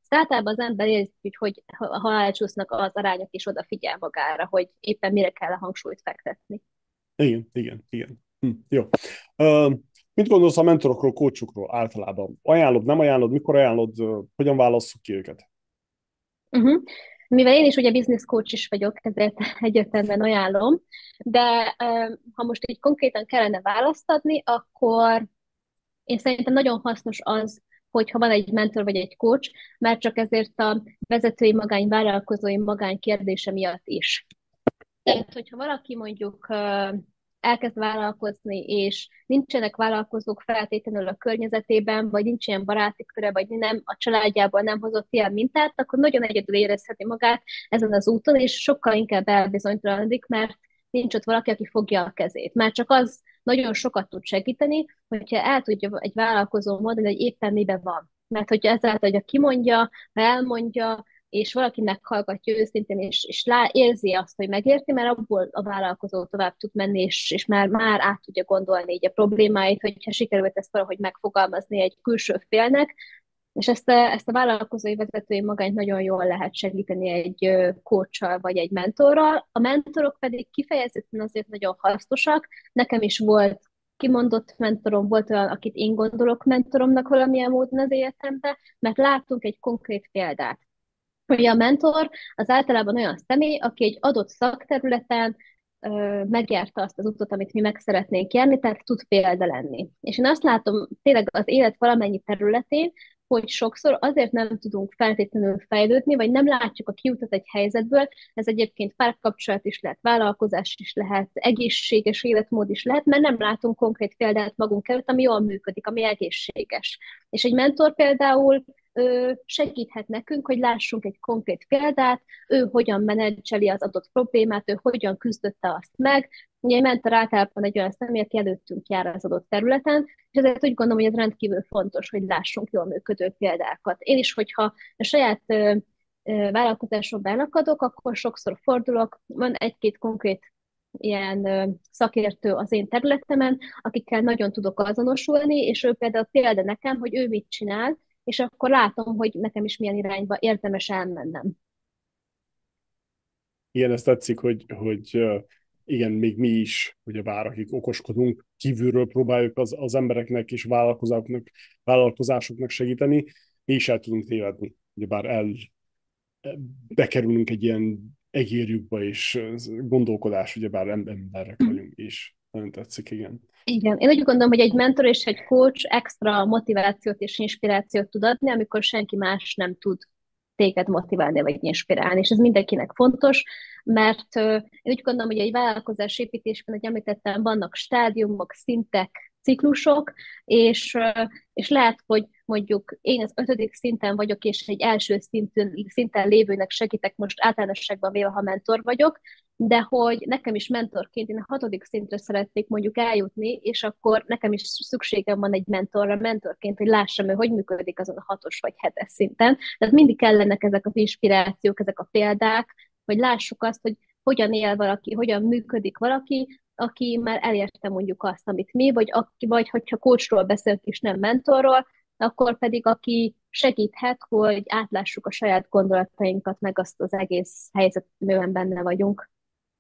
általában az ember érzi, hogy, hogy ha ha elcsúsznak az arányok, és odafigyel magára, hogy éppen mire kell a hangsúlyt fektetni. Igen, igen, igen. Hm, jó. Uh, mit gondolsz a mentorokról, coachokról általában? Ajánlod, nem ajánlod, mikor ajánlod, uh, hogyan válasszuk ki őket? Uh-huh. Mivel én is ugye business coach is vagyok, ezért egyértelműen ajánlom, de uh, ha most így konkrétan kellene választ adni, akkor én szerintem nagyon hasznos az, hogyha van egy mentor vagy egy coach, mert csak ezért a vezetői magány, vállalkozói magány kérdése miatt is. Tehát, hogyha valaki mondjuk ö, elkezd vállalkozni, és nincsenek vállalkozók feltétlenül a környezetében, vagy nincs ilyen baráti köre, vagy nem a családjából nem hozott ilyen mintát, akkor nagyon egyedül érezheti magát ezen az úton, és sokkal inkább elbizonytalanodik, mert nincs ott valaki, aki fogja a kezét. Már csak az nagyon sokat tud segíteni, hogyha el tudja egy vállalkozó mondani, hogy éppen miben van. Mert hogyha ezáltal, hogy kimondja, ha elmondja, és valaki meghallgatja őszintén, és, és lá, érzi azt, hogy megérti, mert abból a vállalkozó tovább tud menni, és, és már, már át tudja gondolni így a problémáit, hogyha sikerült ezt valahogy megfogalmazni egy külső félnek, és ezt a, ezt a vállalkozói vezetői magányt nagyon jól lehet segíteni egy coachal vagy egy mentorral. A mentorok pedig kifejezetten azért nagyon hasznosak. Nekem is volt kimondott mentorom, volt olyan, akit én gondolok mentoromnak valamilyen módon az életemben, mert láttunk egy konkrét példát. Ugye a mentor az általában olyan személy, aki egy adott szakterületen ö, megjárta azt az utat, amit mi meg szeretnénk járni, tehát tud példa lenni. És én azt látom tényleg az élet valamennyi területén, hogy sokszor azért nem tudunk feltétlenül fejlődni, vagy nem látjuk a kiutat egy helyzetből, ez egyébként párkapcsolat is lehet, vállalkozás is lehet, egészséges életmód is lehet, mert nem látunk konkrét példát magunk előtt, ami jól működik, ami egészséges. És egy mentor például segíthet nekünk, hogy lássunk egy konkrét példát, ő hogyan menedzseli az adott problémát, ő hogyan küzdötte azt meg. Ugye egy mentor általában egy olyan személy, aki előttünk jár az adott területen, és ezért úgy gondolom, hogy ez rendkívül fontos, hogy lássunk jól működő példákat. Én is, hogyha a saját ö, ö, vállalkozásomban elakadok, akkor sokszor fordulok, van egy-két konkrét ilyen ö, szakértő az én területemen, akikkel nagyon tudok azonosulni, és ő például példa nekem, hogy ő mit csinál, és akkor látom, hogy nekem is milyen irányba érdemes elmennem. Igen, ezt tetszik, hogy, hogy uh, igen, még mi is, ugyebár akik okoskodunk, kívülről próbáljuk az, az embereknek és vállalkozásoknak, vállalkozásoknak segíteni, mi is el tudunk tévedni. Ugyebár el, bekerülünk egy ilyen egérjükbe, és gondolkodás, ugyebár emberek vagyunk is. Nagyon tetszik, igen. Igen, én úgy gondolom, hogy egy mentor és egy coach extra motivációt és inspirációt tud adni, amikor senki más nem tud téged motiválni vagy inspirálni, és ez mindenkinek fontos, mert uh, én úgy gondolom, hogy egy vállalkozás építésben, hogy említettem, vannak stádiumok, szintek, ciklusok, és, uh, és lehet, hogy mondjuk én az ötödik szinten vagyok, és egy első szinten, szinten lévőnek segítek, most általánosságban véve, ha mentor vagyok, de hogy nekem is mentorként én a hatodik szintre szeretnék mondjuk eljutni, és akkor nekem is szükségem van egy mentorra, mentorként, hogy lássam, ő hogy működik azon a hatos vagy hetes szinten. Tehát mindig kellenek ezek az inspirációk, ezek a példák, hogy lássuk azt, hogy hogyan él valaki, hogyan működik valaki, aki már elérte mondjuk azt, amit mi, vagy, aki, vagy hogyha coachról beszélünk és nem mentorról, akkor pedig aki segíthet, hogy átlássuk a saját gondolatainkat, meg azt az egész helyzet, amiben benne vagyunk.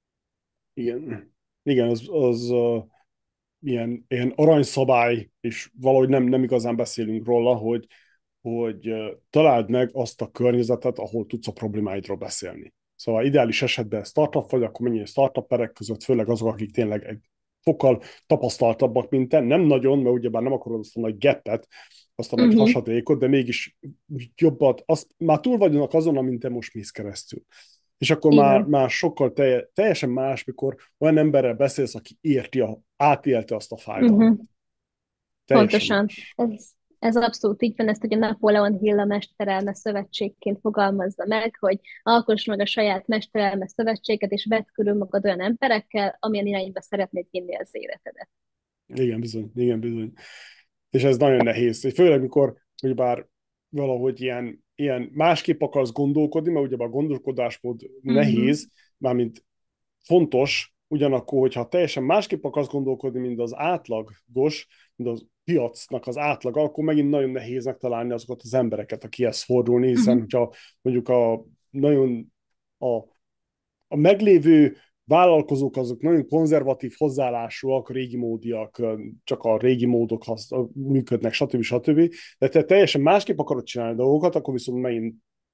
Igen, igen, az, az uh, ilyen, ilyen aranyszabály, és valahogy nem, nem igazán beszélünk róla, hogy, hogy uh, találd meg azt a környezetet, ahol tudsz a problémáidról beszélni. Szóval ideális esetben startup vagy, akkor menjél startuperek között, főleg azok, akik tényleg egy fokkal tapasztaltabbak, mint te. Nem nagyon, mert ugyebár nem akarod azt a nagy geppet, azt a nagy Uh-huh. hasadékot, de mégis jobbat, azt, már túl vagyunk azon, amint te most mész keresztül. És akkor már, Igen. már sokkal telje, teljesen más, mikor olyan emberrel beszélsz, aki érti, a, átélte azt a fájdalmat. Uh-huh. Teljesen Pontosan. más. Ez, ez abszolút így van, ezt ugye Napóleon Hill a Mesterelme Szövetségként fogalmazza meg, hogy alkoss meg a saját Mesterelme Szövetséget, és vedd körül magad olyan emberekkel, amilyen irányba szeretnéd vinni az életedet. Igen, bizony, igen, bizony. És ez nagyon nehéz. Főleg, mikor, hogy bár valahogy ilyen, ilyen másképp akarsz gondolkodni, mert ugyebár a gondolkodásmód Uh-huh. nehéz, mármint fontos, ugyanakkor, hogyha teljesen másképp akarsz gondolkodni, mint az átlagos, mint az piacnak az átlaga, akkor megint nagyon nehéz megtalálni azokat az embereket, akihez fordulni, hiszen Uh-huh. hogyha mondjuk a nagyon a, a meglévő vállalkozók azok nagyon konzervatív hozzáállásúak, régi módiak, csak a régi módok hasz, működnek, stb. stb. De te teljesen másképp akarod csinálni dolgokat, akkor viszont megint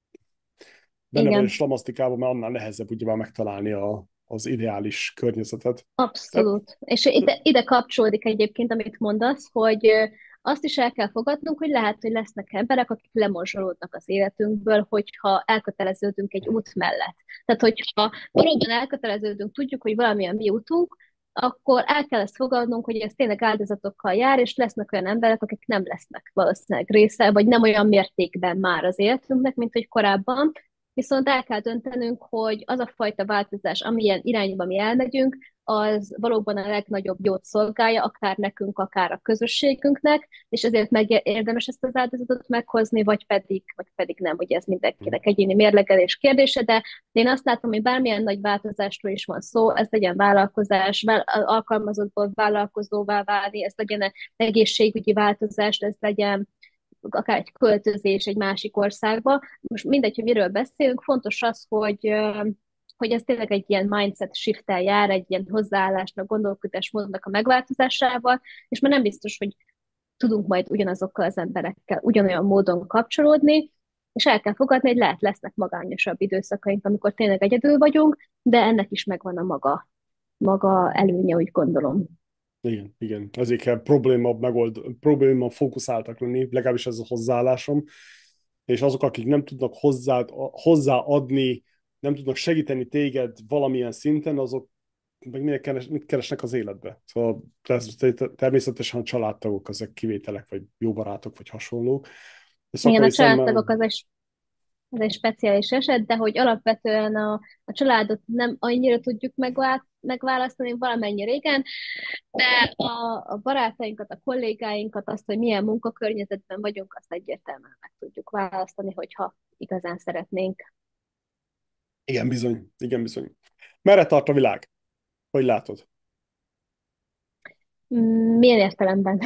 benne vagy a Igen. slamasztikában, mert annál nehezebb ugye már megtalálni a, az ideális környezetet. Tehát, Abszolút. És ide, ide kapcsolódik egyébként, amit mondasz, hogy ö, azt is el kell fogadnunk, hogy lehet, hogy lesznek emberek, akik lemorzsolódnak az életünkből, hogyha elköteleződünk egy út mellett. Tehát, hogyha valóban elköteleződünk, tudjuk, hogy valami a mi útunk, akkor el kell ezt fogadnunk, hogy ez tényleg áldozatokkal jár, és lesznek olyan emberek, akik nem lesznek valószínűleg része, vagy nem olyan mértékben már az életünknek, mint hogy korábban. Viszont el kell döntenünk, hogy az a fajta változás, amilyen irányba mi elmegyünk, az valóban a legnagyobb jót szolgálja, akár nekünk, akár a közösségünknek, és ezért meg érdemes ezt az áldozatot meghozni, vagy pedig, vagy pedig nem, ugye ez mindenkinek egyéni mérlegelés kérdése, de én azt látom, hogy bármilyen nagy változásról is van szó, ez legyen vállalkozás, alkalmazottból vállalkozóvá válni, ez legyen egészségügyi változás, ez legyen akár egy költözés egy másik országba. Most mindegy, hogy miről beszélünk, fontos az, hogy hogy ez tényleg egy ilyen mindset shift-tel jár, egy ilyen hozzáállásnak, gondolkodásmódnak a megváltozásával, és már nem biztos, hogy tudunk majd ugyanazokkal az emberekkel ugyanolyan módon kapcsolódni, és el kell fogadni, hogy lehet lesznek magányosabb időszakaink, amikor tényleg egyedül vagyunk, de ennek is megvan a maga, maga előnye, úgy gondolom. igen, igen. Ezért kell probléma, megold, probléma fókuszáltak lenni, legalábbis ez a hozzáállásom, és azok, akik nem tudnak hozzá, hozzáadni, nem tudnak segíteni téged valamilyen szinten, azok meg miért keres, mit keresnek az életbe. Szóval természetesen a családtagok, ezek kivételek, vagy jó barátok, vagy hasonlók. De Igen, szakmai a szemmel, családtagok az egy, az egy speciális eset, de hogy alapvetően a, a családot nem annyira tudjuk megvá- megválasztani, valamennyire igen, de a, a barátainkat, a kollégáinkat, azt, hogy milyen munkakörnyezetben vagyunk, azt egyértelműen meg tudjuk választani, hogyha igazán szeretnénk. igen, bizony, igen, bizony. Merre tart a világ? Hogy látod? Mm, Milyen értelemben?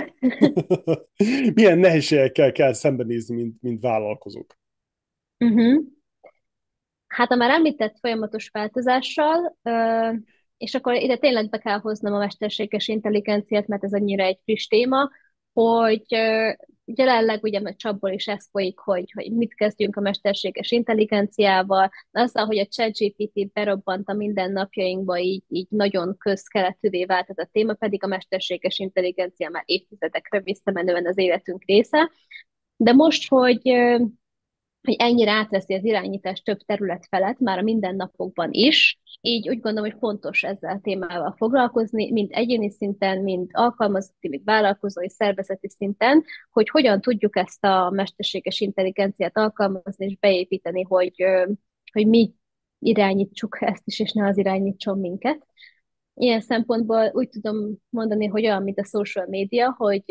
Milyen nehézségekkel kell szembenézni, mint, mint vállalkozók? Uh-huh. Hát a már említett folyamatos változással, ö, és akkor ide tényleg be kell hoznom a mesterséges intelligenciát, mert ez annyira egy friss téma, hogy ö, jelenleg ugye meg csapból is ez folyik, hogy, hogy mit kezdjünk a mesterséges intelligenciával, azzal, hogy a ChatGPT berobbant a mindennapjainkba, így, így nagyon közkeletűvé vált ez a téma, pedig a mesterséges intelligencia már évtizedekre visszamenően az életünk része. De most, hogy hogy ennyire átveszi az irányítás több terület felett, már a mindennapokban is. Így úgy gondolom, hogy fontos ezzel a témával foglalkozni, mind egyéni szinten, mind alkalmazotti, mind vállalkozói, szervezeti szinten, hogy hogyan tudjuk ezt a mesterséges intelligenciát alkalmazni és beépíteni, hogy, hogy mi irányítsuk ezt is, és ne az irányítson minket. Ilyen szempontból úgy tudom mondani, hogy olyan, mint a social media, hogy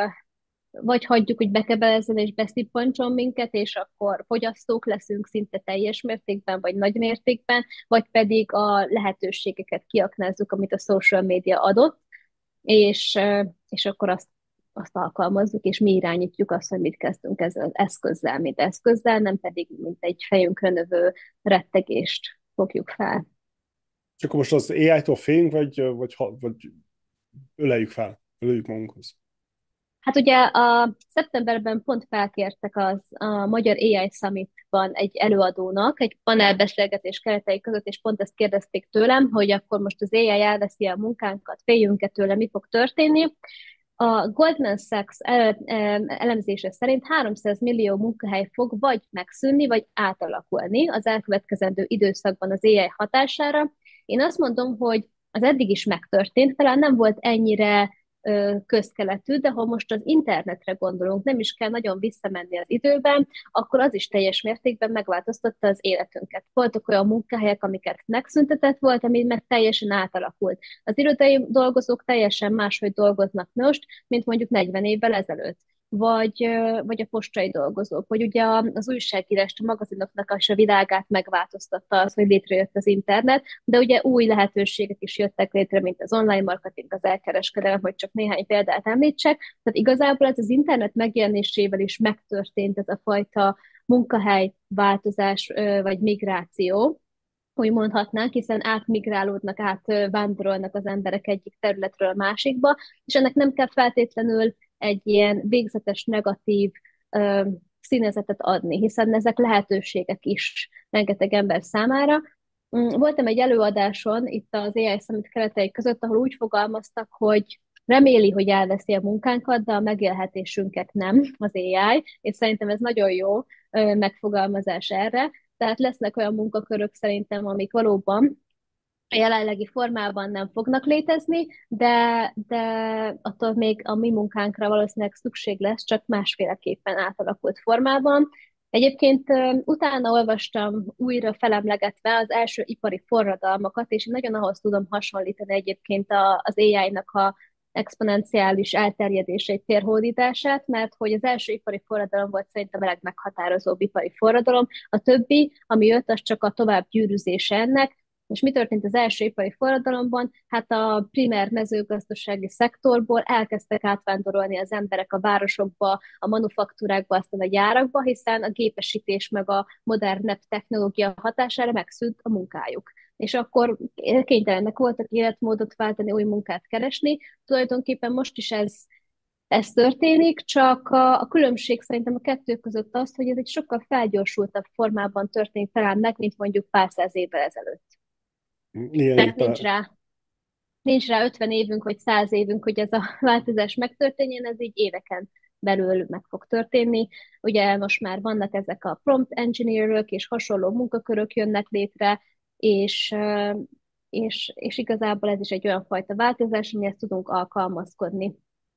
vagy hagyjuk, hogy bekebelezzen és beszippancson minket, és akkor fogyasztók leszünk szinte teljes mértékben, vagy nagy mértékben, vagy pedig a lehetőségeket kiaknázzuk, amit a social media adott, és, és akkor azt, azt alkalmazzuk, és mi irányítjuk azt, hogy mit kezdünk ezzel az eszközzel, mint eszközzel, nem pedig mint egy fejünkre növő rettegést fogjuk fel. És akkor most az á i-tól félünk, vagy, vagy, vagy öleljük fel, öleljük magunkhoz? Hát ugye a szeptemberben pont felkértek az a Magyar á i Summitban egy előadónak, egy panelbeszélgetés keretei között, és pont ezt kérdezték tőlem, hogy akkor most az á i elveszi a munkánkat, féljünk-e tőle, mi fog történni. A Goldman Sachs elemzése szerint háromszáz millió munkahely fog vagy megszűnni, vagy átalakulni az elkövetkezendő időszakban az á i hatására. Én azt mondom, hogy az eddig is megtörtént, talán nem volt ennyire közkeletű, de ha most az internetre gondolunk, nem is kell nagyon visszamenni az időben, akkor az is teljes mértékben megváltoztatta az életünket. Voltak olyan munkahelyek, amiket megszüntetett volt, ami meg teljesen átalakult. Az irodai dolgozók teljesen máshogy dolgoznak most, mint mondjuk negyven évvel ezelőtt. vagy, vagy a postai dolgozók, vagy ugye az újságírás, a magazinoknak is a világát megváltoztatta az, hogy létrejött az internet, de ugye új lehetőségek is jöttek létre, mint az online marketing, az elkereskedelem, hogy csak néhány példát említsek. Tehát igazából ez az internet megjelenésével is megtörtént ez a fajta munkahely változás vagy migráció, úgy mondhatnánk, hiszen átmigrálódnak, átvándorolnak az emberek egyik területről a másikba, és ennek nem kell feltétlenül egy ilyen végzetes negatív ö, színezetet adni, hiszen ezek lehetőségek is rengeteg ember számára. Mm, Voltam egy előadáson itt az á i Summit keretei között, ahol úgy fogalmaztak, hogy reméli, hogy elveszi a munkánkat, de a megélhetésünket nem az á i, és szerintem ez nagyon jó ö, megfogalmazás erre. Tehát lesznek olyan munkakörök szerintem, amik valóban a jelenlegi formában nem fognak létezni, de, de attól még a mi munkánkra valószínűleg szükség lesz, csak másféleképpen átalakult formában. Egyébként utána olvastam újra felemlegetve az első ipari forradalmakat, és én nagyon ahhoz tudom hasonlítani egyébként a, az á i-nak a exponenciális elterjedését, térhódítását, mert hogy az első ipari forradalom volt szerintem a legmeghatározóbb ipari forradalom, a többi, ami jött, az csak a tovább gyűrűzése ennek. És mi történt az első ipari forradalomban? Hát a primer mezőgazdasági szektorból elkezdtek átvándorolni az emberek a városokba, a manufaktúrákba, aztán a gyárakba, hiszen a gépesítés meg a modernebb technológia hatására megszűnt a munkájuk. És akkor kénytelenek voltak életmódot váltani, új munkát keresni. Tulajdonképpen most is ez ez történik, csak a, a különbség szerintem a kettő között az, hogy ez egy sokkal felgyorsultabb formában történik talán meg, mint mondjuk pár száz évvel ezelőtt. Igen, Tehát éppen. nincs rá, nincs rá ötven évünk, vagy száz évünk, hogy ez a változás megtörténjen, ez így éveken belül meg fog történni. Ugye most már vannak ezek a prompt engineerök, és hasonló munkakörök jönnek létre, és, és, és igazából ez is egy olyan fajta változás, amihez tudunk alkalmazkodni.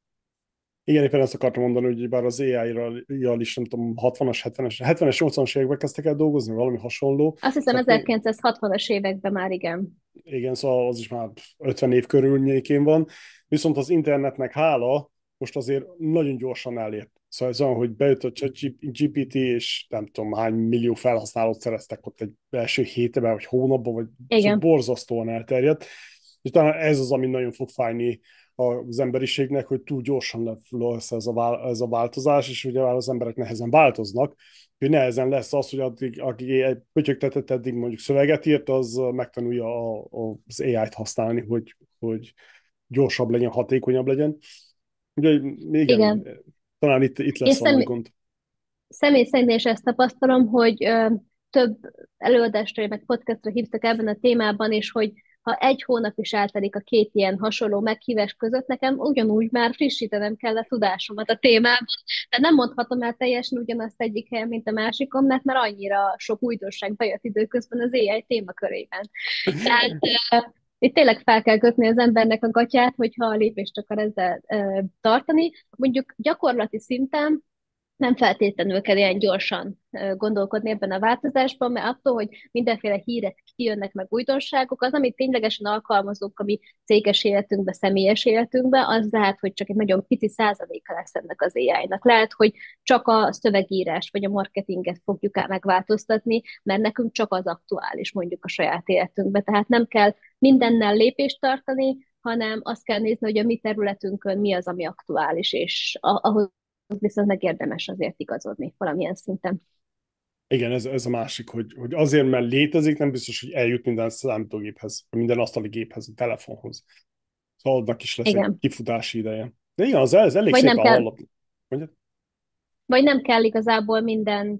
Igen, éppen ezt akartam mondani, hogy bár az á i-ral is, nem tudom, hatvanas, hetvenes, hetvenes, nyolcvanas években kezdtek el dolgozni, valami hasonló. Azt hiszem Szóval, ezerkilencszázhatvanas években már igen. igen, szóval az is már ötven év körülnyékén van. Viszont az internetnek hála most azért nagyon gyorsan elért. Szóval ez olyan, hogy bejött a gé pé té, és nem tudom hány millió felhasználót szereztek ott egy első hétben, vagy hónapban, vagy szóval Igen, borzasztóan elterjedt. És talán ez az, ami nagyon fog fájni az emberiségnek, hogy túl gyorsan lesz ez a, ez a változás, és ugye már az emberek nehezen változnak, hogy nehezen lesz az, hogy addig, aki egy pötyögtetett eddig mondjuk szöveget írt, az megtanulja a, a, az á i-t használni, hogy, hogy gyorsabb legyen, hatékonyabb legyen. Ugye igen, igen. talán itt, itt Én lesz valami személy, gond. személy szerint is ezt tapasztalom, hogy ö, több előadásra, meg podcastra hívtak ebben a témában, és hogy ha egy hónap is eltelik a két ilyen hasonló meghívás között, nekem ugyanúgy már frissítenem kell a tudásomat a témában. De nem mondhatom el teljesen ugyanazt egyik helyen, mint a másikon, mert már annyira sok újdonság bejött időközben az á i témakörében. Tehát uh, itt tényleg fel kell kötni az embernek a gatyát, hogyha a lépést akar ezzel uh, tartani. Mondjuk gyakorlati szinten nem feltétlenül kell ilyen gyorsan gondolkodni ebben a változásban, mert attól, hogy mindenféle hírek kijönnek meg újdonságok, az, amit ténylegesen alkalmazunk a mi céges életünkbe, személyes életünkbe, az lehet, hogy csak egy nagyon pici százaléka lesz ennek az á i-nak. Lehet, hogy csak a szövegírás vagy a marketinget fogjuk el megváltoztatni, mert nekünk csak az aktuális mondjuk a saját életünkbe. Tehát nem kell mindennel lépést tartani, hanem azt kell nézni, hogy a mi területünkön mi az, ami aktuális, és ahhoz viszont megérdemes azért igazodni valamilyen szinten. Igen, ez, ez a másik, hogy, hogy azért, mert létezik, nem biztos, hogy eljut minden számítógéphez, minden asztali géphez, a telefonhoz. Szóval annak is lesz egy Igen. kifutási ideje. De igen, az ez elég Vagy nem szépen kell, hallott. Mondjad? vagy nem kell igazából minden,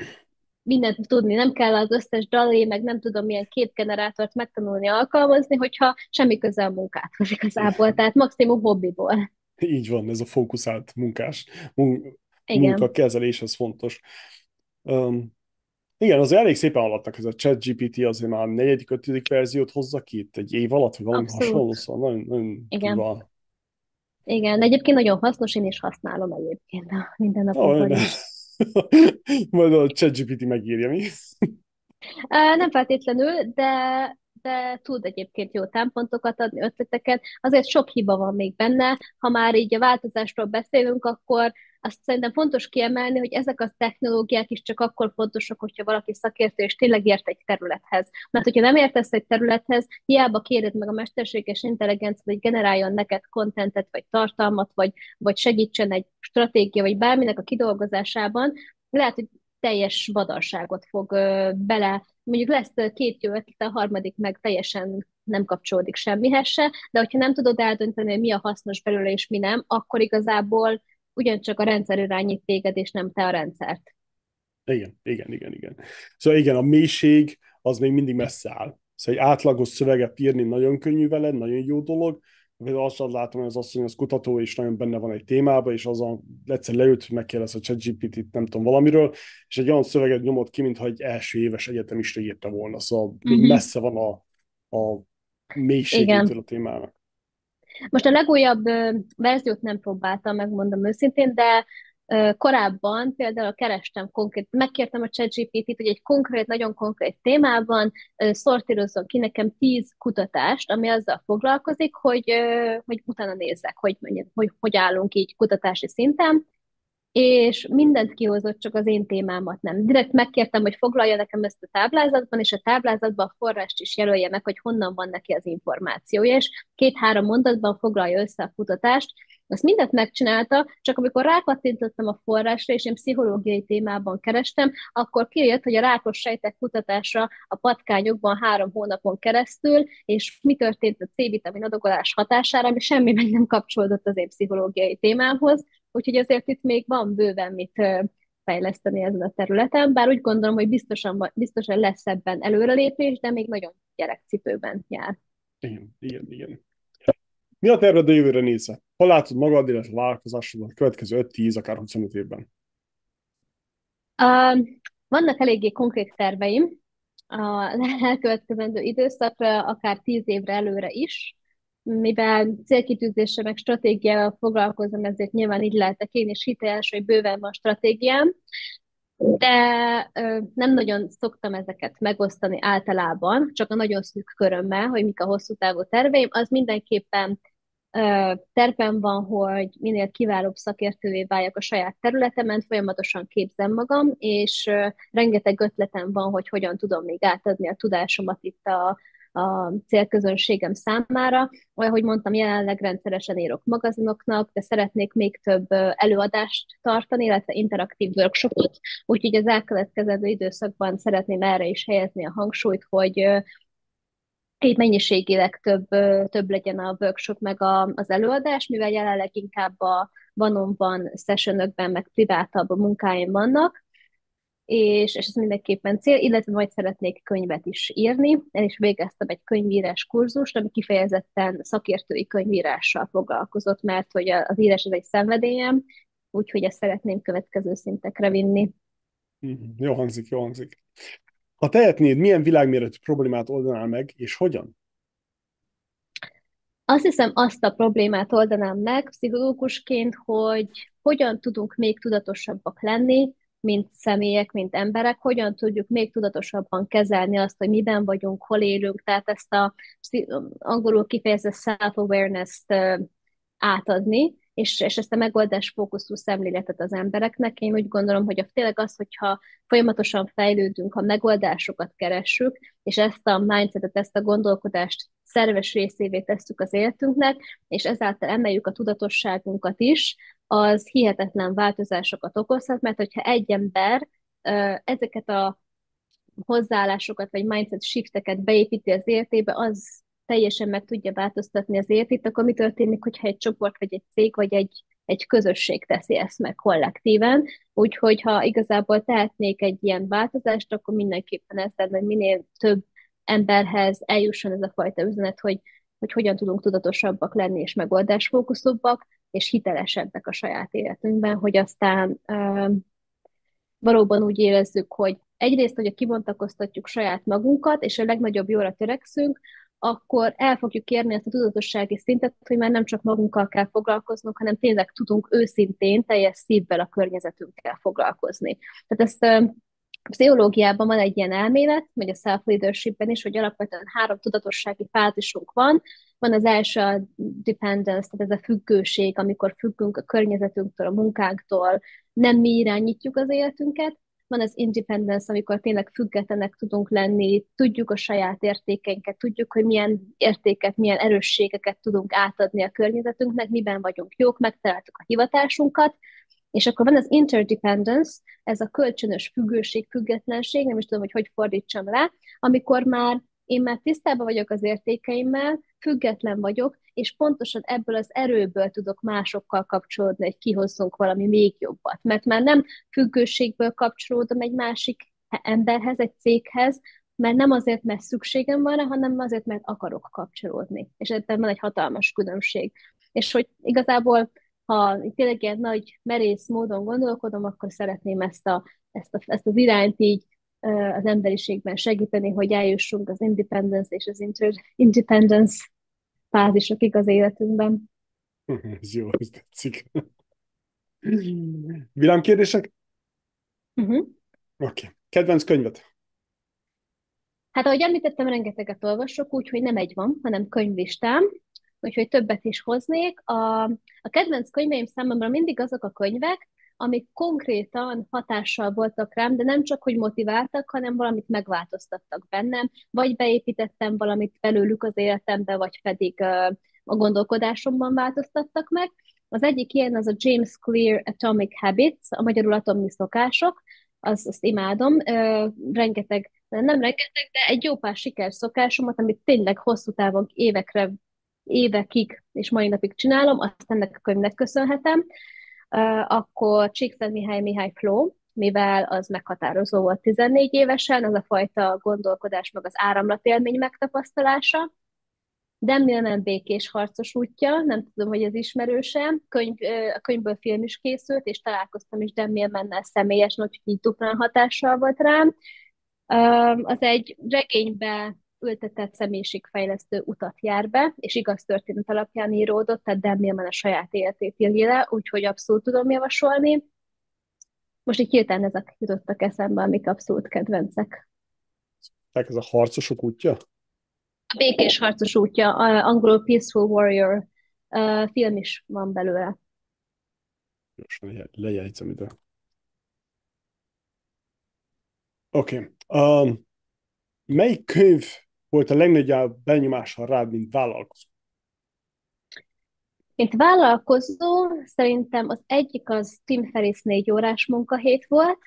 mindent tudni, nem kell az összes dalé, meg nem tudom milyen képgenerátort megtanulni alkalmazni, hogyha semmi köze a munkádhoz igazából, tehát maximum hobbiból. Így van, ez a fókuszált munkás mun- Igen, munkakezelés, ez fontos. Um, igen, az elég szépen haladtak, ez a ChatGPT azért már a negyedik, ötödik verziót hozza ki itt egy év alatt, vagy valami hasonló, abszolút. szóval nagyon, nagyon Igen. durva. Igen, egyébként nagyon hasznos, én is használom egyébként a Oh, mindennapokban is. majd a ChatGPT megírja, mi? Á, Nem feltétlenül, de, de tud egyébként jó támpontokat adni, ötleteket. Azért sok hiba van még benne. Ha már így a változásról beszélünk, akkor azt szerintem fontos kiemelni, hogy ezek a technológiák is csak akkor fontosak, hogyha valaki szakértő és tényleg ért egy területhez. Mert hogyha nem értesz egy területhez, hiába kéred meg a mesterséges intelligencia, hogy generáljon neked kontentet, vagy tartalmat, vagy, vagy segítsen egy stratégia, vagy bárminek a kidolgozásában, lehet, hogy teljes badarságot fog ö, bele, mondjuk lesz ö, két jó ötlet, a harmadik meg teljesen nem kapcsolódik semmihez se, de hogyha nem tudod eldönteni, hogy mi a hasznos belőle és mi nem, akkor igazából ugyancsak a rendszer irányít téged, és nem te a rendszert. Igen, igen, igen, igen. Szóval igen, a mélység az még mindig messze áll. Szóval egy átlagos szöveget írni nagyon könnyű veled, nagyon jó dolog. Például azt látom, hogy az asszony az kutató, és nagyon benne van egy témában, és azon egyszer leült, hogy megkérdez a ChatGPT-t, nem tudom, valamiről, és egy olyan szöveget nyomott ki, mintha egy első éves egyetemista írta volna. Szóval még Uh-huh. messze van a, a mélységétől Igen. a témának. Most a legújabb ö, verziót nem próbáltam, megmondom őszintén, de ö, korábban például kerestem konkrét, megkértem a ChatGPT-t, hogy egy konkrét, nagyon konkrét témában ö, szortírozzon ki nekem tíz kutatást, ami azzal foglalkozik, hogy, ö, hogy utána nézzek, hogy, hogy, hogy, hogy állunk így kutatási szinten, és mindent kihozott, csak az én témámat nem. Direkt megkértem, hogy foglalja nekem ezt a táblázatban, és a táblázatban a forrást is jelölje meg, hogy honnan van neki az információja, és két-három mondatban foglalja össze a kutatást. Azt mindent megcsinálta, csak amikor rákattintottam a forrásra, és én pszichológiai témában kerestem, akkor kijött, hogy a rákos sejtek kutatása a patkányokban három hónapon keresztül, és mi történt a C-vitamin adagolás hatására, ami semmi meg nem kapcsolódott az én pszichológiai témámhoz. Úgyhogy azért itt még van bőven mit fejleszteni ezen a területen, bár úgy gondolom, hogy biztosan, biztosan lesz ebben előrelépés, de még nagyon gyerekcipőben jár. Igen, igen, igen. Mi a terved a jövőre nézve? Hol látod magad, illetve vállalkozásodat a következő öt-tíz, akár huszonöt évben? Uh, vannak eléggé konkrét terveim a elkövetkezendő időszakra, akár tíz évre előre is, mivel célkitűzéssel meg stratégiával foglalkozom, ezért nyilván így lehetek én is hiteles, hogy bőven van stratégiám, de ö, nem nagyon szoktam ezeket megosztani általában, csak a nagyon szűk körömmel, hogy mik a hosszú távú terveim, az mindenképpen ö, tervem van, hogy minél kiválóbb szakértővé váljak a saját területemen, folyamatosan képzem magam, és ö, rengeteg ötletem van, hogy hogyan tudom még átadni a tudásomat itt a, a célközönségem számára. Olyan, hogy mondtam, jelenleg rendszeresen írok magazinoknak, de szeretnék még több előadást tartani, illetve interaktív workshopot, úgyhogy az elkövetkező időszakban szeretném erre is helyezni a hangsúlyt, hogy így mennyiségileg több, több legyen a workshop meg a, az előadás, mivel jelenleg inkább a one-on-one sessionökben, meg privátabb munkáim vannak, és, és ez mindenképpen cél, illetve majd szeretnék könyvet is írni. El is végeztem egy könyvírás kurzust, ami kifejezetten szakértői könyvírással foglalkozott, mert hogy az írás ez egy szenvedélyem, úgyhogy ezt szeretném következő szintekre vinni. Mhm. Jó hangzik, jó hangzik. Ha tehetnéd, milyen világméretű problémát oldanál meg, és hogyan? Azt hiszem, azt a problémát oldanám meg pszichológusként, hogy hogyan tudunk még tudatosabbak lenni, mint személyek, mint emberek, hogyan tudjuk még tudatosabban kezelni azt, hogy miben vagyunk, hol élünk, tehát ezt a angolul kifejezett self-awareness-t átadni, és, és ezt a megoldás fókuszú szemléletet az embereknek. Én úgy gondolom, hogy a, tényleg az, hogyha folyamatosan fejlődünk, ha megoldásokat keressük, és ezt a mindsetet, ezt a gondolkodást szerves részévé tesszük az életünknek, és ezáltal emeljük a tudatosságunkat is, az hihetetlen változásokat okozhat, mert hogyha egy ember ezeket a hozzáállásokat, vagy mindset shifteket beépíti az életébe, az teljesen meg tudja változtatni az életét, akkor mi történik, hogyha egy csoport, vagy egy cég, vagy egy, egy közösség teszi ezt meg kollektíven. Úgyhogy ha igazából tehetnék egy ilyen változást, akkor mindenképpen ez lenne, hogy minél több emberhez eljusson ez a fajta üzenet, hogy, hogy hogyan tudunk tudatosabbak lenni, és megoldásfókuszúbbak, és hitelesebbek a saját életünkben, hogy aztán uh, valóban úgy érezzük, hogy egyrészt, hogy kibontakoztatjuk saját magunkat, és a legnagyobb jóra törekszünk, akkor el fogjuk érni ezt a tudatossági szintet, hogy már nem csak magunkkal kell foglalkoznunk, hanem tényleg tudunk őszintén, teljes szívvel a környezetünkkel foglalkozni. Tehát ezt a pszichológiában van egy ilyen elmélet, vagy a self-leadershipben is, hogy alapvetően három tudatossági fázisunk van. Van az első a dependence, tehát ez a függőség, amikor függünk a környezetünktől, a munkánktól, nem mi irányítjuk az életünket. Van az independence, amikor tényleg függetlenek tudunk lenni, tudjuk a saját értékeinket, tudjuk, hogy milyen értéket, milyen erősségeket tudunk átadni a környezetünknek, miben vagyunk jók, megtaláltuk a hivatásunkat, és akkor van az interdependence, ez a kölcsönös függőség, függetlenség, nem is tudom, hogy hogy fordítsam le, amikor már én már tisztában vagyok az értékeimmel, független vagyok, és pontosan ebből az erőből tudok másokkal kapcsolódni, hogy kihozzunk valami még jobbat. Mert már nem függőségből kapcsolódom egy másik emberhez, egy céghez, mert nem azért, mert szükségem van rá, hanem azért, mert akarok kapcsolódni. És ebben van egy hatalmas különbség. És hogy igazából, ha tényleg ilyen nagy, merész módon gondolkodom, akkor szeretném ezt, a, ezt, a, ezt az irányt így az emberiségben segíteni, hogy eljussunk az independence és az interdependence fázisokig az életünkben. Ez jó, ez tetszik. Villámkérdések? Uh-huh. Oké. Okay. Kedvenc könyved? Hát ahogy említettem, rengeteget olvasok, úgyhogy nem egy van, hanem könyvlistám, úgyhogy többet is hoznék. A, a kedvenc könyveim számomra mindig azok a könyvek, amik konkrétan hatással voltak rám, de nem csak, hogy motiváltak, hanem valamit megváltoztattak bennem, vagy beépítettem valamit belőlük az életembe, vagy pedig uh, a gondolkodásomban változtattak meg. Az egyik ilyen az a James Clear Atomic Habits, a magyarul atomi szokások, az, azt imádom. Uh, rengeteg, nem rengeteg, de egy jó pár sikerszokásomat, amit tényleg hosszú távon évekre, évekig és mai napig csinálom, azt ennek a könyvnek köszönhetem. Uh, akkor Csíkszentmihalyi Mihály Flow, mivel az meghatározó volt tizennégy évesen, az a fajta gondolkodás, meg az áramlatélmény megtapasztalása. Dan Millman Békés harcos útja, nem tudom, hogy ez ismerőse, könyv, a könyvből film is készült, és találkoztam is Dan Millmannel személyesen, úgyhogy így duplán hatással volt rám. Az egy regénybe ültetett személyiségfejlesztő utat jár be, és igaz történet alapján íródott, tehát Dan Millman a saját életét írja le, úgyhogy abszolút tudom javasolni. Most így hirtelen ezek jutottak eszembe, amik abszolút kedvencek. Tehát ez a harcosok útja? A Békés harcos útja, angolul Peaceful Warrior, uh, film is van belőle. Gyorsan lejegyzem ide. Oké. Okay. Um, melyik könyv volt a legnagyobb benyomással rád, mint vállalkozó? Mint vállalkozó, szerintem az egyik az Tim Ferriss négy órás munkahét volt,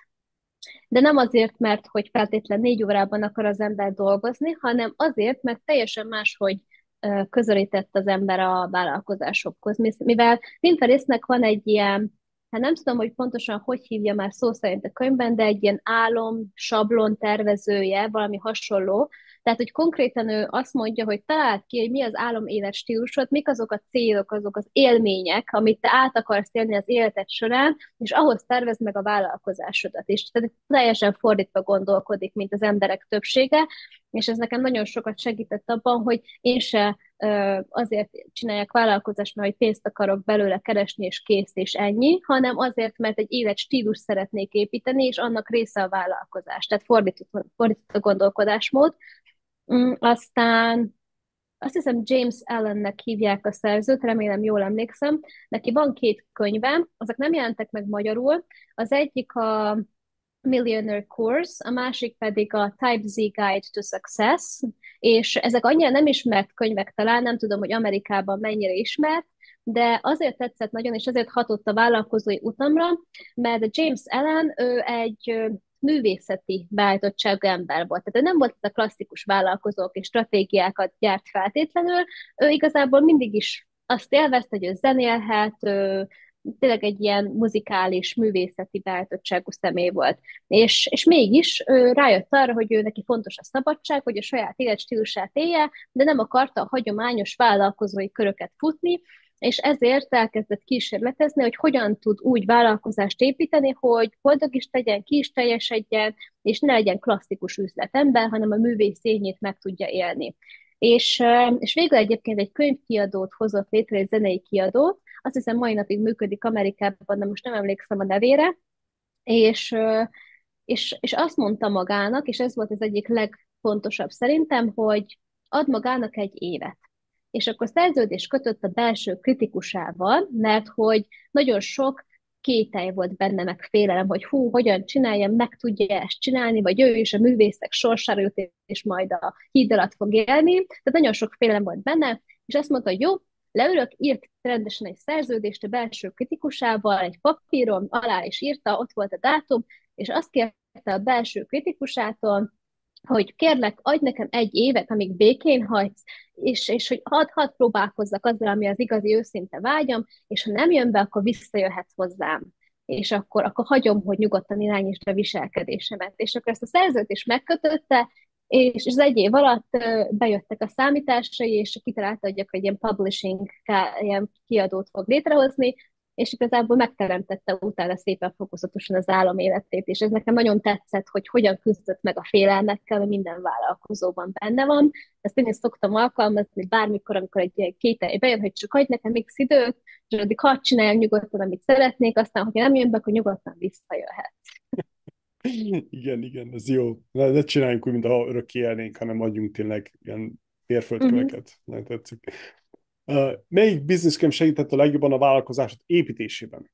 de nem azért, mert hogy feltétlen négy órában akar az ember dolgozni, hanem azért, mert teljesen máshogy közelített az ember a vállalkozásokhoz. Mivel Tim Ferrissnek van egy ilyen, hát nem tudom, hogy pontosan hogy hívja már szó szerint a könyvben, de egy ilyen álom, sablon tervezője, valami hasonló. Tehát, hogy konkrétan ő azt mondja, hogy találd ki, hogy mi az álom életstílusod, mik azok a célok, azok az élmények, amit te át akarsz élni az életed során, és ahhoz tervezd meg a vállalkozásodat is. Tehát teljesen fordítva gondolkodik, mint az emberek többsége, és ez nekem nagyon sokat segített abban, hogy én se azért csinálják vállalkozást, mert hogy pénzt akarok belőle keresni, és kész, és ennyi, hanem azért, mert egy életstílus szeretnék építeni, és annak része a vállalkozás. Tehát fordított, fordított a gondolkodásmód. Mm, aztán azt hiszem James Allennek hívják a szerzőt, remélem jól emlékszem. Neki van két könyve, azok nem jelentek meg magyarul. Az egyik a Millionaire Course, a másik pedig a Type Z Guide to Success, és ezek annyira nem ismert könyvek talán, nem tudom, hogy Amerikában mennyire ismert, de azért tetszett nagyon, és azért hatott a vállalkozói utamra, mert a James Allen, ő egy művészeti beállítottságú ember volt. Tehát ő nem volt a klasszikus vállalkozók és stratégiákat gyárt feltétlenül, ő igazából mindig is azt élvezte, hogy ő zenélhet, ő tényleg egy ilyen muzikális, művészeti beállítottságú személy volt. És, és mégis ő rájött arra, hogy ő neki fontos a szabadság, hogy a saját életstílusát élje, de nem akarta a hagyományos vállalkozói köröket futni, és ezért elkezdett kísérletezni, hogy hogyan tud úgy vállalkozást építeni, hogy boldog is tegyen, ki is teljesedjen, és ne legyen klasszikus üzletember, hanem a művész ényét meg tudja élni. És, és végül egyébként egy könyvkiadót hozott létre, egy zenei kiadót, azt hiszem mai napig működik Amerikában, de most nem emlékszem a nevére, és, és, és azt mondta magának, és ez volt az egyik legfontosabb szerintem, hogy ad magának egy évet. és akkor szerződés kötött a belső kritikusával, mert hogy nagyon sok kételj volt benne, meg félelem, hogy hú, hogyan csináljam, meg tudja ezt csinálni, vagy ő is a művészek sorsára jut, és majd a híd alatt fog élni. Tehát nagyon sok félelem volt benne, és azt mondta, hogy jó, leülök, írt rendesen egy szerződést a belső kritikusával, egy papíron, alá is írta, ott volt a dátum, és azt kérte a belső kritikusától, hogy kérlek, adj nekem egy évet, amíg békén hagysz, és, és hogy hadd had próbálkozzak azzal, ami az igazi őszinte vágyam, és ha nem jön be, akkor visszajöhetsz hozzám. És akkor, akkor hagyom, hogy nyugodtan irányítsd a viselkedésemet. És akkor ezt a szerződést megkötötte, és, és az egy év alatt bejöttek a számításai, és kitalálta, hogy akkor egy ilyen publishing, ilyen kiadót fog létrehozni, és igazából megteremtette utána szépen fokozatosan az álom életét, és ez nekem nagyon tetszett, hogy hogyan küzdött meg a félelmekkel, mert minden vállalkozóban benne van. Ezt én is szoktam alkalmazni bármikor, amikor egy ilyen kételj bejön, hogy csak hagyj nekem x időt, és addig hadd csináljam nyugodtan, amit szeretnék, aztán, hogyha nem jön be, akkor nyugodtan visszajöhet. Igen, igen, ez jó. Ne, ne csináljunk úgy, mintha örökké élnénk, hanem adjunk tényleg ilyen mérföldköveket. Uh-huh. Ne tetszik. Uh, melyik bizniszkönyv segített a legjobban a vállalkozásod építésében?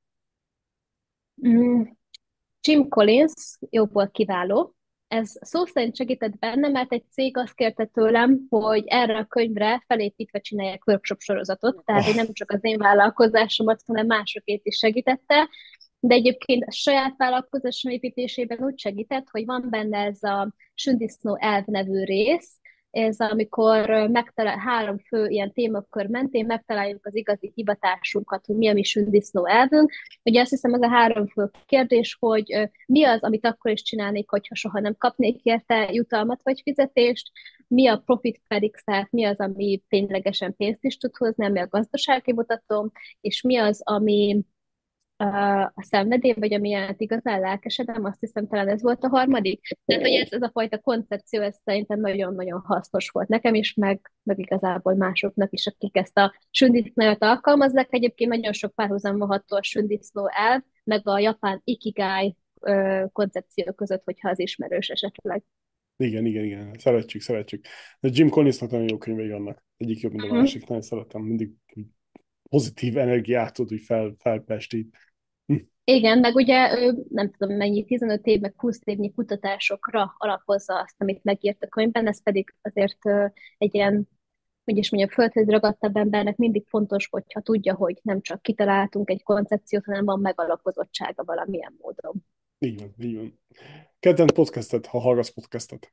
Mm, Jim Collins, jóból kiváló. Ez szó szerint segített benne, mert egy cég azt kérte tőlem, hogy erre a könyvre felépítve csinálják workshop sorozatot, tehát hogy nem csak az én vállalkozásomat, hanem másokét is segítette, de egyébként a saját vállalkozásom építésében úgy segített, hogy van benne ez a sündisznó elv nevű rész, ez amikor megtalál, három fő ilyen témakör mentén megtaláljuk az igazi hivatásunkat, hogy mi a mi sündisznó elvünk. Ugye azt hiszem, ez a három fő kérdés, hogy mi az, amit akkor is csinálnék, hogyha soha nem kapnék érte jutalmat vagy fizetést, mi a profit predictor, mi az, ami ténylegesen pénzt is tud hozni, ami a gazdasági mutató, és mi az, ami a szenvedély, vagy amilyet igazán lelkesedem, azt hiszem talán ez volt a harmadik. Tehát, hogy ez, ez a fajta koncepció, ez szerintem nagyon-nagyon hasznos volt nekem is, meg, meg igazából másoknak is, akik ezt a sündisznót alkalmazzák. Egyébként nagyon sok párhuzam vaható a sündisznó elv, meg a japán ikigai ö, koncepció között, hogyha az ismerős esetleg. Igen, igen, igen. Szeretjük, szeretjük. De Jim Collinsnak nagyon jó könyvei vannak. Egyik jobb, mint a másik. Uh-huh. Nagyon szeretem. Mindig pozitív energiát tud úgy fel, felpestít. Hm. Igen, meg ugye ő nem tudom mennyi, tizenöt év, meg húsz évnyi kutatásokra alapozza azt, amit megírt a könyvben, ez pedig azért egy ilyen, hogy is mondjam, földhöz ragadtabb embernek mindig fontos, hogyha tudja, hogy nem csak kitaláltunk egy koncepciót, hanem van megalapozottsága valamilyen módon. Így van, így van. Kedvenc podcastet, ha hallgatsz podcastet?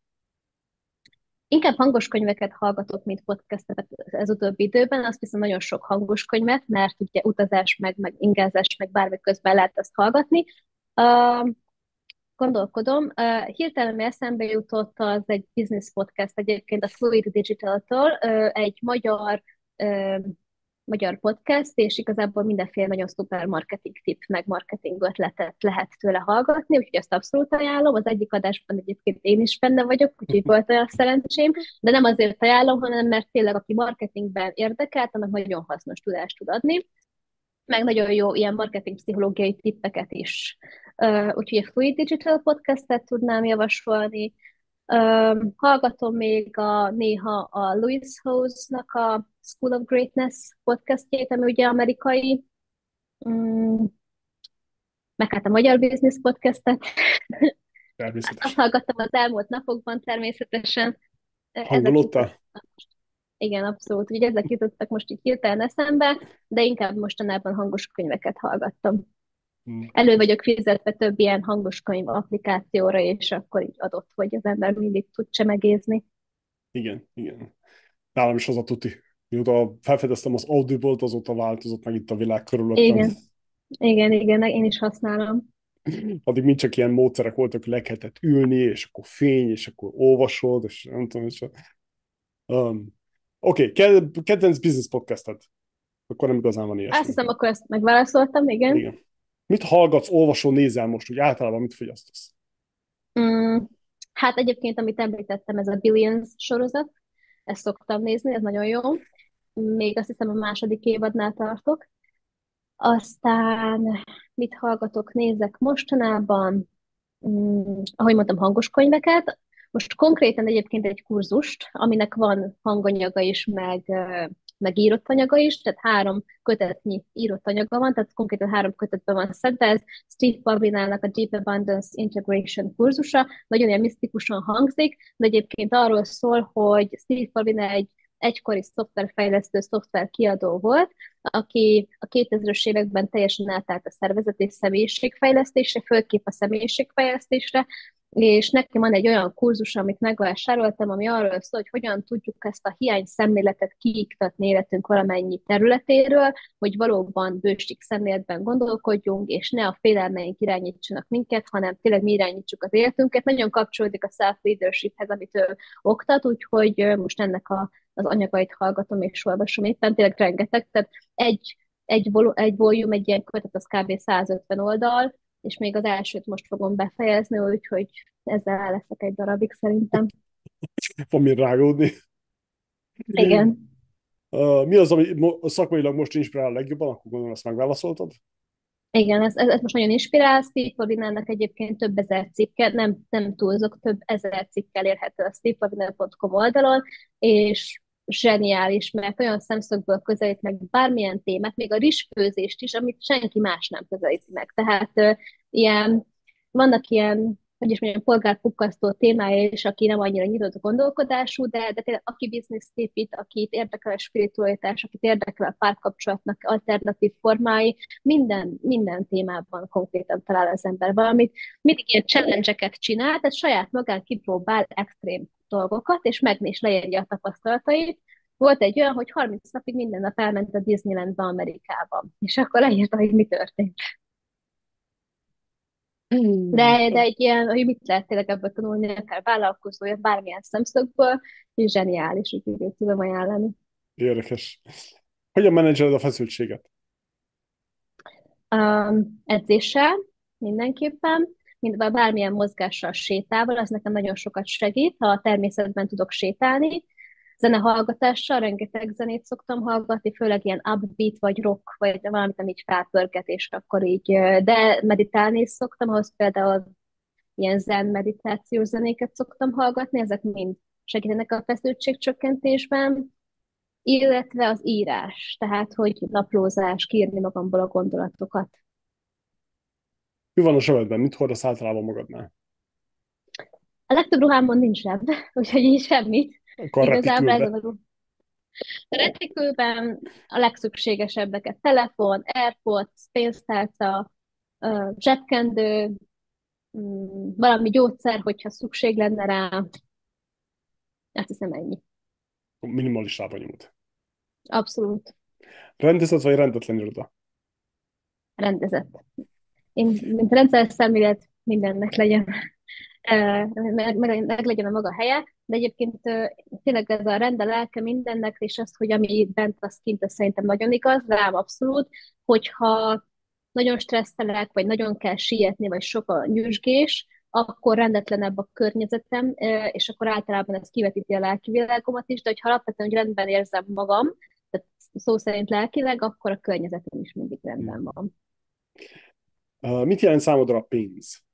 Inkább hangos könyveket hallgatok, mint podcastet ez utóbbi időben. Azt hiszem nagyon sok hangos könyvet, mert ugye utazás, meg, meg ingázás, meg bármi közben lehet azt hallgatni. Uh, gondolkodom. Uh, hirtelen eszembe jutott az egy business podcast egyébként a Fluid Digital-tól, uh, egy magyar uh, magyar podcast, és igazából mindenféle nagyon szuper marketing tip, meg marketing ötletet lehet tőle hallgatni, úgyhogy ezt abszolút ajánlom. Az egyik adásban egyébként én is benne vagyok, úgyhogy volt olyan szerencsém, de nem azért ajánlom, hanem mert tényleg aki marketingben érdekelt, annak nagyon hasznos tudást tud adni, meg nagyon jó ilyen marketing pszichológiai tippeket is. Uh, úgyhogy a Fluid Digital podcastet tudnám javasolni. Um, hallgatom még a, néha a Louis Howes-nak a School of Greatness podcastjét, ami ugye amerikai, um, meg hát a Magyar Business podcastet. Természetesen. Azt hallgattam az elmúlt napokban természetesen. Hangolódtál? Igen, abszolút. Ugye ezek jutottak most így hirtelen eszembe, de inkább mostanában hangos könyveket hallgattam. Hmm. Elő vagyok fizetve több ilyen hangos könyv applikációra, és akkor így adott, hogy az ember mindig tud csemegézni. Igen, igen. Nálam is az a tuti. Mióta felfedeztem az Audible-t, azóta változott meg itt a világ körülöttem. Igen, igen, igen, én is használom. Addig mind csak ilyen módszerek voltak, hogy le kellett ülni, és akkor fény, és akkor olvasod, és nem tudom, és... Um, Oké, okay, kedvenc business podcastet. Akkor nem igazán van ilyesmi. Azt hiszem, akkor ezt megválaszoltam, igen. Igen. Mit hallgatsz, olvasol, nézel most, úgy általában mit fogyasztasz? Mm, hát egyébként, amit említettem, ez a Billions sorozat, ezt szoktam nézni, ez nagyon jó. Még azt hiszem, a második évadnál tartok. Aztán mit hallgatok, nézek mostanában, mm, ahogy mondtam, hangos könyveket. Most konkrétan egyébként egy kurzust, aminek van hanganyaga is, meg meg írott anyaga is, tehát három kötetnyi írott anyaga van, tehát konkrétan három kötetben van szedve, ez Steve Barbinának a Deep Abundance Integration kurzusa, nagyon ilyen misztikusan hangzik, de egyébként arról szól, hogy Steve Barbina egy egykori szoftverfejlesztő, szoftverkiadó volt, aki a kétezres években teljesen átállt a szervezet és személyiségfejlesztésre, főképp a személyiségfejlesztésre, és nekem van egy olyan kurzus, amit megvásároltam, ami arról szól, hogy hogyan tudjuk ezt a hiány szemléletet kiiktatni életünk valamennyi területéről, hogy valóban bősik szemléletben gondolkodjunk, és ne a félelmeink irányítsanak minket, hanem tényleg mi irányítsuk az életünket. Nagyon kapcsolódik a self-leadershiphez, amit ő oktat, úgyhogy most ennek a, az anyagait hallgatom és olvasom éppen, tényleg rengeteg, tehát egy, egy, vol- egy volume, egy ilyen kötet, az kb. száz ötven oldal, és még az elsőt most fogom befejezni, úgyhogy ezzel el leszek egy darabig szerintem. Van mire rágódni. Igen. Uh, mi az, ami mo- szakmailag most inspirál a legjobban? Akkor gondolom, ezt megválaszoltad. Igen, ez, ez, ez most nagyon inspirál. Steve Barbinának egyébként több ezer cikke, nem, nem túlzok, több ezer cikkel érhető a steve barbina pont com oldalon, és zseniális, mert olyan szemszögből közelít meg bármilyen témát, még a rizsfőzést is, amit senki más nem közelíti meg. Tehát uh, ilyen, vannak ilyen, hogy is mondjam, polgárpukkasztó témája is, aki nem annyira nyitott a gondolkodású, de, de tényleg aki business épít, akit érdekel a spiritualitás, akit érdekel a párkapcsolatnak alternatív formái, minden, minden témában konkrétan talál az ember valamit. Mindig ilyen challenge-eket csinál, tehát saját magán kipróbál extrém dolgokat, és meg is leírja a tapasztalatait. Volt egy olyan, hogy harminc napig minden nap elment a Disneylandbe Amerikában, és akkor leírta, hogy mi történt. De, de egy ilyen, hogy mit lehet tényleg ebből tanulni, akár vállalkozója, bármilyen szemszögből, és zseniális, úgyhogy őt tudom ajánlani. Érdekes. Hogyan menedzseled a feszültséget? Um, edzéssel mindenképpen, mint bármilyen mozgással, sétával, az nekem nagyon sokat segít, ha a természetben tudok sétálni. Zenehallgatással rengeteg zenét szoktam hallgatni, főleg ilyen upbeat vagy rock, vagy valamit, ami így felpörget, és akkor így, de meditálni is szoktam, ahhoz például ilyen zen meditációs zenéket szoktam hallgatni, ezek mind segítenek a feszültségcsökkentésben, illetve az írás, tehát hogy naplózás, kiírni magamból a gondolatokat. Mi van a zsebedben? Mit hordasz általában magadnál? A legtöbb ruhámon nincs zseb, úgyhogy így semmit. Akkor Igazából ez retikülbe. a a retikülben a legszükségesebbeket: telefon, AirPods, pénztárca, ö, zsebkendő, mm, valami gyógyszer, hogyha szükség lenne rá. Azt hiszem ennyi. Minimalistában nyomod. Abszolút Rendezett vagy rendetlen iroda? rendezett. Én, mint rendszer szemlélet, mindennek legyen, eh, meg, meg, meg legyen a maga helye, de egyébként eh, tényleg ez a rend a lelke mindennek, és az, hogy ami bent, az kint, az szerintem nagyon igaz, rám abszolút, hogyha nagyon stresszelek, vagy nagyon kell sietni, vagy sok a nyüzsgés, akkor rendetlenebb a környezetem, eh, és akkor általában ez kivetíti a lelki világomat is, de hogyha alapvetően, hogy rendben érzem magam, tehát szó szerint lelkileg, akkor a környezetem is mindig rendben van. Uh, mit jelent számodra a pénz?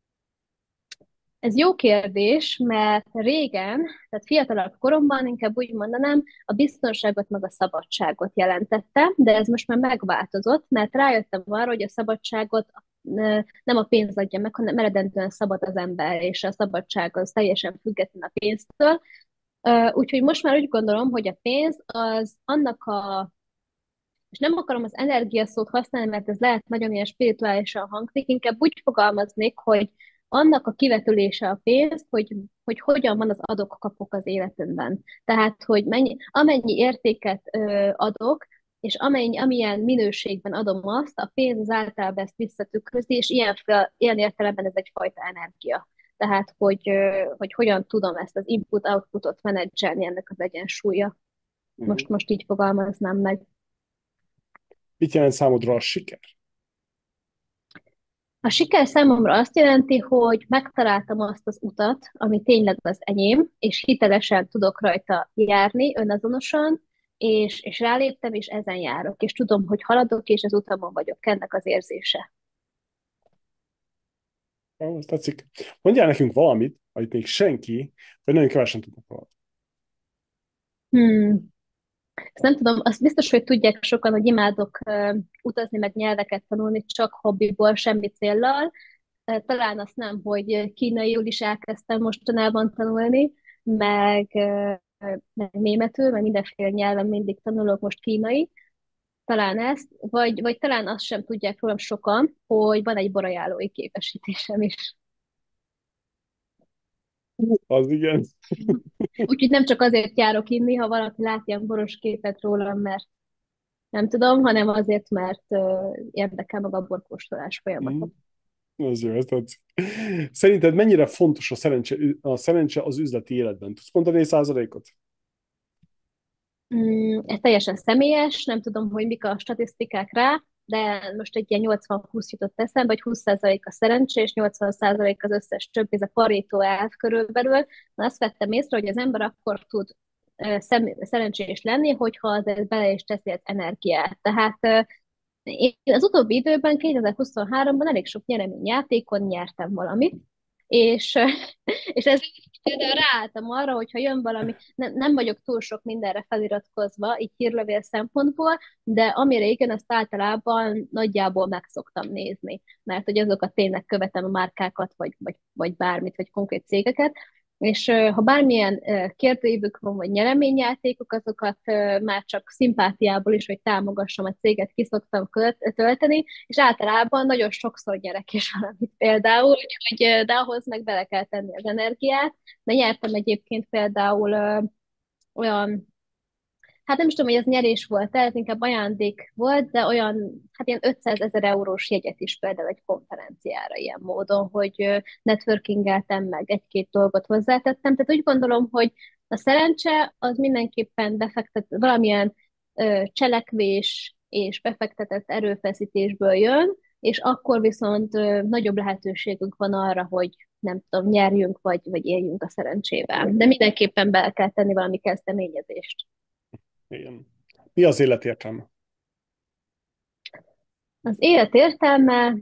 Ez jó kérdés, mert régen, tehát fiatalabb koromban inkább úgy mondanám, a biztonságot meg a szabadságot jelentette, de ez most már megváltozott, mert rájöttem arra, hogy a szabadságot nem a pénz adja meg, hanem eredendően szabad az ember, és a szabadság az teljesen független a pénztől. Úgyhogy most már úgy gondolom, hogy a pénz az annak a, és nem akarom az energia szót használni, mert ez lehet nagyon ilyen spirituálisan hangzik, inkább úgy fogalmaznék, hogy annak a kivetülése a pénzt, hogy, hogy hogyan van az adok-kapok az életünkben. Tehát, hogy mennyi, amennyi értéket ö, adok, és amennyi, amilyen minőségben adom azt, a pénz az általában ezt visszatükrözi, és ilyen, ilyen értelemben ez egyfajta energia. Tehát, hogy, ö, hogy hogyan tudom ezt az input-outputot menedzselni, ennek az egyensúlya. Uh-huh. Most, most így fogalmaznám meg. Mit jelent számodra a siker? A siker számomra azt jelenti, hogy megtaláltam azt az utat, ami tényleg az enyém, és hitelesen tudok rajta járni, önazonosan, és, és ráléptem, és ezen járok, és tudom, hogy haladok, és az utamon vagyok, ennek az érzése. Ah, ez tetszik. Mondjál nekünk valamit, amit még senki, vagy nagyon kevesen tudnak róla. Hmm. Ezt nem tudom, azt biztos, hogy tudják sokan, hogy imádok uh, utazni, meg nyelveket tanulni, csak hobbiból, semmi céllal. Uh, talán azt nem, hogy kínaiul is elkezdtem mostanában tanulni, meg, uh, meg németül, meg mindenféle nyelven mindig tanulok, most kínai. Talán ezt, vagy, vagy talán azt sem tudják rólam sokan, hogy van egy borajálói képesítésem is. Az igen. Úgyhogy nem csak azért járok inni, ha valaki lát ilyen boros képet rólam, mert nem tudom, hanem azért, mert uh, érdekel maga a borkóstolás Mm, folyamata. az jó, ez tetszik. Szerinted mennyire fontos a szerencse, a szerencse az üzleti életben? Tudsz mondani egy százalékot? Mm, ez teljesen személyes, nem tudom, hogy mik a statisztikák rá, de most egy ilyen nyolcvan-húsz jutott eszembe, hogy húsz százalék a szerencse, és nyolcvan százalék az összes több, ez a Pareto elv körülbelül. Na, azt vettem észre, hogy az ember akkor tud ö, szem, szerencsés lenni, hogyha az bele is teszi az energiát. Tehát ö, én az utóbbi időben, kétezer-huszonháromban elég sok nyereményjátékon nyertem valamit, és, és ez például ráálltam arra, hogyha jön valami, nem, nem vagyok túl sok mindenre feliratkozva, így hírlevél szempontból, de amire igen, azt általában nagyjából meg szoktam nézni, mert hogy azokat tényleg követem a márkákat, vagy, vagy, vagy bármit, vagy konkrét cégeket, és ha bármilyen kérdőívük van, vagy nyereményjátékok, azokat már csak szimpátiából is, hogy támogassam a céget, ki szoktam tölteni, és általában nagyon sokszor nyerek is valamit például, úgyhogy, de ahhoz meg bele kell tenni az energiát. De nyertem egyébként például olyan, hát nem is tudom, hogy ez nyerés volt, ez inkább ajándék volt, de olyan, hát ilyen ötszázezer eurós jegyet is például egy konferenciára ilyen módon, hogy networkingeltem meg, egy-két dolgot hozzátettem. Tehát úgy gondolom, hogy a szerencse az mindenképpen befektet, valamilyen ö, cselekvés és befektetett erőfeszítésből jön, és akkor viszont ö, nagyobb lehetőségünk van arra, hogy nem tudom, nyerjünk, vagy, vagy éljünk a szerencsével. De mindenképpen bele kell tenni valami kezdeményezést. Igen. Mi az élet értelme? Az élet értelme,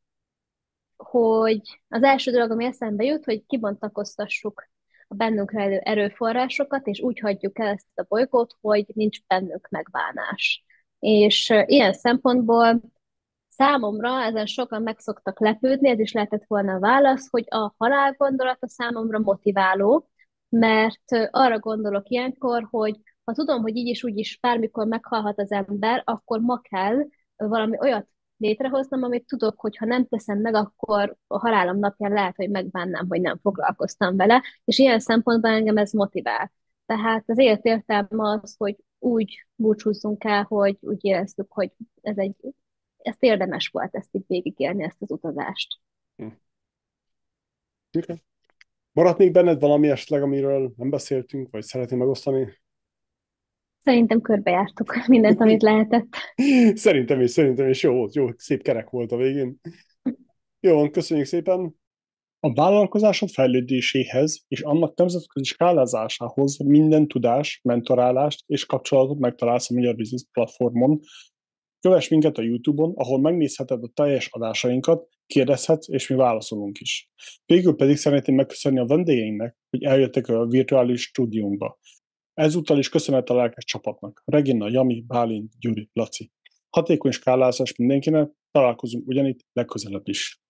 hogy az első dolog, ami eszembe jut, hogy kibontakoztassuk a bennünk rejlő erőforrásokat, és úgy hagyjuk el ezt a bolygót, hogy nincs bennünk megbánás. És uh, ilyen szempontból számomra ezen sokan meg szoktak lepődni, ez is lehetett volna a válasz, hogy a halál gondolata számomra motiváló, mert uh, arra gondolok ilyenkor, hogy ha tudom, hogy így is úgy is bármikor meghalhat az ember, akkor ma kell valami olyat létrehoznom, amit tudok, hogy ha nem teszem meg, akkor a halálom napján lehet, hogy megbánnám, hogy nem foglalkoztam vele, és ilyen szempontból engem ez motivál. Tehát az élet értelme az, hogy úgy búcsúzzunk el, hogy úgy éreztük, hogy ez egy, ezt érdemes volt ezt így végigélni, ezt az utazást. Hm. Okay. Maradt még benned valami esetleg, amiről nem beszéltünk, vagy szeretném megosztani? Szerintem körbejártuk mindent, amit lehetett. Szerintem is, szerintem is jó volt, jó, szép kerek volt a végén. Jó van, köszönjük szépen! A vállalkozásod fejlődéséhez és annak nemzetközi skálázásához minden tudás, mentorálást és kapcsolatot megtalálsz a Magyar Business platformon. Kövess minket a YouTube-on, ahol megnézheted a teljes adásainkat, kérdezhetsz, és mi válaszolunk is. Végül pedig szeretném megköszönni a vendégeinknek, hogy eljöttek a virtuális stúdiónkba. Ezúttal is köszönet a lelkes csapatnak. Regina, Jami, Bálint, Gyuri, Laci. Hatékony skálázás mindenkinek, találkozunk ugyanitt legközelebb is.